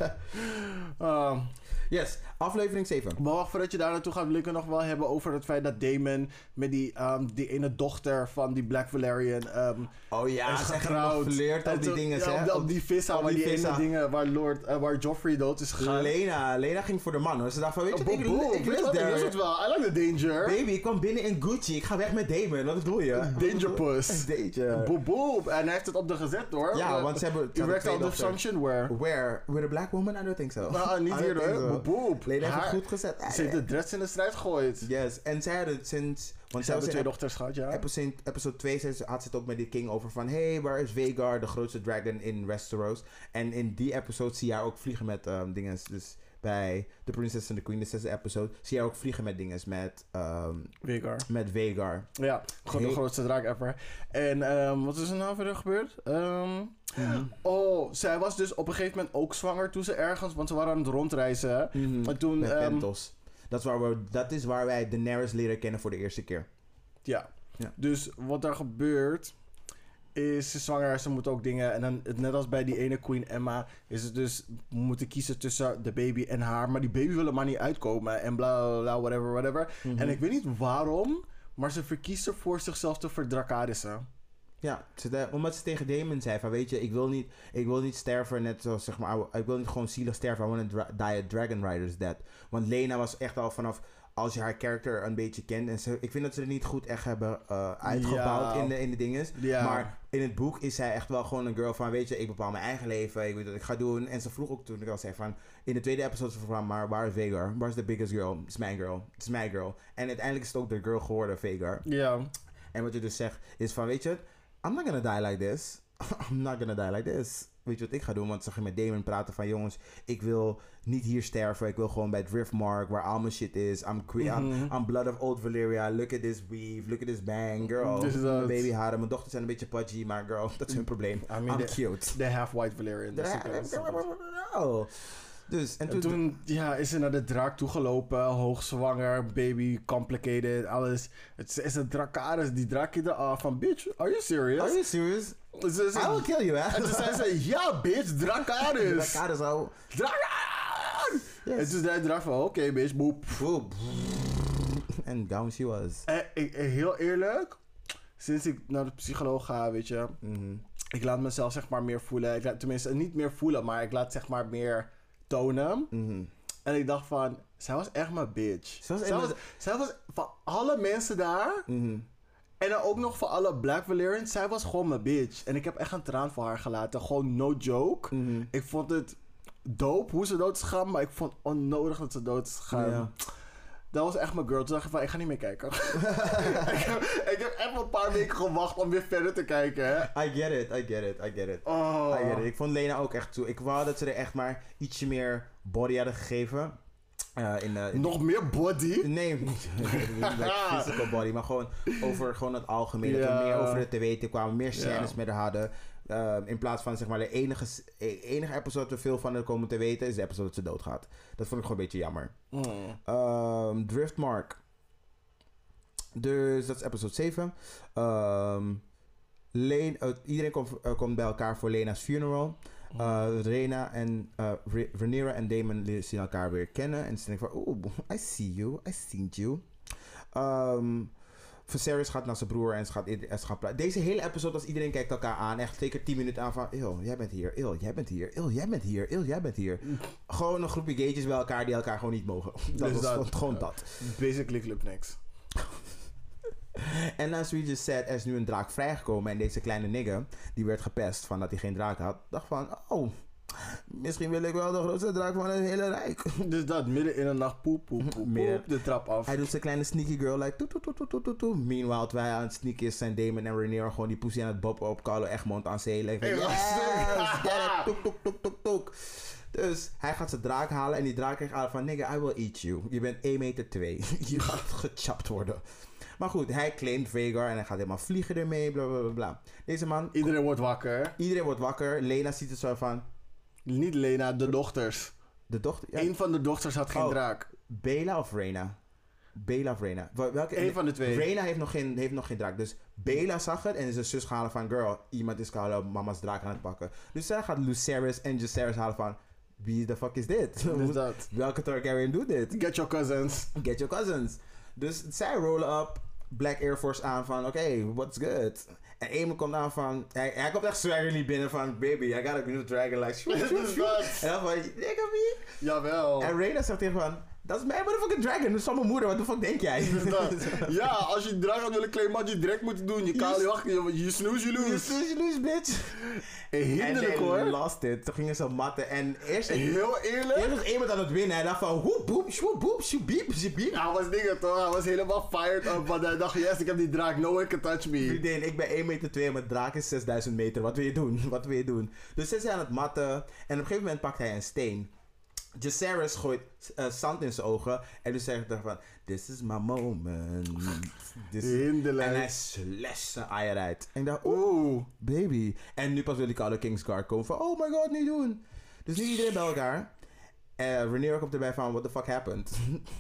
um, Yes, aflevering zeven. Maar wacht, voordat je daar naartoe gaat, wil ik het nog wel hebben over het feit dat Daemon met die, um, die ene dochter van die Black Valerian um, Oh ja, is ze hebben getrouwd. nog verleerd op En die toen- dingen, ja, hè? op, op die vissa, op waar die die vissa. ene dingen, waar Lord, uh, waar Joffrey dood is gegaan. Lena, Lena ging voor de man hoor. Ze dacht van, weet je, Boom, ik, boom. ik, Weet je live wat, ik there. wist het wel. I like the danger. Baby, ik kwam binnen in Gucci. Ik ga weg met Damon. Wat bedoel je? Danger puss. Danger. Boop, boop. En hij heeft het op de gezet hoor. Ja, want ze hebben... ze Je hadden werkt twee al de dochters. function wear. Where? With a black woman? I don't think so. Nou, niet I hier don't think hoor. so. Boop, boop. Lena heeft het Haar- goed gezet. Ze heeft de dreads in de strijd gegooid. Yes, en zij hadden sinds... Want Ze hebben zelfs twee in dochters gehad, ja. episode, episode twee zei ze- had ze het ook met die king over van... Hey, waar is Vhagar, de grootste dragon in Westeros? En in die episode zie je haar ook vliegen met um, dingen. Dus bij The Princess and the Queen, de zesde episode... zie je haar ook vliegen met dingen. Met, um, Vhagar. met Vhagar. Ja, gewoon de Hey. grootste draak ever. En um, wat is er nou verder gebeurd? Um, Oh, zij was dus op een gegeven moment ook zwanger toen ze ergens... Want ze waren aan het rondreizen, hè. Mhm. En toen... Met um, Pentos. Dat is, waar we, dat is waar wij Daenerys leren kennen voor de eerste keer. Ja. Ja. Dus wat daar gebeurt... is ze zwanger, ze moet ook dingen... En dan, net als bij die ene Queen Emma... is het dus... we moeten kiezen tussen de baby en haar... maar die baby wil er maar niet uitkomen... en bla bla bla, whatever, whatever. Mhm. En ik weet niet waarom... maar ze verkiest ervoor zichzelf te verdrakadissen. Ja, ze de- omdat ze tegen Daemon zei van... Weet je, ik wil niet, ik wil niet sterven net zoals zeg maar... Ik wil niet gewoon zielig sterven. I want to dra- die a Dragon Rider's death. Want Lena was echt al vanaf... Als je haar karakter een beetje kent... En ze, ik vind dat ze er niet goed echt hebben uh, uitgebouwd Ja. in de, in de dinges. Ja. Maar in het boek is zij echt wel gewoon een girl van... Weet je, ik bepaal mijn eigen leven. Ik weet wat ik ga doen. En ze vroeg ook toen ik al zei van... In de tweede episode ze vroeg van... Maar waar is Vhagar? Waar is de biggest girl? Het is mijn girl. Het is mijn girl. En uiteindelijk is het ook de girl geworden, Vhagar. Ja. En wat je dus zegt is van, weet je... I'm not gonna die like this. I'm not gonna die like this. Weet je wat ik ga doen? Want ze gaan met Daemon praten van... Jongens, ik wil niet hier sterven. Ik wil gewoon bij Driftmark, waar al mijn shit is. I'm, que- I'm, Mhm. I'm blood of old Valyria. Look at this weave. Look at this bang, girl. Dit is Mijn dat. baby haren. Mijn dochters zijn een beetje pudgy, maar girl, dat is hun probleem. I mean, I'm de- cute. De half-white Valerian. dus ik weet het niet. Oh. Dus, en En toen... toen ja, is ze naar de draak toegelopen, hoogzwanger, baby, complicated, alles. Het is, is een Dracarys, die draak je eraf van, bitch, are you serious? Are you serious? Ze, ze, I will kill you, man. en toen zei ze, ja bitch, Dracarys. Dat gaat zo. Dracarys! Yes. En toen zei hij eraf van, oké okay, bitch, boep. Boep. En down she was. En, ik, heel eerlijk, sinds ik naar de psycholoog ga, weet je, Mm-hmm. ik laat mezelf zeg maar meer voelen. Ik laat, tenminste, niet meer voelen, maar ik laat zeg maar meer tonen. Mm-hmm. En ik dacht van, zij was echt mijn bitch. Zij was zij, echt was, zij was van alle mensen daar, Mm-hmm. en dan ook nog voor alle Black Valerians, zij was gewoon mijn bitch. En ik heb echt een traan voor haar gelaten. Gewoon no joke. Mm-hmm. Ik vond het dope hoe ze dood is gegaan, maar ik vond het onnodig dat ze dood is gegaan. Ja. Dat was echt mijn girl. Toen dacht ik van, ik ga niet meer kijken. ik, heb, ik heb echt een paar weken gewacht om weer verder te kijken, hè. I get it, I get it, I get it. Oh. I get it. Ik vond Lena ook echt toe. Ik wou dat ze er echt maar ietsje meer body hadden gegeven. Uh, in, uh, in Nog meer body? Nee, niet like physical body, maar gewoon over gewoon het algemeen. Dat Ja. we meer over het te weten kwamen, meer scènes Ja. met haar hadden. Uh, in plaats van zeg maar de enige, enige episode dat we veel van haar komen te weten, is de episode dat ze doodgaat. Dat vond ik gewoon een beetje jammer. Mm. Um, Driftmark. Dus dat is episode zeven. Um, Leen, uh, iedereen komt, uh, komt bij elkaar voor Lena's funeral. Uh, Rena en uh, Re- Rhaenyra en Daemon zien elkaar weer kennen. En ze denken van, oeh, I see you, I seen you. Um, Viserys gaat naar zijn broer en ze gaat, ze gaat praten. Deze hele episode, als iedereen kijkt elkaar aan, echt zeker tien minuten aan van, Il, jij bent hier, Il, jij bent hier, Il, jij bent hier, Il, jij bent hier. Gewoon een groepje gages bij elkaar die elkaar gewoon niet mogen. Dat Dus was dat, gewoon ja. dat. Basically klopt niks. En as we just said, er is nu een draak vrijgekomen. En deze kleine nigger, die werd gepest van dat hij geen draak had. Dacht van, oh, misschien wil ik wel de grootste draak van het hele rijk. Dus dat, midden in de nacht, poep, poep, poep, Midden. poep, de trap af. Hij doet zijn kleine sneaky girl, like, toet, toet, toet, toet, toet, toet. Meanwhile, terwijl hij aan het sneaken is, zijn Daemon en Rhaenyra gewoon die pussy aan het boppen op Carlo Egmond aan zee. Like, Hey, yes, wacht. get it, toek, toek, toek, toek, toek. Dus hij gaat zijn draak halen en die draak krijgt aan van, nigga, I will eat you. Je bent één meter twee. Je gaat gechapt worden. Maar goed, hij claimt Vhagar en hij gaat helemaal vliegen ermee, bla bla bla bla. Deze man... Iedereen wordt wakker. Iedereen wordt wakker. Lena ziet het zo van... Niet Lena, de dochters. De dochter... Ja. Eén van de dochters had geen Oh. draak. Bela of Rhaena? Bela of Rhaena? Wel- Welke... Eén van de twee. Rhaena heeft nog geen, heeft nog geen draak. Dus Bela zag het en zijn zus gaat halen van... Girl, iemand is Carlo mama's draak aan het pakken. Dus zij gaat Lucerys en Jacaerys halen van... Wie the fuck is dit? Dus dat. Welke Targaryen doet dit? Get your cousins. Get your cousins. Dus zij rollen up Black Air Force aan van... Oké, okay, what's good? En Aemon komt aan van... Hij, hij komt echt swaggerly binnen van... Baby, I got a new dragon. Like, shoot, shoot, Dus shoot. dat. En dan van... Nigga me? Jawel. En Rhaena zegt tegen van... Dat is mijn motherfucking dragon. Dat is van mijn moeder. Wat de fuck denk jij? Dus dat. Ja, als je draak had willen claimen, had je direct moeten doen. Je kaal je wacht, je, je snoes, je You lose. snooze, you lose, bitch. Eh, Hinderlijk En hoor. they lost it. Toen gingen ze matten. En eerst... Heel eerlijk. Eerst was iemand aan het winnen. Hij dacht van... Woep, boep, swoep, boep, shoep, biep, shoep, biep. Hij was dingen toch, hij was helemaal fired up. Want hij dacht, yes, ik heb die draak, no one can touch me. Vriendin, ik ben één meter twee en mijn draak is zesduizend meter. Wat wil je doen? Wat wil je doen? Dus ze zijn aan het matten. En op een gegeven moment pakt hij een steen. Jacaerys gooit uh, zand in zijn ogen. En dus zegt hij van... This is my moment. This is... Hinderlijk. En hij slasht zijn eier uit. En ik dacht... Oeh, Oeh. baby. En nu pas wil ik alle Kingsguard komen van... Oh my god, niet doen. Dus nu iedereen bij elkaar. En uh, Rhaenyra komt erbij van... What the fuck happened?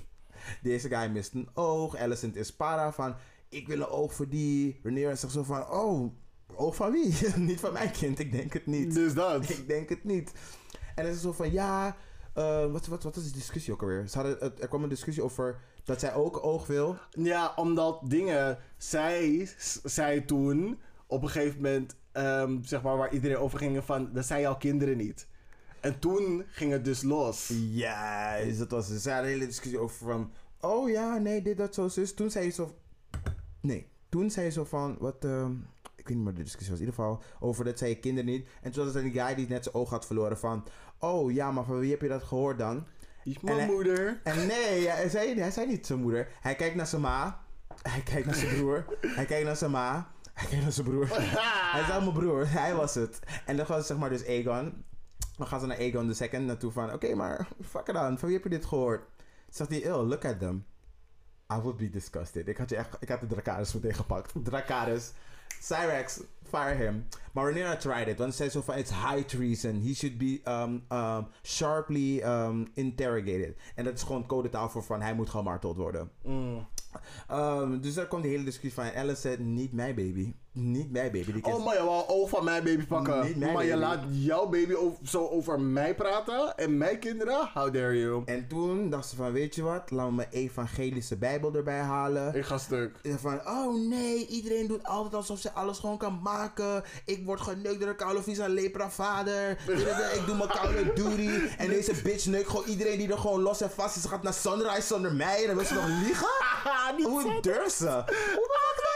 Deze guy mist een oog. Alicent is para van... Ik wil een oog voor die. Rhaenyra zegt zo van... Oh, oog van wie? Niet van mijn kind. Ik denk het niet. Dus dat. Ik denk het niet. En dan is het zo van... Ja... Uh, wat, wat, wat is de discussie ook alweer? Ze hadden, er kwam een discussie over... Dat zij ook oog wil. Ja, omdat dingen... Zij s- zei toen... Op een gegeven moment... ehm, zeg maar waar iedereen over ging van... Dat zijn jouw kinderen niet. En toen ging het dus los. Ja, dus dat was... Ze hadden een hele discussie over van... Oh ja, nee, dit, dat, zo, zus. Toen zei je zo... Nee. Toen zei je zo van... Wat... Uh, ik weet niet meer de discussie was. In ieder geval... Over dat zij je kinderen niet... En toen was er die guy die net zijn oog had verloren van... Oh ja, maar van wie heb je dat gehoord dan? Is mijn En hij- moeder. En nee, ja, hij, zei, hij zei niet zijn moeder. Hij kijkt naar zijn ma. Hij kijkt naar zijn broer. Hij kijkt naar zijn ma. Hij kijkt naar zijn broer. Hij zei mijn broer. Hij was het. En dan was zeg maar dus Aegon. Dan gaan ze naar Aegon de second naartoe van... Oké, okay, maar fuck it dan. Van wie heb je dit gehoord? Zegt hij... Oh, look at them. I would be disgusted. Ik had, je echt, ik had de Dracarys meteen gepakt. Dracarys. Cyrax, fire him. Maar Rhaenyra tried it. Want ze zei zo van... It's high treason. He should be um, um, sharply um, interrogated. En dat is gewoon codetaal voor van... Hij moet gemarteld worden. Mm. Um, dus daar komt de hele discussie van. Ellen zegt, niet mijn baby. Niet mijn baby. Die Oh, maar je wou oog van mijn baby pakken. Niet mijn maar je baby. laat jouw baby over, zo over mij praten en mijn kinderen? How dare you? En toen dacht ze van, weet je wat? Laten we mijn evangelische bijbel erbij halen. Ik ga stuk. En van, oh nee, iedereen doet altijd alsof ze alles gewoon kan maken. Ik word geneukt door een koude visa lepra vader. Ik doe mijn koude duty. En deze bitch neukt gewoon iedereen die er gewoon los en vast is. Ze gaat naar Sunrise zonder mij. En dan wil ze nog liegen? Hoe durft ze? Hoe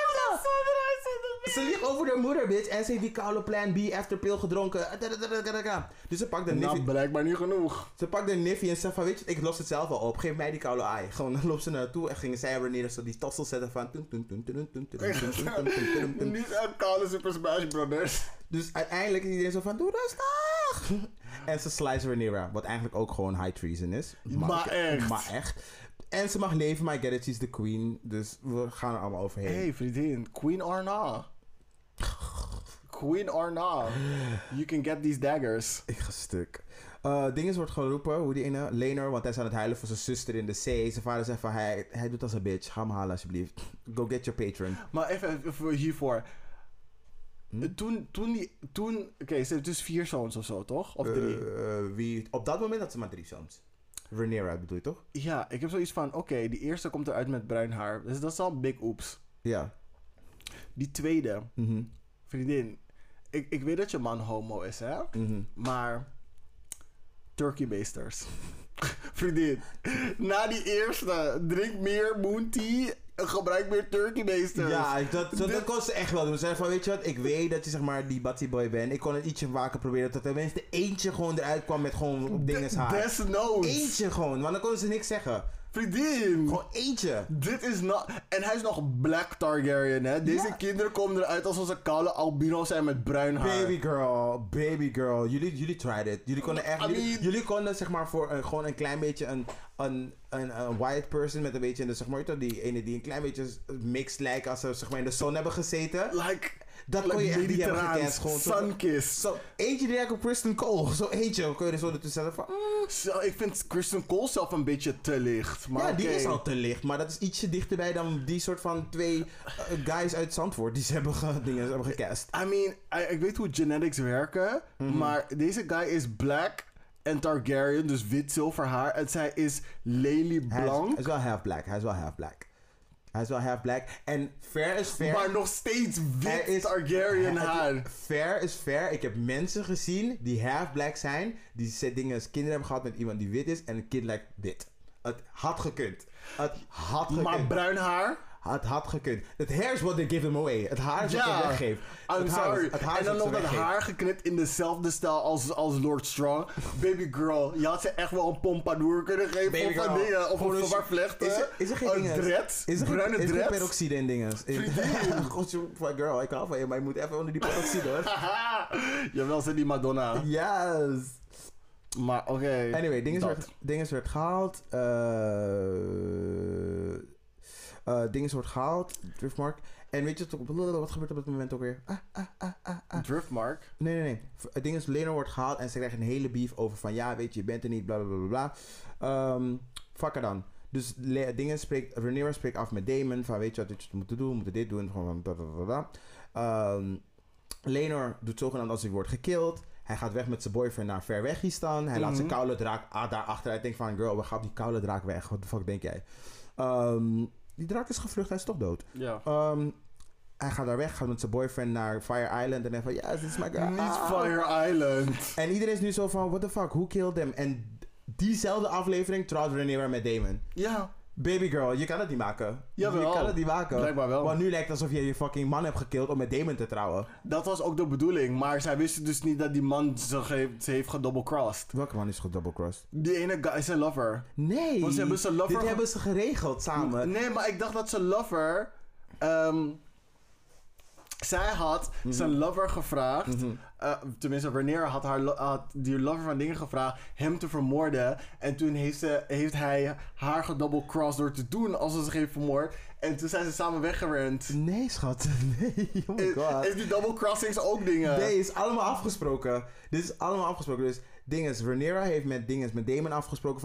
Ze liegt over haar moeder, bitch. En ze heeft die koude plan B after pill gedronken. Dus ze pakt de Nou, niffy. blijkbaar niet genoeg. Ze pakt de niffy en zegt van, weet je, ik los het zelf wel op. Geef mij die koude eye. Gewoon, dan loopt ze naartoe en gingen zij en Renee zo die tossel zetten van... Niet aan koude Super Smash Brothers. Dus uiteindelijk is iedereen zo van, doe rustig. En ze slice Rhaenyra, wat eigenlijk ook gewoon high treason is. Maar echt. Maar echt. En ze mag leven, maar I get it, she's the queen. Dus we gaan er allemaal overheen. Hey vriendin, queen or not? Queen or not? You can get these daggers. Ik ga stuk. Uh, Dinges wordt geroepen, hoe die ene, Laenor, want hij is aan het huilen voor zijn zuster in de zee. Zijn vader zegt van, hij, hij doet als een bitch. Ga hem halen alsjeblieft. Go get your patron. Maar even, even hiervoor. Hm? Toen, toen die, toen, oké, okay, ze heeft dus vier zoons of zo, toch? Of drie? Uh, uh, wie, op dat moment had ze maar drie zoons. Rhaenyra bedoel je toch? Ja, ik heb zoiets van, oké, okay, die eerste komt eruit met bruin haar. Dus dat is al big oops. Ja. Die tweede, Mm-hmm. vriendin, ik, ik weet dat je man homo is, hè? Mm-hmm. Maar, turkeybeesters. Vriendin, na die eerste, drink meer moon tea, gebruik meer turkeybeesters. Ja, dat, dat, Dit- dat kon ze echt wel doen. Ze zei van, weet je wat, ik weet dat je zeg maar die Batty Boy bent. Ik kon het ietsje vaker proberen. Dat er tenminste eentje gewoon eruit kwam met gewoon dinges haar. Desnoods. Eentje gewoon, want dan konden ze niks zeggen. Vriendin. Gewoon eentje. Dit is not... En hij is nog Black Targaryen, hè? Deze Ja. kinderen komen eruit alsof ze koude albino's zijn met bruin haar. Baby girl, baby girl. Jullie, jullie tried it. Jullie konden echt... I Jullie, mean- jullie konden zeg maar voor een, gewoon een klein beetje een, een, een, een white person met een beetje... Dus zeg maar, weet je wel, die ene die een klein beetje mixed lijkt als ze zeg maar in de zon hebben gezeten. Like... Dat kon je echt niet hebben mediterraan, gecast. Gewoon zo, Sunkiss. zo eentje die lijkt op Kristen Cole. Zo eentje. Kon je er zo ertussen zetten van... mm. Zo, ik vind Kristen Cole zelf een beetje te licht. Maar Ja, die oké. is al te licht. Maar dat is ietsje dichterbij dan die soort van twee uh, guys uit Zandvoort. Die ze hebben, ge, dingen, ze hebben gecast. I mean, I- ik weet hoe genetics werken. Mhm. Maar deze guy is black en Targaryen, dus wit zilver haar. En zij is lely Hij is, blank. hij is wel half black. Hij is wel half black. Hij is wel half black. En fair is fair. Maar nog steeds Er wit is- Targaryen het- haar. Fair is fair. Ik heb mensen gezien die half black zijn. Die ze dingen als kinderen hebben gehad met iemand die wit is. En een kind lijkt wit. Het had gekund. Het had gekund. Maar bruin haar? Het had gekund. Het hair is what they give them away. Het haar is wat Ja. ze weggeven. I'm Het haar is- sorry. het haar En is dan wat nog ze dat weggeven. haar geknipt in dezelfde stijl als, als Lord Strong. Baby girl, je had ze echt wel een pompadour kunnen geven. Baby of van girl. dingen. Of Gewoon een een- paar vlechten. Is er, is er geen een dingen? dread. Is er geen, bruine is er geen dread. peroxide in dingen? Vriendin. God, je- van girl, ik hou van je, maar je moet even onder die peroxide hoor. Jawel, ze die Madonna. Yes. Maar oké. Anyway, dinges dat. werd, dinges werd gehaald. Eh uh, dinges wordt gehaald. Driftmark. En weet je wat, wat gebeurt op dat moment ook weer? Ah, ah, ah, ah, ah. Driftmark. Nee, nee, nee. Het ding is, Laenor wordt gehaald en ze krijgen een hele beef over van ja, weet je, je bent er niet, bla bla bla bla. Um, fuck er dan. Dus Le- dingen spreekt, Rhaenyra spreekt af met Daemon van weet je wat je moet doen, we moeten dit doen, gewoon bla bla bla bla. Um, Laenor doet zogenaamd als hij wordt gekillt. Hij gaat weg met zijn boyfriend naar ver wegistan. Hij laat Mhm. zijn koude draak ah, daar achteruit. Denkt van girl, we gaan die koude draak weg. Wat de fuck denk jij? Um, die draak is gevlucht, hij is toch dood. Ja. Um, hij gaat daar weg, gaat met zijn boyfriend naar Fire Island. En denkt van, yes, this is my girl. Niet Ah. Fire Island. En iedereen is nu zo van, what the fuck, who killed them? En diezelfde aflevering trouwt Rhaenyra met Daemon. Ja, Baby girl, je kan het niet maken. Jawel. Je kan het niet maken. blijkbaar wel. Want nu lijkt het alsof je je fucking man hebt gekild om met Daemon te trouwen. Dat was ook de bedoeling. Maar zij wisten dus niet dat die man ze, ge- ze heeft gedoublecrossed. Welke man is gedoublecrossed? Die ene guy is een lover. Nee. Want ze hebben zijn lover Dit ge- hebben ze geregeld samen. Nee, maar ik dacht dat zijn lover... ehm, zij had Mhm. zijn lover gevraagd... Mhm. eh, tenminste, Rhaenyra had, haar lo- had die lover van dingen gevraagd... hem te vermoorden. En toen heeft, ze, heeft hij haar gedoublecrossed door te doen... als ze zich heeft vermoord. En toen zijn ze samen weggerend. Nee, schat. Nee. Oh my god. Is die double crossings ook dingen? Nee, is allemaal afgesproken. Dit is allemaal afgesproken. Dus dinges, Rhaenyra heeft met dinges met Daemon afgesproken van...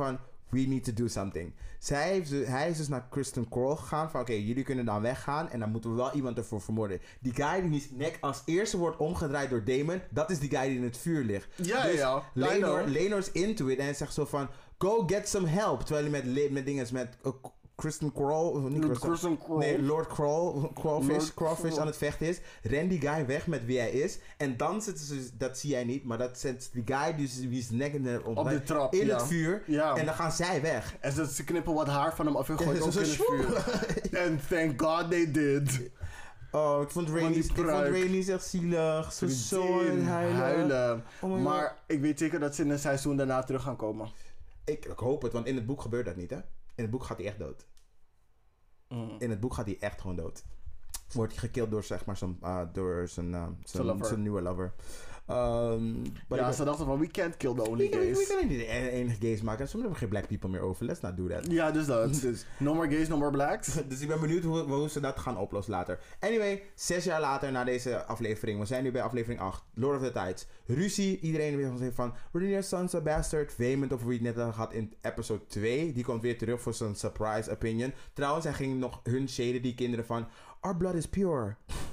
we need to do something. Zij heeft, hij is dus naar Kristen Cole gegaan van oké, okay, jullie kunnen dan weggaan en dan moeten we wel iemand ervoor vermoorden. Die guy die zijn nek als eerste wordt omgedraaid door Damon, dat is die guy die in het vuur ligt. Ja, dus ja. Lenor, Lenor's into it en hij zegt zo van go get some help. Terwijl hij met, met dingen met uh, Kristen Cole, niet Kristen, Kristen Cole. nee, Lord Crawl, Crawfish, Lord Crawfish Crawl. aan het vechten is. Ren die guy weg met wie hij is. En dan zitten ze, dat zie jij niet, maar dat zet die guy dus wie zijn nek in, de, Op de trap, in ja. het vuur. Ja. En dan gaan zij weg. En ze, ze knippen wat haar van hem af en gooien Ja, ook zo- in het zo- vuur. En thank God they did. Oh, ik vond Rhaenys, ik vond pruik. Rhaenys echt zielig. Ze was zo aan het huilen. huilen. Oh my Maar ik weet zeker dat ze in een seizoen daarna terug gaan komen. Ik, ik hoop het, want in het boek gebeurt dat niet, hè? In het boek gaat hij echt dood. Mm. In het boek gaat hij echt gewoon dood. Wordt hij gekild door, zeg maar, zijn, uh, door zijn, uh, zijn, lover. zijn nieuwe lover. Um, maar Ja, ik- ze dachten van, we can't kill the only we, we, we gays. kunnen niet de enige gays maken. Soms hebben we geen black people meer over. Let's not do that. Ja, dus dat. Dus, No more gays, no more blacks. dus ik ben benieuwd hoe, hoe ze dat gaan oplossen later. Anyway, zes jaar later na deze aflevering. We zijn nu bij aflevering acht. Lord of the Tides. Ruzie. Iedereen weer van van Rhaenyra's son's a bastard. Vehement over wie het net al had in episode twee. Die komt weer terug voor zijn surprise opinion. Trouwens, hij ging nog hun shaden die kinderen van our blood is pure.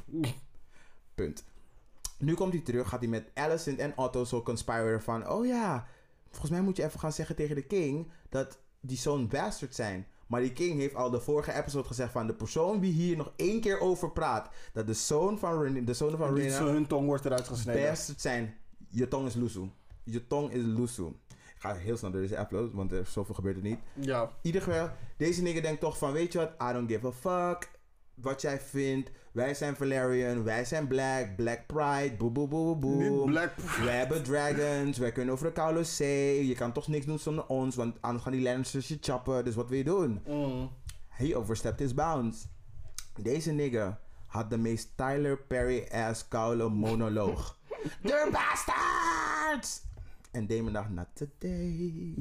Punt. Nu komt hij terug, gaat hij met Alicent en Otto zo conspiren van oh ja, volgens mij moet je even gaan zeggen tegen de king dat die zo'n bastard zijn. Maar die king heeft al de vorige episode gezegd van de persoon wie hier nog één keer over praat, dat de zoon van Rhaenyra, de zoon van Niet Rhaenyra zo hun tong wordt eruit gesneden. bastard zijn. Je tong is loesoe. Je tong is loesoe. Ik ga heel snel door deze upload, want er zoveel gebeurt er niet. Ja. In ieder geval, deze nigger denkt toch van, weet je wat, I don't give a fuck wat jij vindt. Wij zijn Valerian, wij zijn black, black pride, boe boe boe boe Niet boe. black. We hebben dragons, wij kunnen over de koude zee. Je kan toch niks doen zonder ons, want anders gaan die Lannisters je chappen. Dus wat wil je doen? Mm. He overstepped his bounds. Deze nigger had de meest Tyler Perry-ass koude monoloog. They're bastards! En Damon dacht, not today.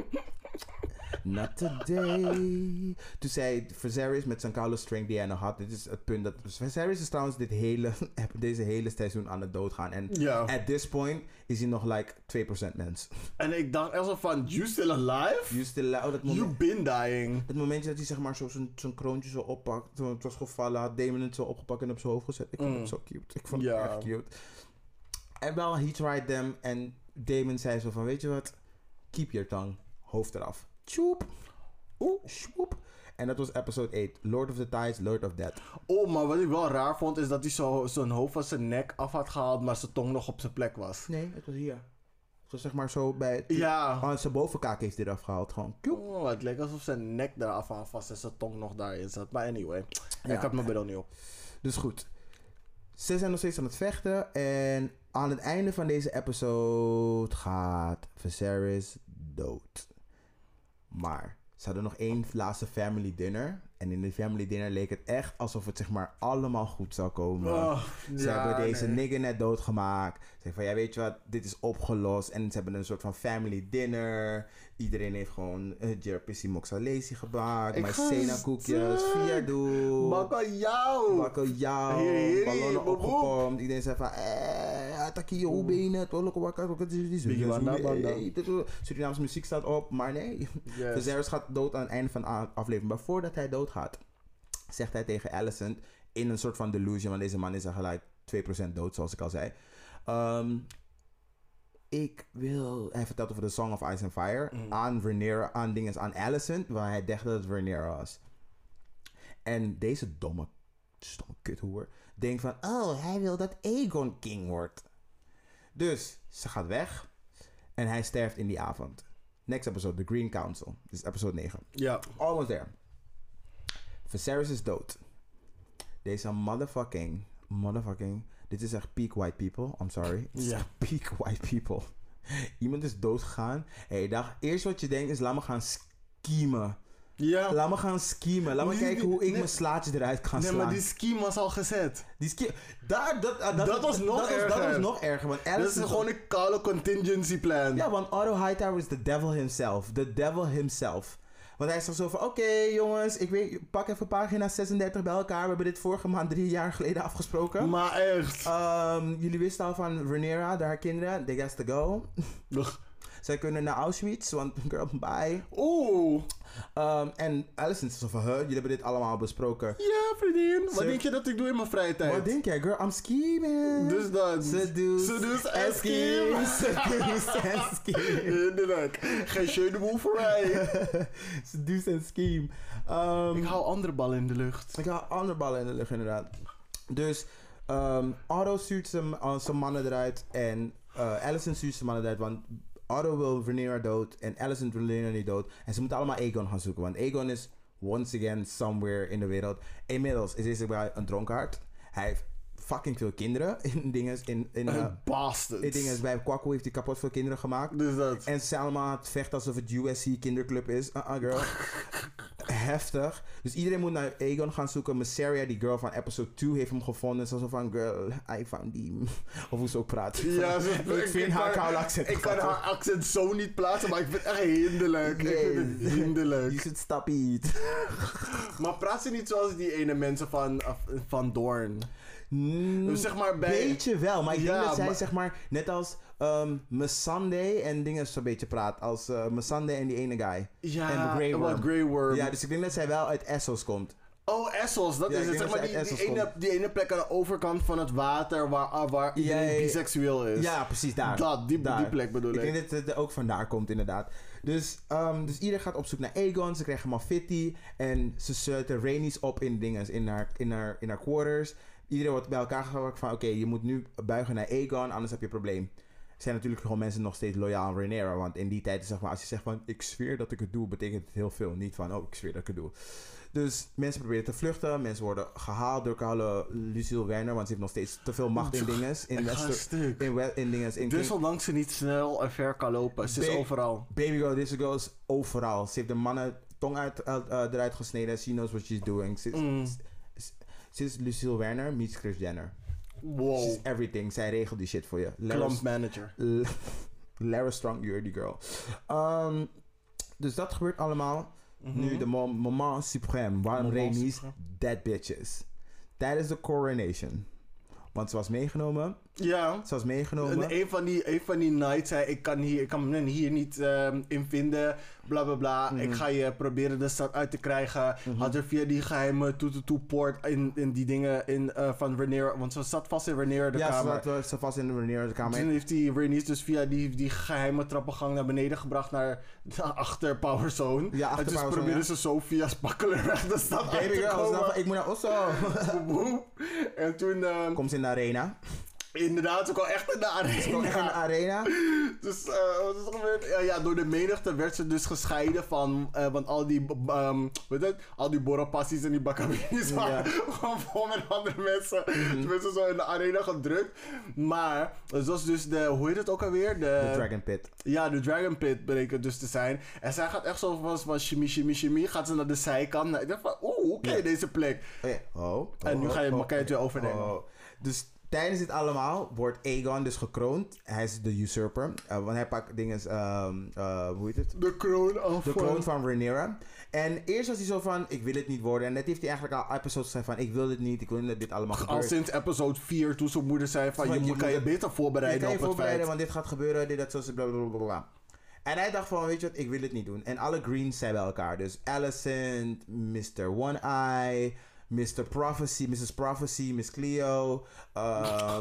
Not today. Toen zei Viserys met zijn koude string die hij nog had. Dit is het punt dat... Viserys is trouwens dit hele, deze hele seizoen aan het doodgaan. En Ja. at this point is hij nog like twee procent mens. En ik dacht echt zo van, you still alive? You still, oh, dat moment, You been dying. het momentje dat hij zeg maar zo zijn, zijn kroontje zo oppakt. Toen het was gevallen, had Damon het zo opgepakt en op zijn hoofd gezet. Ik vond Mm. het zo cute. Ik vond het Ja. echt cute. En wel, he tried them. En Damon zei zo van, weet je wat? Keep your tongue. Hoofd eraf. Tjoep. Oeh, swoep. En dat was episode acht. Lord of the Tides, Lord of Death. Oh, maar wat ik wel raar vond, is dat hij zo zijn hoofd van zijn nek af had gehaald, maar zijn tong nog op zijn plek was. Nee, het was hier. Zo zeg maar zo bij... Ja. Aan zijn bovenkaak heeft hij eraf gehaald. Gewoon. Kjoep. Oh, het leek alsof zijn nek eraf aan vast en zijn tong nog daarin zat. Maar anyway, Ja. ik had mijn bril niet op. Dus goed. Ze zijn nog steeds aan het vechten. En aan het einde van deze episode gaat Viserys dood. Maar ze hadden nog één laatste family dinner. En in de family dinner leek het echt alsof het zeg maar allemaal goed zou komen. Oh, Ze ja, hebben deze nee. nigger net doodgemaakt. Ze zeggen van, ja weet je wat, dit is opgelost. En ze hebben een soort van family dinner. Iedereen heeft gewoon uh, Jerpissy Moxalesi gemaakt. Ik Maizena ga koekjes, stuk. Fiado. Bakken jou! Bakkeljauw, Hey, hey, ballonnen boep, boep. opgepompt. Iedereen zei van, eh, ataki je benen. Biggie Wanda, Wanda. Surinaamse muziek staat op, maar nee. Yes. Viserys gaat dood aan het einde van de a- aflevering. Maar voordat hij doodgaat, zegt hij tegen Alicent in een soort van delusion, want deze man is er gelijk twee procent dood, zoals ik al zei. Um, ik wil... Hij vertelt over de Song of Ice and Fire Mm. aan Rhaenyra, aan dingen, aan Alicent, waar hij dacht dat het Rhaenyra was. En deze domme, stomme kuthoer denkt van, oh, hij wil dat Aegon king wordt. Dus ze gaat weg en hij sterft in die avond. Next episode, The Green Council. Dit is episode negen. Ja. Almost there. Viserys is dood. Deze motherfucking, motherfucking, dit is echt peak white people. I'm sorry. Dit is Ja. echt peak white people. Iemand is doodgegaan. En je dacht, eerst wat je denkt is, laat me gaan schemen. Ja. Laat me gaan schemen. Laat me Nee, kijken hoe ik nee. mijn slaatje eruit kan Nee, slaan. maar die scheme was al gezet. Die ski- Daar, dat, ah, dat, Dat was nog dat Was, dat erger. was nog erger. Want Alice Dat is gewoon een koude contingency plan. Ja, want Otto Hightower is the devil himself. The devil himself. Want hij zegt zo van, oké okay, jongens, ik weet, pak even pagina zesendertig bij elkaar. We hebben dit vorige maand drie jaar geleden afgesproken. Maar echt. Um, jullie wisten al van Rhaenyra, haar kinderen, they got to go. Ugh. Zij kunnen naar Auschwitz, want girl, bye. Oeh. Um, en Allison is zo van, huh, jullie hebben dit allemaal besproken. Ja, vriendin. Wat Ze- denk je dat ik doe in mijn vrije tijd? Wat denk jij, girl? I'm scheming. Dus dat. Seduce. Seduce en scheme. Seduce en scheme. Inderdaad. Geen jeu de boel voor mij. Seduce en scheme. Um, Ik hou andere ballen in de lucht. Ik haal andere ballen in de lucht, inderdaad. Dus um, Otto stuurt zijn, uh, zijn mannen eruit en uh, Allison stuurt zijn mannen eruit, want Otto wil Rhaenyra dood en Allison wil Rhaenyra niet dood. En ze moeten allemaal Aegon gaan zoeken, want Aegon is once again somewhere in de wereld. Inmiddels is deze guy een dronkaard. Hij heeft fucking veel kinderen in dingen. In, in, uh, Een bastard. in dingen bij Kwaku heeft hij kapot veel kinderen gemaakt. Dus dat. En ze zijn allemaal aan het vechten alsof het U S C kinderclub is. Uh-uh, girl. Heftig. Dus iedereen moet naar Aegon gaan zoeken. Mysaria, die girl van episode twee, heeft hem gevonden. Zo van, girl, I found him. Of hoe ze ook praat. Ja, ze, ik vind haar koude accent. Ik kan haar accent zo niet plaatsen, maar ik vind het echt hinderlijk. Ik vind het hinderlijk. You should stop it. Maar praat ze niet zoals die ene mensen van, van Doorn? Mm, Dus zeg maar bij... Beetje wel, maar ik Ja, denk dat zij maar- zeg maar net als um, Missandei en dingen zo'n beetje praat. Als uh, Missandei en die ene guy. Ja, en Grey Worm. wat Grey Worm. Ja, dus ik denk dat zij wel uit Essos komt. Oh, Essos, dat Ja, is ik het. denk Zeg dat maar ze die, uit die, Essos ene, die ene plek aan de overkant van het water waar, ah, waar iedereen Ja, ja, ja. biseksueel is. Ja, precies daar. Dat, die, Daar. die plek bedoel ik. Ik denk dat het er ook vandaar komt, inderdaad. Dus, um, dus iedereen gaat op zoek naar Aegon. Ze krijgen Malfitty. En ze sluiten Rhaenys op in dingen, in haar, in haar, in haar quarters. Iedereen wordt bij elkaar gewerkt van... Oké, okay, je moet nu buigen naar Aegon, anders heb je een probleem. Er zijn natuurlijk gewoon mensen nog steeds loyaal aan Rhaenyra. Want in die tijd, zeg maar, als je zegt van... Ik zweer dat ik het doe, betekent het heel veel. Niet van, oh, ik zweer dat ik het doe. Dus mensen proberen te vluchten. Mensen worden gehaald door koude Lucille Werner. Want ze heeft nog steeds te veel macht in dingen. In, Ik ga Wester, stuk. in, we, in dingen. In Dus King- zolang ze niet snel en ver kan lopen. Ze is Ba- overal. Baby girl, this girl is overal. Ze heeft de mannen tong uit, uh, uh, eruit gesneden. She knows what she's doing. Ze is, Mm. ze is Lucille Werner meets Kris Jenner. Wow. She's everything. Zij regelt die shit voor je. Clump manager. L- Lara Strong, you're the girl. Um, dus dat gebeurt allemaal. Mhm. Nu de mo- moment suprême. Waarom Moment Rhaenys suprême. dead bitches. Tijdens de coronation. Want ze was meegenomen. Ja. Ze was meegenomen. En een van die, een van die nights zei, ik kan, hier, ik kan me hier niet um, in vinden, bla bla bla. Mhm. Ik ga je proberen de stad uit te krijgen. Mhm. Had er via die geheime toet-toet-poort in, in die dingen in, uh, van Rhaenyra, want ze zat vast in Rhaenyra de ja, kamer. ze zat ze vast in de Rhaenyra de kamer. Toen heeft die Rhaenys dus via die, die geheime trappengang naar beneden gebracht naar de achter Power Zone. Ja, achter en dus Power Zone, probeerden ja. ze Sophia spakkelen weg de stad uit Baby te girl, komen. snap je? Ik moet naar Osso. En toen, um, Komt ze in de arena. inderdaad, ze kwam echt in de Ze komt echt in de arena. arena. Dus uh, wat is er gebeurd? Ja, ja, door de menigte werd ze dus gescheiden van, uh, want al die, um, weet het, al die borrelpassies en die bakabinis waren gewoon vol met andere mensen. Mhm. Toen werd ze zo in de arena gedrukt. Maar, het was dus de, hoe heet het ook alweer? De, De Dragon Pit. Ja, de Dragon Pit bleek het dus te zijn. En zij gaat echt zo van, van shimmy, shimmy, shimmy, gaat ze naar de zijkant. Nou, ik dacht van, oeh, hoe ken je Ja. deze plek? Oh, ja. oh, oh, En nu ga je- oh, kan je het weer overnemen. oh. Dus tijdens dit allemaal wordt Aegon dus gekroond. Hij is de usurper. Uh, want hij pakt dingen, um, uh, hoe heet het? De kroon af. De kroon van Rhaenyra. En eerst was hij zo van, ik wil het niet worden. En net heeft hij eigenlijk al episodes gezegd van, ik wil dit niet. Ik wil niet dat dit allemaal Al gebeurt. sinds episode vier, toen zijn moeder zei van, Van, je, je moet, kan je moet- beter Je voorbereiden kan je op het voorbereiden, feit. want dit gaat gebeuren, dit, dat, zo, bla, bla, bla, bla. En hij dacht van, weet je wat, ik wil het niet doen. En alle Greens zijn bij elkaar. Dus Alicent, mister One Eye, mister Prophecy, missus Prophecy, Miss Cleo. Um,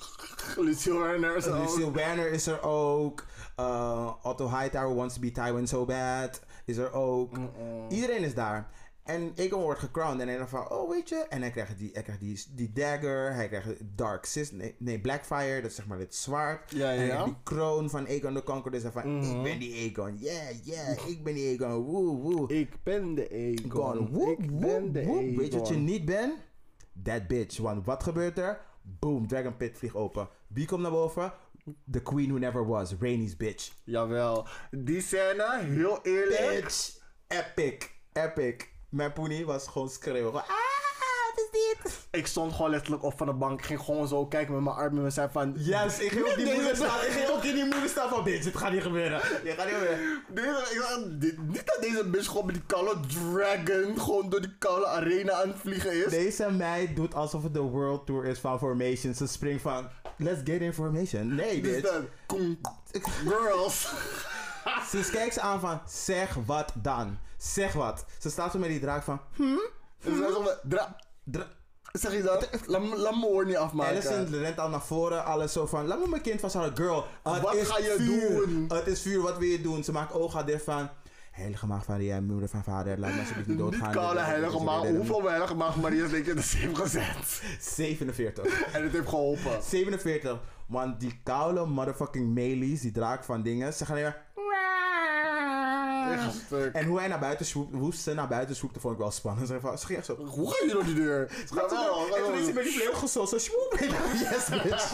Lucille Werner is ook. Lucille Werner is er ook. Uh, Otto Hightower wants to be Tywin so bad. Is er ook. Mm-mm. Iedereen is daar. En Aegon wordt gecrowned. En hij dacht van, oh weet je. En hij krijgt die, hij krijgt die, die dagger. Hij krijgt Dark Sis. Nee, nee, Blackfire. Dat is zeg maar het zwaard. Ja, En hij ja. krijgt die kroon van Aegon the Conqueror. Dus hij van, Mhm. ik ben die Aegon. Yeah, yeah. Ik ben die Aegon. Woe, woe. Ik ben de Aegon. Aegon. Woep, Ik woep, ben de woep. Aegon. Weet je wat je niet bent? That bitch. Want wat gebeurt er? Boom, Dragon Pit vliegt open. Wie komt naar boven? The queen who never was. Rhaenys bitch. Jawel. Die scène, heel eerlijk. Bitch. Epic. Epic. Mijn poenie was gewoon schreeuwen. Gewoon, ah, wat is dit? Ik stond gewoon letterlijk op van de bank. Ik ging gewoon zo kijken met mijn armen en zei van... Yes, ik ging op die Deze- moeder staan. Ik ging ook in die moeder staan van, bitch, het gaat niet gebeuren. Dit gaat niet gebeuren. Deze, ik dacht, dit, niet dat deze bitch gewoon met die koude dragon gewoon door die koude arena aan het vliegen is. Deze meid doet alsof het de world tour is van Formation. Ze springt van let's get information. Nee, Dus bitch. dan, kom, girls. Dus kijkt ze aan van, zeg wat dan? Zeg wat. Ze staat zo met die draak van, hmm? Dus dan zeggen we, dra- Dra- zeg je dat? Laat me laat me oor niet afmaken. Allison rent al naar voren, alles zo van, laat me mijn kind vasthouden. Girl, het Wat is ga je vuur. doen? Het is vuur, wat wil je doen? Ze maakt ogen dicht van, heilige maagd van Maria, moeder van vader, laat me alsjeblieft niet doodgaan. Niet koude heilige maag. Hoeveel heilige maag Maria's denk je dat ze heeft gezet? zevenenveertig. En het heeft geholpen. zevenenveertig. Want die koude motherfucking Melees, die draak van dingen, ze gaan even... Echt een stuk. En hoe hij naar buiten swoept, hoe ze naar buiten swoepte, vond ik wel spannend. Ze van, ze ging echt zo... Hoe ga je door die deur? Gaat zo, en toen is hij met die vleugels zo, zo swoep. Yes, bitch.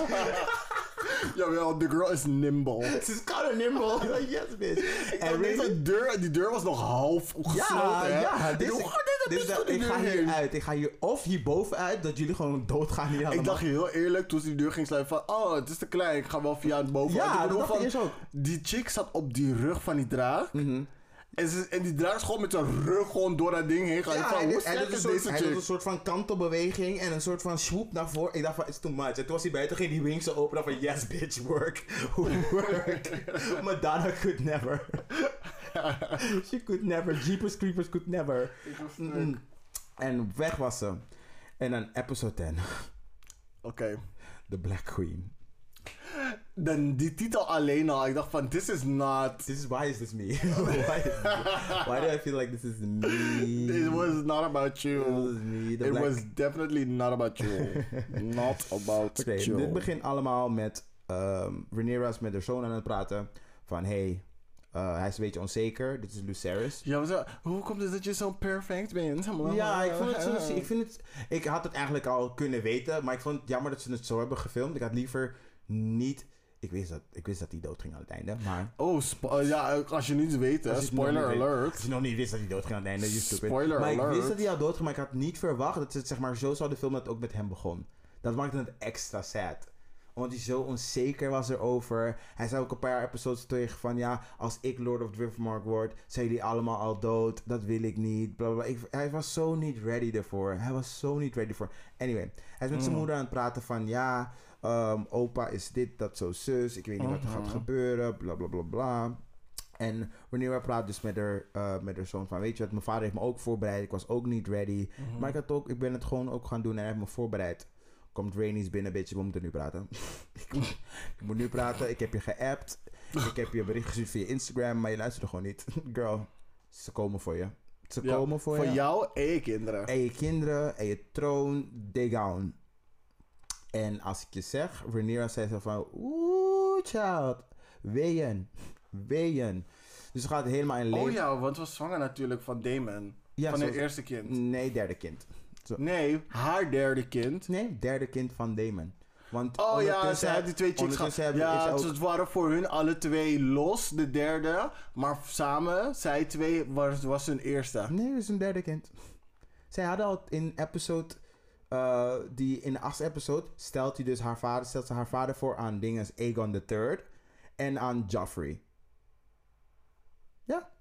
Jawel, de girl is nimble. Ze is kind of nimble. Yes, bitch. En deze deur, die deur was nog half gesloten, Ja, hè? ja. Ik Dit dacht, is, hoe gaat dit dit is door dat- die ik ga deur heen? hieruit. Ik ga hier of hierboven uit, dat jullie gewoon doodgaan hier allemaal. Ik dacht heel eerlijk, toen ze die deur ging sluiten, van, oh, het is te klein, ik ga wel via het boven. Ja, Want ik dat bedoel dacht ik van, eerst ook. die chick zat op die rug van die draak. Mhm. En, ze, en die draak is gewoon met zijn rug gewoon door dat ding heen gaan. Ik Ja, van, hij, hoe doet- hij, sterk doet is een soort, deze hij doet chick? een soort van kantelbeweging en een soort van swoep naar voren. Ik dacht van, it's too much. En toen was hij buiten, ging die wings zo open. En van, yes bitch, work. Work. Madonna could never. She could never. Jeepers Creepers could never. Mm-mm. En weg was ze. En dan episode ten. Oké. The Black Queen. Dan die titel alleen al, ik dacht van, this is not... This is, why is this me? why, is this, why do I feel like this is me? It was not about you. It was me. The It Black... was definitely not about you. Not about Oké, you. dit begint allemaal met um, Rhaenyra's met haar zoon aan het praten. Van, hey, uh, hij is een beetje onzeker. Dit is Lucerys. Ja, maar zo, hoe komt het dat je zo perfect bent? Ja, ik vond het zo... Ik, vind het, ik had het eigenlijk al kunnen weten, maar ik vond het jammer dat ze het zo hebben gefilmd. Ik had liever niet... Ik wist dat, ik wist dat hij doodging aan het einde, maar... Oh, spo- uh, ja, als je niet weet, hè. Als je het nog Spoiler niet weet- alert. Als je nog niet wist dat hij doodging aan het einde, you stupid. Spoiler maar ik alert. wist dat hij al doodging, maar ik had niet verwacht dat ze het zeg maar zo zouden filmen dat het ook met hem begon. Dat maakte het extra sad. Omdat hij zo onzeker was erover. Hij zei ook een paar episodes terug van... Ja, als ik Lord of Driftmark word... zijn jullie allemaal al dood. Dat wil ik niet. Bla, bla, bla. Ik, hij was zo niet ready ervoor. Hij was zo niet ready voor. Anyway, hij is met zijn Mm. moeder aan het praten van... Ja, um, opa is dit, dat, zo, zus. Ik weet niet wat er gaat Mhm. gebeuren. Bla, bla, bla, bla. En Rhaenyra praat dus met haar, uh, met haar zoon van... Weet je wat, mijn vader heeft me ook voorbereid. Ik was ook niet ready. Mhm. Maar ik, had ook, ik ben het gewoon ook gaan doen en hij heeft me voorbereid. Komt Rhaenys binnen, beetje, we moeten nu praten. ik, ik moet nu praten, ik heb je geappt. Ik heb je een bericht gestuurd via Instagram, maar je luisterde gewoon niet. Girl, ze komen voor je. Ze Ja, komen voor, voor je. jou en je kinderen. En je kinderen, en je troon, they gone. En als ik je zeg, Rhaenyra zei zo van... Oeh, child. Weeën. Weeën. Dus ze gaat helemaal in leven. Oh ja, want ze was zwanger natuurlijk van Damon. Ja, van ze haar was- eerste kind. Nee, derde kind. Nee, haar derde kind. Nee, derde kind van Damon. Want Oh ja, ondertussen- ze had die twee chicks ondertussen gehad. hebben- is Ja, ook- dus het waren voor hun alle twee los, de derde. Maar samen, zij twee, was, was hun eerste. Nee, dat is een derde kind. Zij hadden al in episode... uh, die in de achtste episode stelt hij dus haar vader... Stelt ze haar vader voor aan dingen als Aegon de Third. En aan Joffrey. Ja.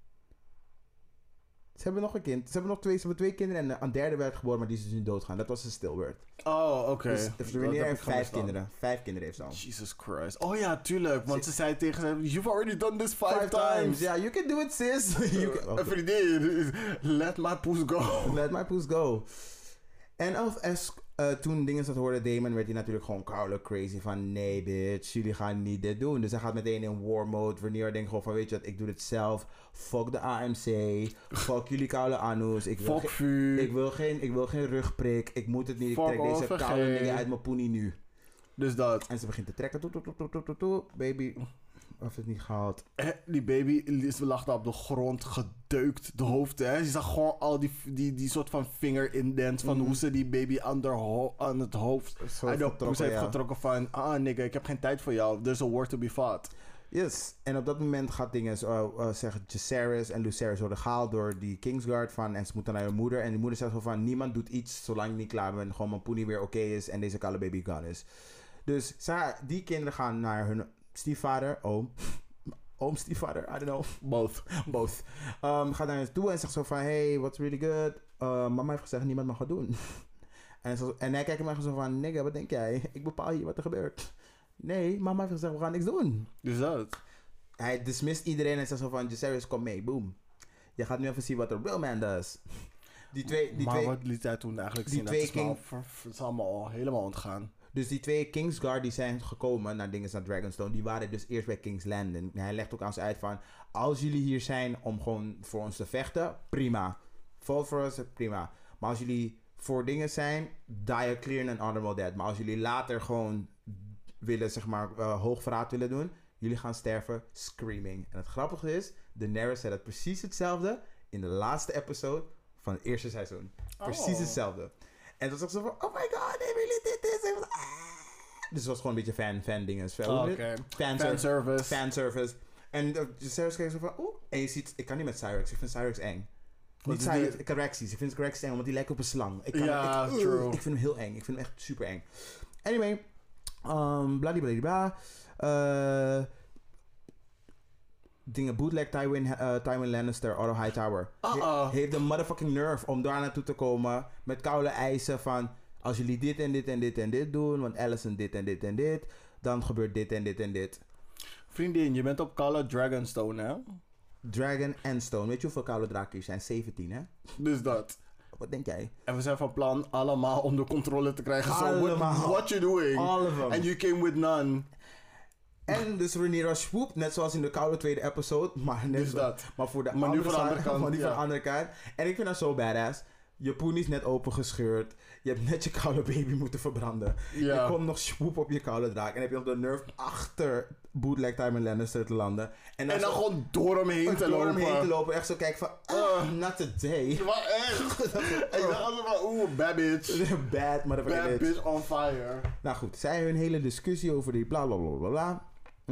Ze hebben nog een kind. Ze hebben nog twee, ze hebben twee kinderen en een derde werd geboren, maar die is dus nu doodgaan. Dat was een stillbirth. Oh, oké. Dus Dat Rhaenyra heb heeft ik vijf gemist dan. kinderen. Vijf kinderen heeft ze al. Jesus Christ. Oh ja, tuurlijk. Want ze zei tegen ze, you've already done this five, times. Ja, you can do it, sis. You can- Een vriendin, let my poes go. Let my poes go. En als, als uh, toen dingen dat hoorde Damon, werd hij natuurlijk gewoon koude crazy van... Nee, bitch, jullie gaan niet dit doen. Dus hij gaat meteen in war mode. Wanneer denkt gewoon van, weet je wat, ik doe dit zelf. Fuck de A M C. Fuck jullie koude anus. Ik wil, Fuck ge- vuur. ik, wil geen, ik wil geen rugprik. Ik moet het niet. Ik Fuck trek deze over koude geen. dingen uit mijn poenie nu. Dus dat. En ze begint te trekken. Toe, toe, toe, toe, toe, toe, toe. Baby, of het niet gehaald. Eh, die baby die lag daar op de grond gedeukt, de hoofd. Hè. Je zag gewoon al die, die, die soort van vingerindent van Mhm. hoe ze die baby aan, de ho- aan het hoofd Zo uit de getrokken, poes heeft ja. getrokken van... Ah, nigga, ik heb geen tijd voor jou. There's a war to be fought. Yes, en op dat moment gaat dingen uh, uh, zeggen Jacaerys en Lucerys worden gehaald door die Kingsguard van en ze moeten naar hun moeder en die moeder zegt zo van niemand doet iets zolang je niet klaar bent, gewoon mijn poenie weer oké is en deze kale baby gone is. Dus zij, die kinderen gaan naar hun stiefvader, oom, oom, stiefvader, I don't know, Both. both. Um, gaat naar hen toe en zegt zo van hey, what's really good? Uh, mama heeft gezegd niemand mag het doen. En, zo, en hij kijkt me echt zo van, nigga, wat denk jij? Ik bepaal hier wat er gebeurt. Nee, mama heeft gezegd, we gaan niks doen. Dus dat. Hij dismist iedereen en zegt zo van, Jacaerys, kom mee, boom. Je gaat nu even zien wat een real man does. Die twee, die maar twee, wat liet hij toen eigenlijk die zien? twee Dat is, king- maar, ver- ver- het is allemaal al helemaal ontgaan. Dus die twee Kingsguard die zijn gekomen naar dingen naar Dragonstone, die waren dus eerst bij King's Landing. En hij legt ook aan ze uit van, als jullie hier zijn om gewoon voor ons te vechten, prima. Vol voor ons, prima. Maar als jullie voor dingen zijn, die are clear and honorable dead. Maar als jullie later gewoon willen, zeg maar, uh, hoog verraad willen doen, jullie gaan sterven screaming. En het grappige is, Daenerys zei dat precies hetzelfde in de laatste episode van het eerste seizoen. Precies Oh. hetzelfde. En toen was ik zo van, oh my god, hebben jullie dit, dit, dit. Ah. Dus het was gewoon een beetje fan, fan dingen. Fan, Oh, hoe Oké. heet het? Fan, Fanservice. fanservice. En uh, Jacaerys kijkt zo van, oeh. En je ziet, ik kan niet met Cyrex, ik vind Cyrex eng. Wat Niet is Cyrex, die? Caraxes. Ik vind Caraxes eng, want die lijkt op een slang. Ik kan, Ja, ik, uh, true. ik vind hem heel eng. Ik vind hem echt super eng. Anyway, um, bladibladibla. Uh, dingen bootleg Tywin, uh, Tywin Lannister, Otto Hightower. Uh-oh. He- heeft de motherfucking nerve om daar naartoe te komen met koude eisen van, als jullie dit en dit en dit en dit doen, want Alicent dit en dit en dit, dan gebeurt dit en dit en dit. Vriendin, je bent op Call of Dragonstone, hè? Dragon en Stone. Weet je hoeveel koude draken hier zijn? zeventien, hè? Dus dat. Wat denk jij? En we zijn van plan allemaal onder controle te krijgen. So what, Allemaal. what you doing? All of them. And you came with none. En dus Rhaenyra swoop, net zoals in de koude tweede episode, maar net Dus zo, dat. maar voor de Maar nu andere, van de andere side- kant, maar nu van ja. de andere kant. En ik vind dat zo badass. Je poen is net opengescheurd. Je hebt net je koude baby moeten verbranden. Ja. Je komt nog swoep op je koude draak. En heb je nog de nerve achter bootleg Tywin Lannister te landen. En En dan zo- gewoon door hem heen te door lopen. hem heen te lopen. Echt zo kijken van, ah, not today. Maar echt. Ik dacht altijd van, oeh, bad bitch. Bad motherfucking Bad bitch. bitch on fire. Nou goed, zij hebben een hele discussie over die bla bla bla bla bla.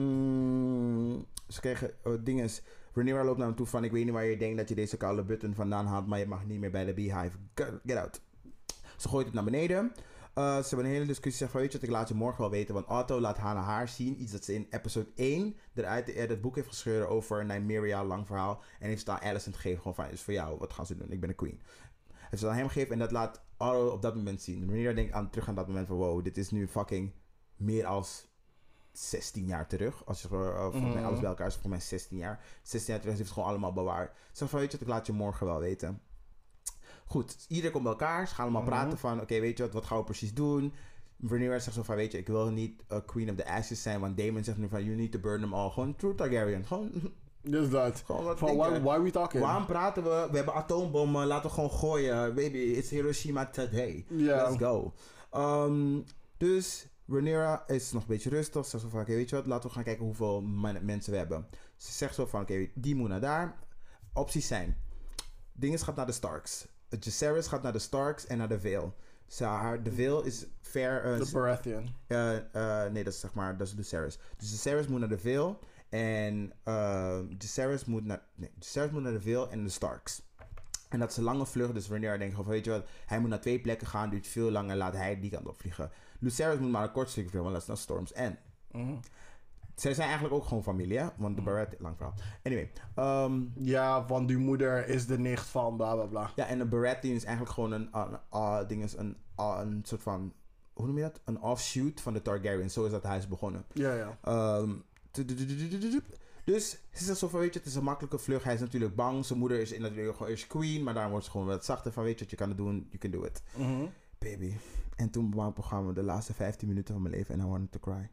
Mm, ze kregen uh, dingen. Rhaenyra loopt naar hem toe van, ik weet niet waar je denkt dat je deze koude button vandaan haalt, maar je mag niet meer bij de Beehive. Get get out. Ze gooit het naar beneden. Uh, ze hebben een hele discussie. Ze zegt van, weet je wat, ik laat je morgen wel weten. Want Otto laat haar naar haar zien. Iets dat ze in episode één eruit uh, het boek heeft geschreven over Nymeria, lang verhaal. En heeft ze aan Alicent gegeven. Gewoon van, is voor jou. Wat gaan ze doen? Ik ben de queen. Heeft ze aan hem gegeven. En dat laat Otto op dat moment zien. Rhaenyra denkt aan, terug aan dat moment van, wow, dit is nu fucking meer als zestien jaar terug. Als je uh, volgens mij Mhm. alles bij elkaar is, volgens mij zestien jaar. zestien jaar terug heeft ze gewoon allemaal bewaard. Ze zegt van, weet je wat, ik laat je morgen wel weten. Goed, iedereen komt bij elkaar. Ze gaan allemaal Mhm. praten van, oké, weet je wat, wat gaan we precies doen? Rhaenyra zegt zo van, weet je, ik wil niet uh, Queen of the Ashes zijn, want Daemon zegt nu van, you need to burn them all. Gewoon true Targaryen. Gewoon, Dus dat. gewoon wat Van, denk why, je? why we talking? Waarom praten we? We hebben atoombommen, laten we gewoon gooien. Baby, it's Hiroshima today. Ja. Let's go. Um, dus Rhaenyra is nog een beetje rustig. Ze zegt zo van, oké, weet je wat, laten we gaan kijken hoeveel man- mensen we hebben. Ze zegt zo van, oké, die moet naar daar. Opties zijn, Dinges gaat naar de Starks. Jacaerys gaat naar de Starks en naar de Vale. Ze, haar, de Vale is ver... uh, The Baratheon. uh, uh, nee, dat is zeg maar, dat is Lucerys. Dus Lucerys moet naar de Vale en uh, Jacaerys moet naar, nee, Jacaerys moet naar de Vale en de Starks. En dat is een lange vlucht, dus wanneer denkt van, weet je wat, hij moet naar twee plekken gaan, duurt veel langer, laat hij die kant op vliegen. Lucerys moet maar een kort stukje vliegen, want dat is naar Storm's End. Mhm. Zij zijn eigenlijk ook gewoon familie, hè? Want de Baratheon, lang verhaal. Anyway, um, Ja, want die moeder is de nicht van bla bla bla. ja, en de Baratheon is eigenlijk gewoon een, een, een, ding is een, een soort van, hoe noem je dat? Een offshoot van de Targaryens. Zo is dat huis begonnen. Ja, ja. Um, dus ze zegt zo van, weet je, het is een makkelijke vlucht. Hij is natuurlijk bang. Zijn moeder is natuurlijk gewoon eerst queen, maar daar wordt ze gewoon wat zachter van, weet je wat, je kan het doen, you can do it. Mhm. Baby. En toen begon het programma de laatste vijftien minuten van mijn leven en I wanted to cry.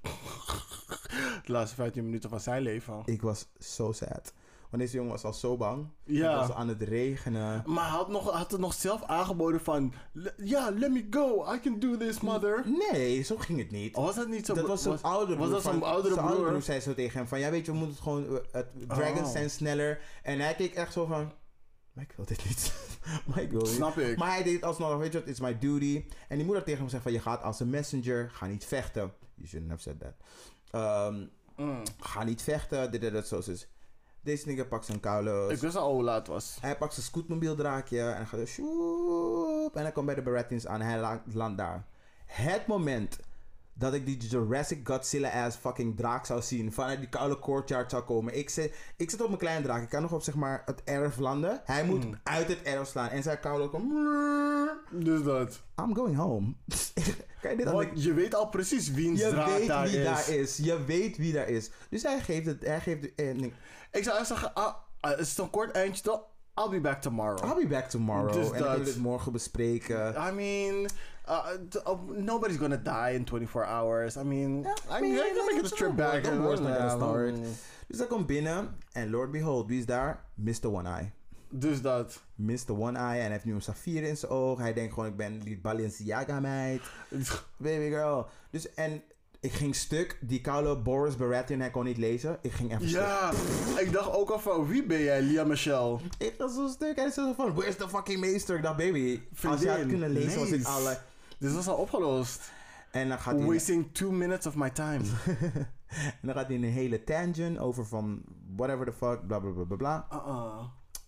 De laatste vijftien minuten van zijn leven. Ik was zo sad. Want deze jongen was al zo bang. Ja. Het was aan het regenen. Maar hij had, nog, had het nog zelf aangeboden van... "Le- Ja, let me go. I can do this, mother. Nee, zo ging het niet. Oh, was dat niet zo... Dat was zijn oudere broer. Was dat zijn van- oudere zijn broer? broer zei zo tegen hem van, ja weet je, we moeten het gewoon, uh, het, dragons Oh. zijn sneller. En hij keek echt zo van, maar ik wil dit niet. maar ik wil dit. Snap ik. Maar hij deed alsnog, weet je wat, it's my duty. En die moeder tegen hem zegt van, je gaat als een messenger, ga niet vechten. You shouldn't have said that. Um, Mm. Ga niet vechten, dit en dat, zo is. Deze nigger pakt zijn koude... Ik wist al hoe laat het was. Hij pakt zijn scootmobieldraakje en hij gaat shoep, en hij komt bij de Baratheons aan en hij la- landt daar. Het moment dat ik die Jurassic Godzilla-ass fucking draak zou zien. Vanuit die koude courtyard zou komen. Ik zit, ik zit op mijn kleine draak. Ik kan nog op zeg maar het erf landen. Hij moet mm. uit het erf slaan. En zijn koude komt... Dus dat. I'm going home. Kan je dit Want ik... je weet al precies wiens je draak weet daar wie is. daar is. Je weet wie daar is. Dus hij geeft het... Hij geeft eh, nee. Ik zou echt zeggen... Uh, uh, het is een kort eindje toch? I'll be back tomorrow. I'll be back tomorrow. Dus en dan kunnen we dit morgen bespreken. I mean... Uh, uh, nobody's gonna die in twenty-four hours. I mean... Yeah, I mean, I can make a trip back. The war's not gonna start. Dus hij komt binnen. En Lord behold, wie is daar? mister One Eye. Dus dat. mister One Eye. En hij heeft nu een saffier in zijn oog. Hij denkt gewoon, ik ben die Balenciaga meid. Baby girl. Dus en... Ik ging stuk. Die koude Boris Baratheon, hij kon niet lezen. Ik ging even ja, stuk. Ik dacht ook al van, wie ben jij, Lea Michelle? Ik was zo stuk. Hij zei van, where's the fucking meester? Ik dacht, baby, als je had kunnen lezen, was ik alle... Dit was al opgelost. En dan gaat hij... Wasting two minutes of my time. En dan gaat hij in een hele tangent over van whatever the fuck, bla bla bla bla bla. Uh-uh.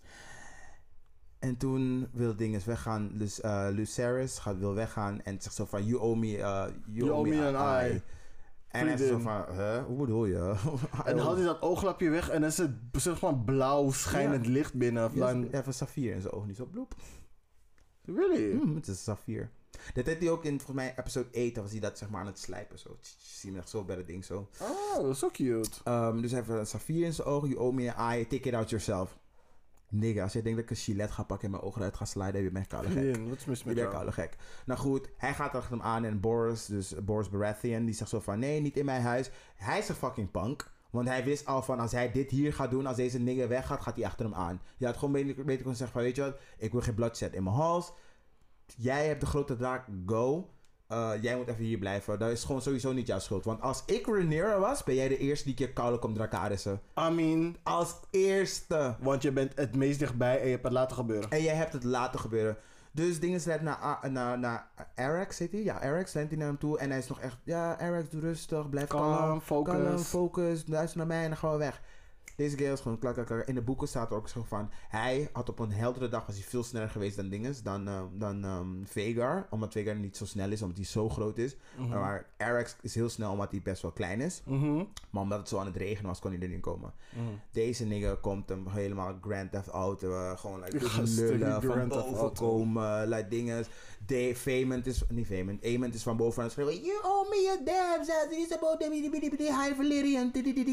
En toen wil dinges weggaan. Dus uh, Lucerys gaat, wil weggaan en zegt zo van, you owe me, uh, you, you owe me an eye. eye. En hij zegt zo van, huh? Hoe bedoel je? En dan had hij dat ooglapje weg en dan is het zeg maar blauw schijnend ja. licht binnen. Ja, hij heeft een saffier in zijn oog, niet zo bloep. Really? Mm, het is een saffier. Dat deed hij ook in, volgens mij, episode eight, was hij dat zeg maar aan het slijpen. Zo. Zie je echt zo bij dat ding zo. Oh, so cute. Um, dus hij heeft een saffier in zijn oog, you owe me an eye, take it out yourself. Nigga, als jij denkt dat ik een gilet ga pakken en mijn ogen eruit ga sliden, heb je mij koude gek. Wat is mis met je bent koude gek. Nou goed, hij gaat achter hem aan en Boris, dus Boris Baratheon, die zegt zo van, nee, niet in mijn huis. Hij is een fucking punk. Want hij wist al van, als hij dit hier gaat doen, als deze nigger weggaat, gaat hij achter hem aan. Je had gewoon beter, beter kunnen zeggen van, weet je wat, ik wil geen bloodshed in mijn hals. Jij hebt de grote draak, go. Uh, jij moet even hier blijven. Dat is gewoon sowieso niet jouw schuld. Want als ik Rhaenyra was, ben jij de eerste die keer koude komt Dracarissen. I mean... Als eerste. Want je bent het meest dichtbij en je hebt het laten gebeuren. En jij hebt het laten gebeuren. Dus dingen rijdt naar, naar, naar Arrax, zit hij? Ja, Arrax rent hij naar hem toe. En hij is nog echt, ja, Arrax, doe rustig, blijf kalm. Kalm, focus. Kalm, focus, luister naar mij en dan gaan we weg. Deze keer is gewoon klak, klak, klak. In de boeken staat er ook zo van... Hij had op een heldere dag was hij veel sneller geweest dan dinges. Dan, uh, dan um, Vhagar. Omdat Vhagar niet zo snel is. Omdat hij zo groot is. Mm-hmm. Maar Arrax is heel snel omdat hij best wel klein is. Mm-hmm. Maar omdat het zo aan het regenen was, kon hij er niet komen. Mm-hmm. Deze nigger komt hem helemaal Grand Theft Auto. Uh, gewoon like, lullen. Van boven komen. Like dinges. De Vayment is... Niet Vayment. Aemond is van boven aan het schreeuwen. You owe me a damn set. It is about the high Valyrian.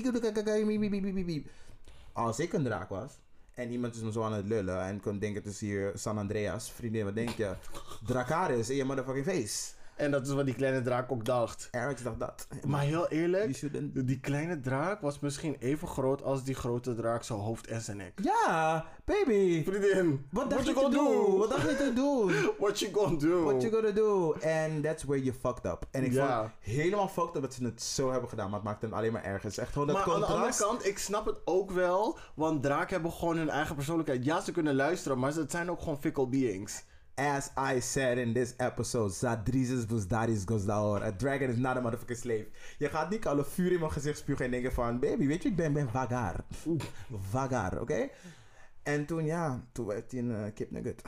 Als ik een draak was en iemand is me zo aan het lullen en kon denken het is hier San Andreas, vriendin, wat denk je? Dracarys in je motherfucking face. En dat is wat die kleine draak ook dacht. Arrax dacht dat. Maar heel eerlijk, die kleine draak was misschien even groot als die grote draak zijn hoofd en zijn nek. Ja, baby. Vriendin, wat dacht je te doen? Wat dacht je te doen? What you gonna do? What you gonna do? And that's where you fucked up. En ik ja. vond helemaal fucked up dat ze het zo hebben gedaan, maar het maakt hem alleen maar erger. Het is echt gewoon dat maar contrast. aan de andere kant, ik snap het ook wel, want draken hebben gewoon hun eigen persoonlijkheid. Ja, ze kunnen luisteren, maar het zijn ook gewoon fickle beings. As I said in this episode, Zadrizes Buzdaris Gosdaor. A dragon is not a motherfucking slave. Je gaat niet alle vuur in mijn gezicht spugen en denken van... Baby, weet je, ik ben, ben Vhagar. Vhagar, oké? Okay? En toen, ja, toen werd hij een uh, kipnugget.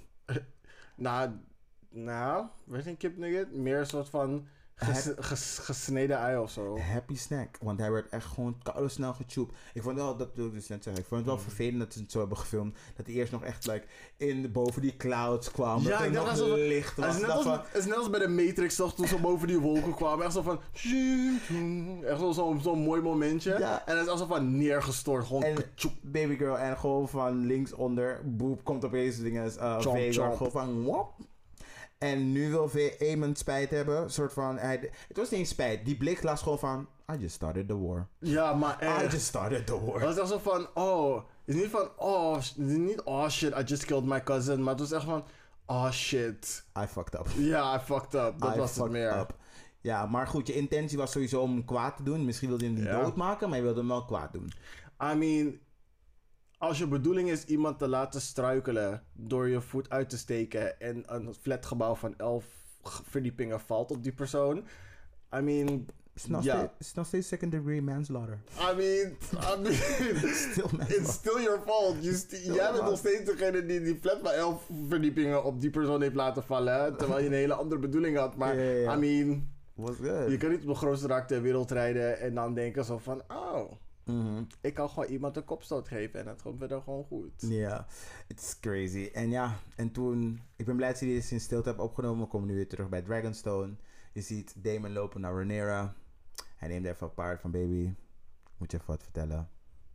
nou, nou, werd hij een kipnugget? Meer een soort van... Ges, ges, gesneden ei of zo. Happy snack. Want hij werd echt gewoon koude snel gechoept. Ik vond wel, dat wil ik dus net zeggen. Ik vond het wel mm. vervelend dat ze het zo hebben gefilmd. Dat hij eerst nog echt like, in, boven die clouds kwam. Ja, dat er ik nog zo, licht was. Het is, net als, van, is net als bij de Matrix toch, toen ze boven die wolken kwamen. Echt zo van... Echt zo'n zo, zo mooi momentje. Ja. En het is alsof van neergestort. Gewoon en baby girl. En gewoon van linksonder. Boep komt opeens dingen. Uh, Vhagar. Gewoon van... Wop. En nu wil Aemond spijt hebben. Soort van, hij, het was niet eens spijt. Die blik las gewoon van... I just started the war. Ja, maar echt. I just started the war. Het was echt zo van... Oh. Het is niet van... Oh. Het is niet... Oh shit, I just killed my cousin. Maar het was echt van... Oh shit. I fucked up. Ja, I fucked up. Dat I was het meer. Up. Ja, maar goed. Je intentie was sowieso om hem kwaad te doen. Misschien wilde je hem niet ja. doodmaken. Maar je wilde hem wel kwaad doen. I mean... Als je bedoeling is iemand te laten struikelen door je voet uit te steken en een flatgebouw van elf verdiepingen valt op die persoon. I mean, it's not, yeah. still, it's not still second degree manslaughter. I mean, I mean still it's still your fault. You st- jij bent nog steeds degene die die flat van elf verdiepingen op die persoon heeft laten vallen, terwijl je een hele andere bedoeling had. Maar, yeah, yeah, yeah. I mean... Was good. Je kan niet op de grootste rak ter wereld rijden en dan denken zo van, oh, Mm-hmm. ik kan gewoon iemand een kopstoot geven en het komt verder gewoon goed. Ja, yeah, it's crazy. En ja, en toen, ik ben blij dat ze die in stilte hebben opgenomen. We komen nu weer terug bij Dragonstone. Je ziet Damon lopen naar Rhaenyra. Hij neemt even apart van baby. Moet je even wat vertellen.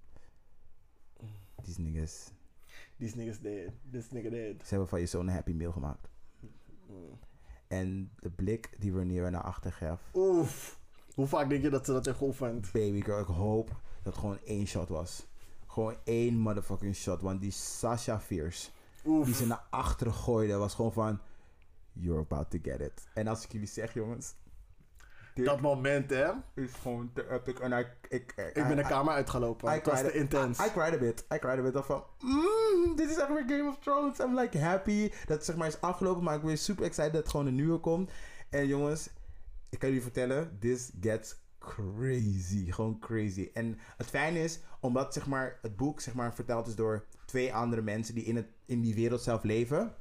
These niggas. These niggas dead. This nigga dead. Ze hebben van je zo'n Happy Meal gemaakt. Mm. En de blik die Rhaenyra naar achter gaf. Oef. Hoe vaak denk je dat ze dat heeft geoefend? Baby girl, ik hoop dat het gewoon één shot was. Gewoon één motherfucking shot. Want die Sasha Fierce, Oef. die ze naar achteren gooide, was gewoon van... You're about to get it. En als ik jullie zeg, jongens... Dit Dat moment, hè? is gewoon te epic. En ik... Ik, Ik ben de kamer uitgelopen. I Het was te cried, intens. I, I cried a bit. I cried a bit. Dat van... Mm, dit is echt weer Game of Thrones. I'm like happy dat het zeg maar is afgelopen. Maar ik ben super excited dat het gewoon een nieuwe komt. En jongens... Ik kan jullie vertellen... This gets crazy. Gewoon crazy. En het fijne is... Omdat zeg maar, het boek zeg maar, verteld is door twee andere mensen... Die in, het, in die wereld zelf leven...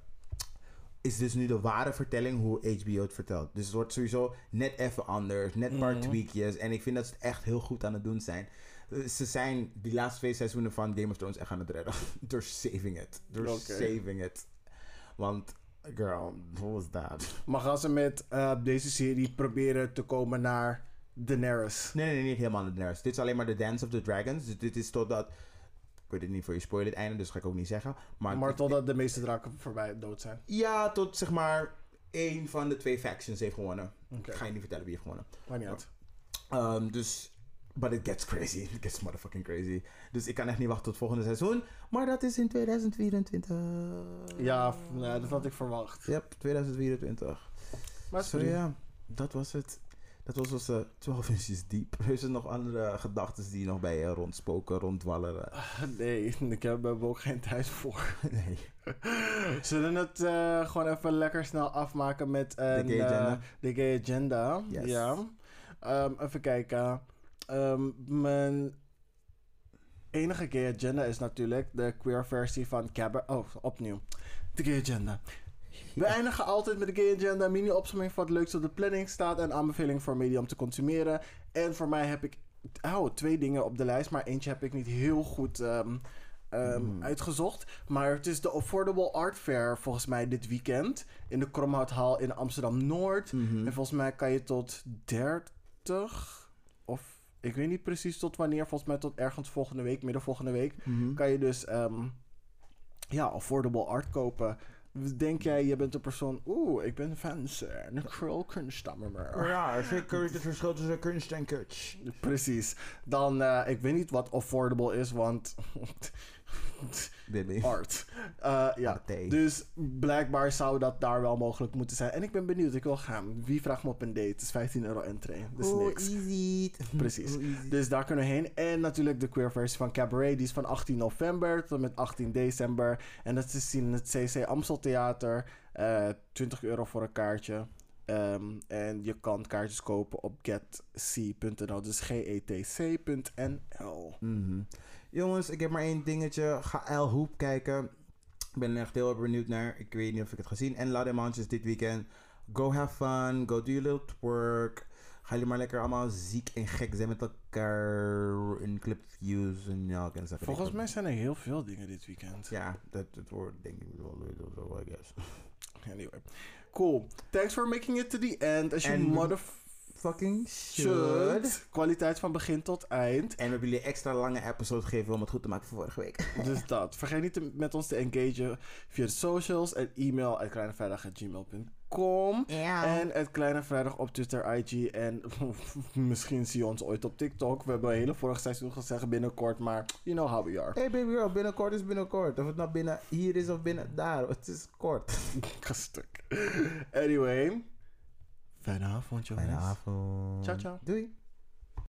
Is dus nu de ware vertelling hoe H B O het vertelt. Dus het wordt sowieso net even anders. Net een paar Mhm. tweakjes. En ik vind dat ze het echt heel goed aan het doen zijn. Ze zijn die laatste twee seizoenen van Game of Thrones echt aan het redden. Door saving it. Door Oké. saving it. Want, girl, what was that? Maar gaan ze met uh, deze serie proberen te komen naar Daenerys? Nee, nee, nee, niet helemaal de Daenerys. Dit is alleen maar de Dance of the Dragons. Dus dit is totdat... Ik weet het niet voor je spoilen het einde, dus dat ga ik ook niet zeggen. Maar, Maar totdat de meeste draken voorbij dood zijn. Ja, tot zeg maar één van de twee factions heeft gewonnen. Oké. Ik ga je niet vertellen wie heeft gewonnen. Maar niet uit. Um, dus, but it gets crazy. It gets motherfucking crazy. Dus ik kan echt niet wachten tot het volgende seizoen. Maar dat is in tweeduizend vierentwintig. Ja, f- nee, dat had ik verwacht. Yep, tweeduizend vierentwintig. Maar Zo sorry. ja, dat was het. Dat was onze twaalf inches diep. Er zijn nog andere gedachten die nog bij je rondspoken, ronddwalleren. Nee, ik heb er ook geen tijd voor. Nee. Zullen we het eh, gewoon even lekker snel afmaken met een, gay agenda? eh, de gay agenda? Yes. Ja. Um, even kijken. Um, mijn enige gay agenda is natuurlijk de queer versie van Cabaret. Oh, opnieuw. De gay agenda. We eindigen altijd met de gay agenda. Mini-opsomming van het leukste op de planning staat. En aanbeveling voor media om te consumeren. En voor mij heb ik oh, twee dingen op de lijst. Maar eentje heb ik niet heel goed um, um, Mm. uitgezocht. Maar het is de Affordable Art Fair volgens mij dit weekend. In de Kromhouthal in Amsterdam-Noord. Mhm. En volgens mij kan je tot dertig of... Ik weet niet precies tot wanneer. Volgens mij tot ergens volgende week, midden volgende week. Mhm. Kan je dus um, ja, affordable art kopen. Denk jij, je bent een persoon... Oeh, ik ben fancy. Een krulkunststammer. Ja, zeker het verschil tussen kunst en kitsch. Precies. Dan, uh, ik weet niet wat affordable is, want... Baby. art. Uh, ja, Arte. dus blijkbaar zou dat daar wel mogelijk moeten zijn. En ik ben benieuwd, ik wil gaan. Wie vraagt me op een date? Het is vijftien euro entree. Dus Oh, niks. easy. Precies. Oh, easy. Dus daar kunnen we heen. En natuurlijk de queer versie van Cabaret. Die is van achttien november tot met achttien december. En dat is te zien in het C C Amsteltheater. Uh, twintig euro voor een kaartje. Um, en je kan kaartjes kopen op getc punt n l. Dus G E T C punt N L. Mhm. Jongens, ik heb maar één dingetje. Ga El Hoop kijken. Ik ben er echt heel erg benieuwd naar. Ik weet niet of ik het ga zien. En La Demanches dit weekend. Go have fun. Go do your little twerk. Ga jullie maar lekker allemaal ziek en gek zijn met elkaar. In clipviews en ja, ik kan zeggen. Volgens mij zijn er heel veel dingen dit weekend. Ja, dat, dat wordt denk ik wel zo, I guess. Anyway. Cool. Thanks for making it to the end. As you En- motherfucking Fucking should. should. Kwaliteit van begin tot eind. En we hebben jullie extra lange episode gegeven om het goed te maken voor vorige week. Dus dat. Vergeet niet te- met ons te engagen via de socials en e-mail at kleinevrijdag at gmail punt com. Ja. En het Kleine Vrijdag op Twitter, I G en misschien zie je ons ooit op TikTok. We hebben een hele vorig seizoen gezegd binnenkort, maar you know how we are. Hey baby girl, binnenkort is binnenkort. Of het nou binnen hier is of binnen daar. Het is kort. Gestuk. Anyway. Fijne avond, jongens. Fijne avond. Ciao, ciao. Doei.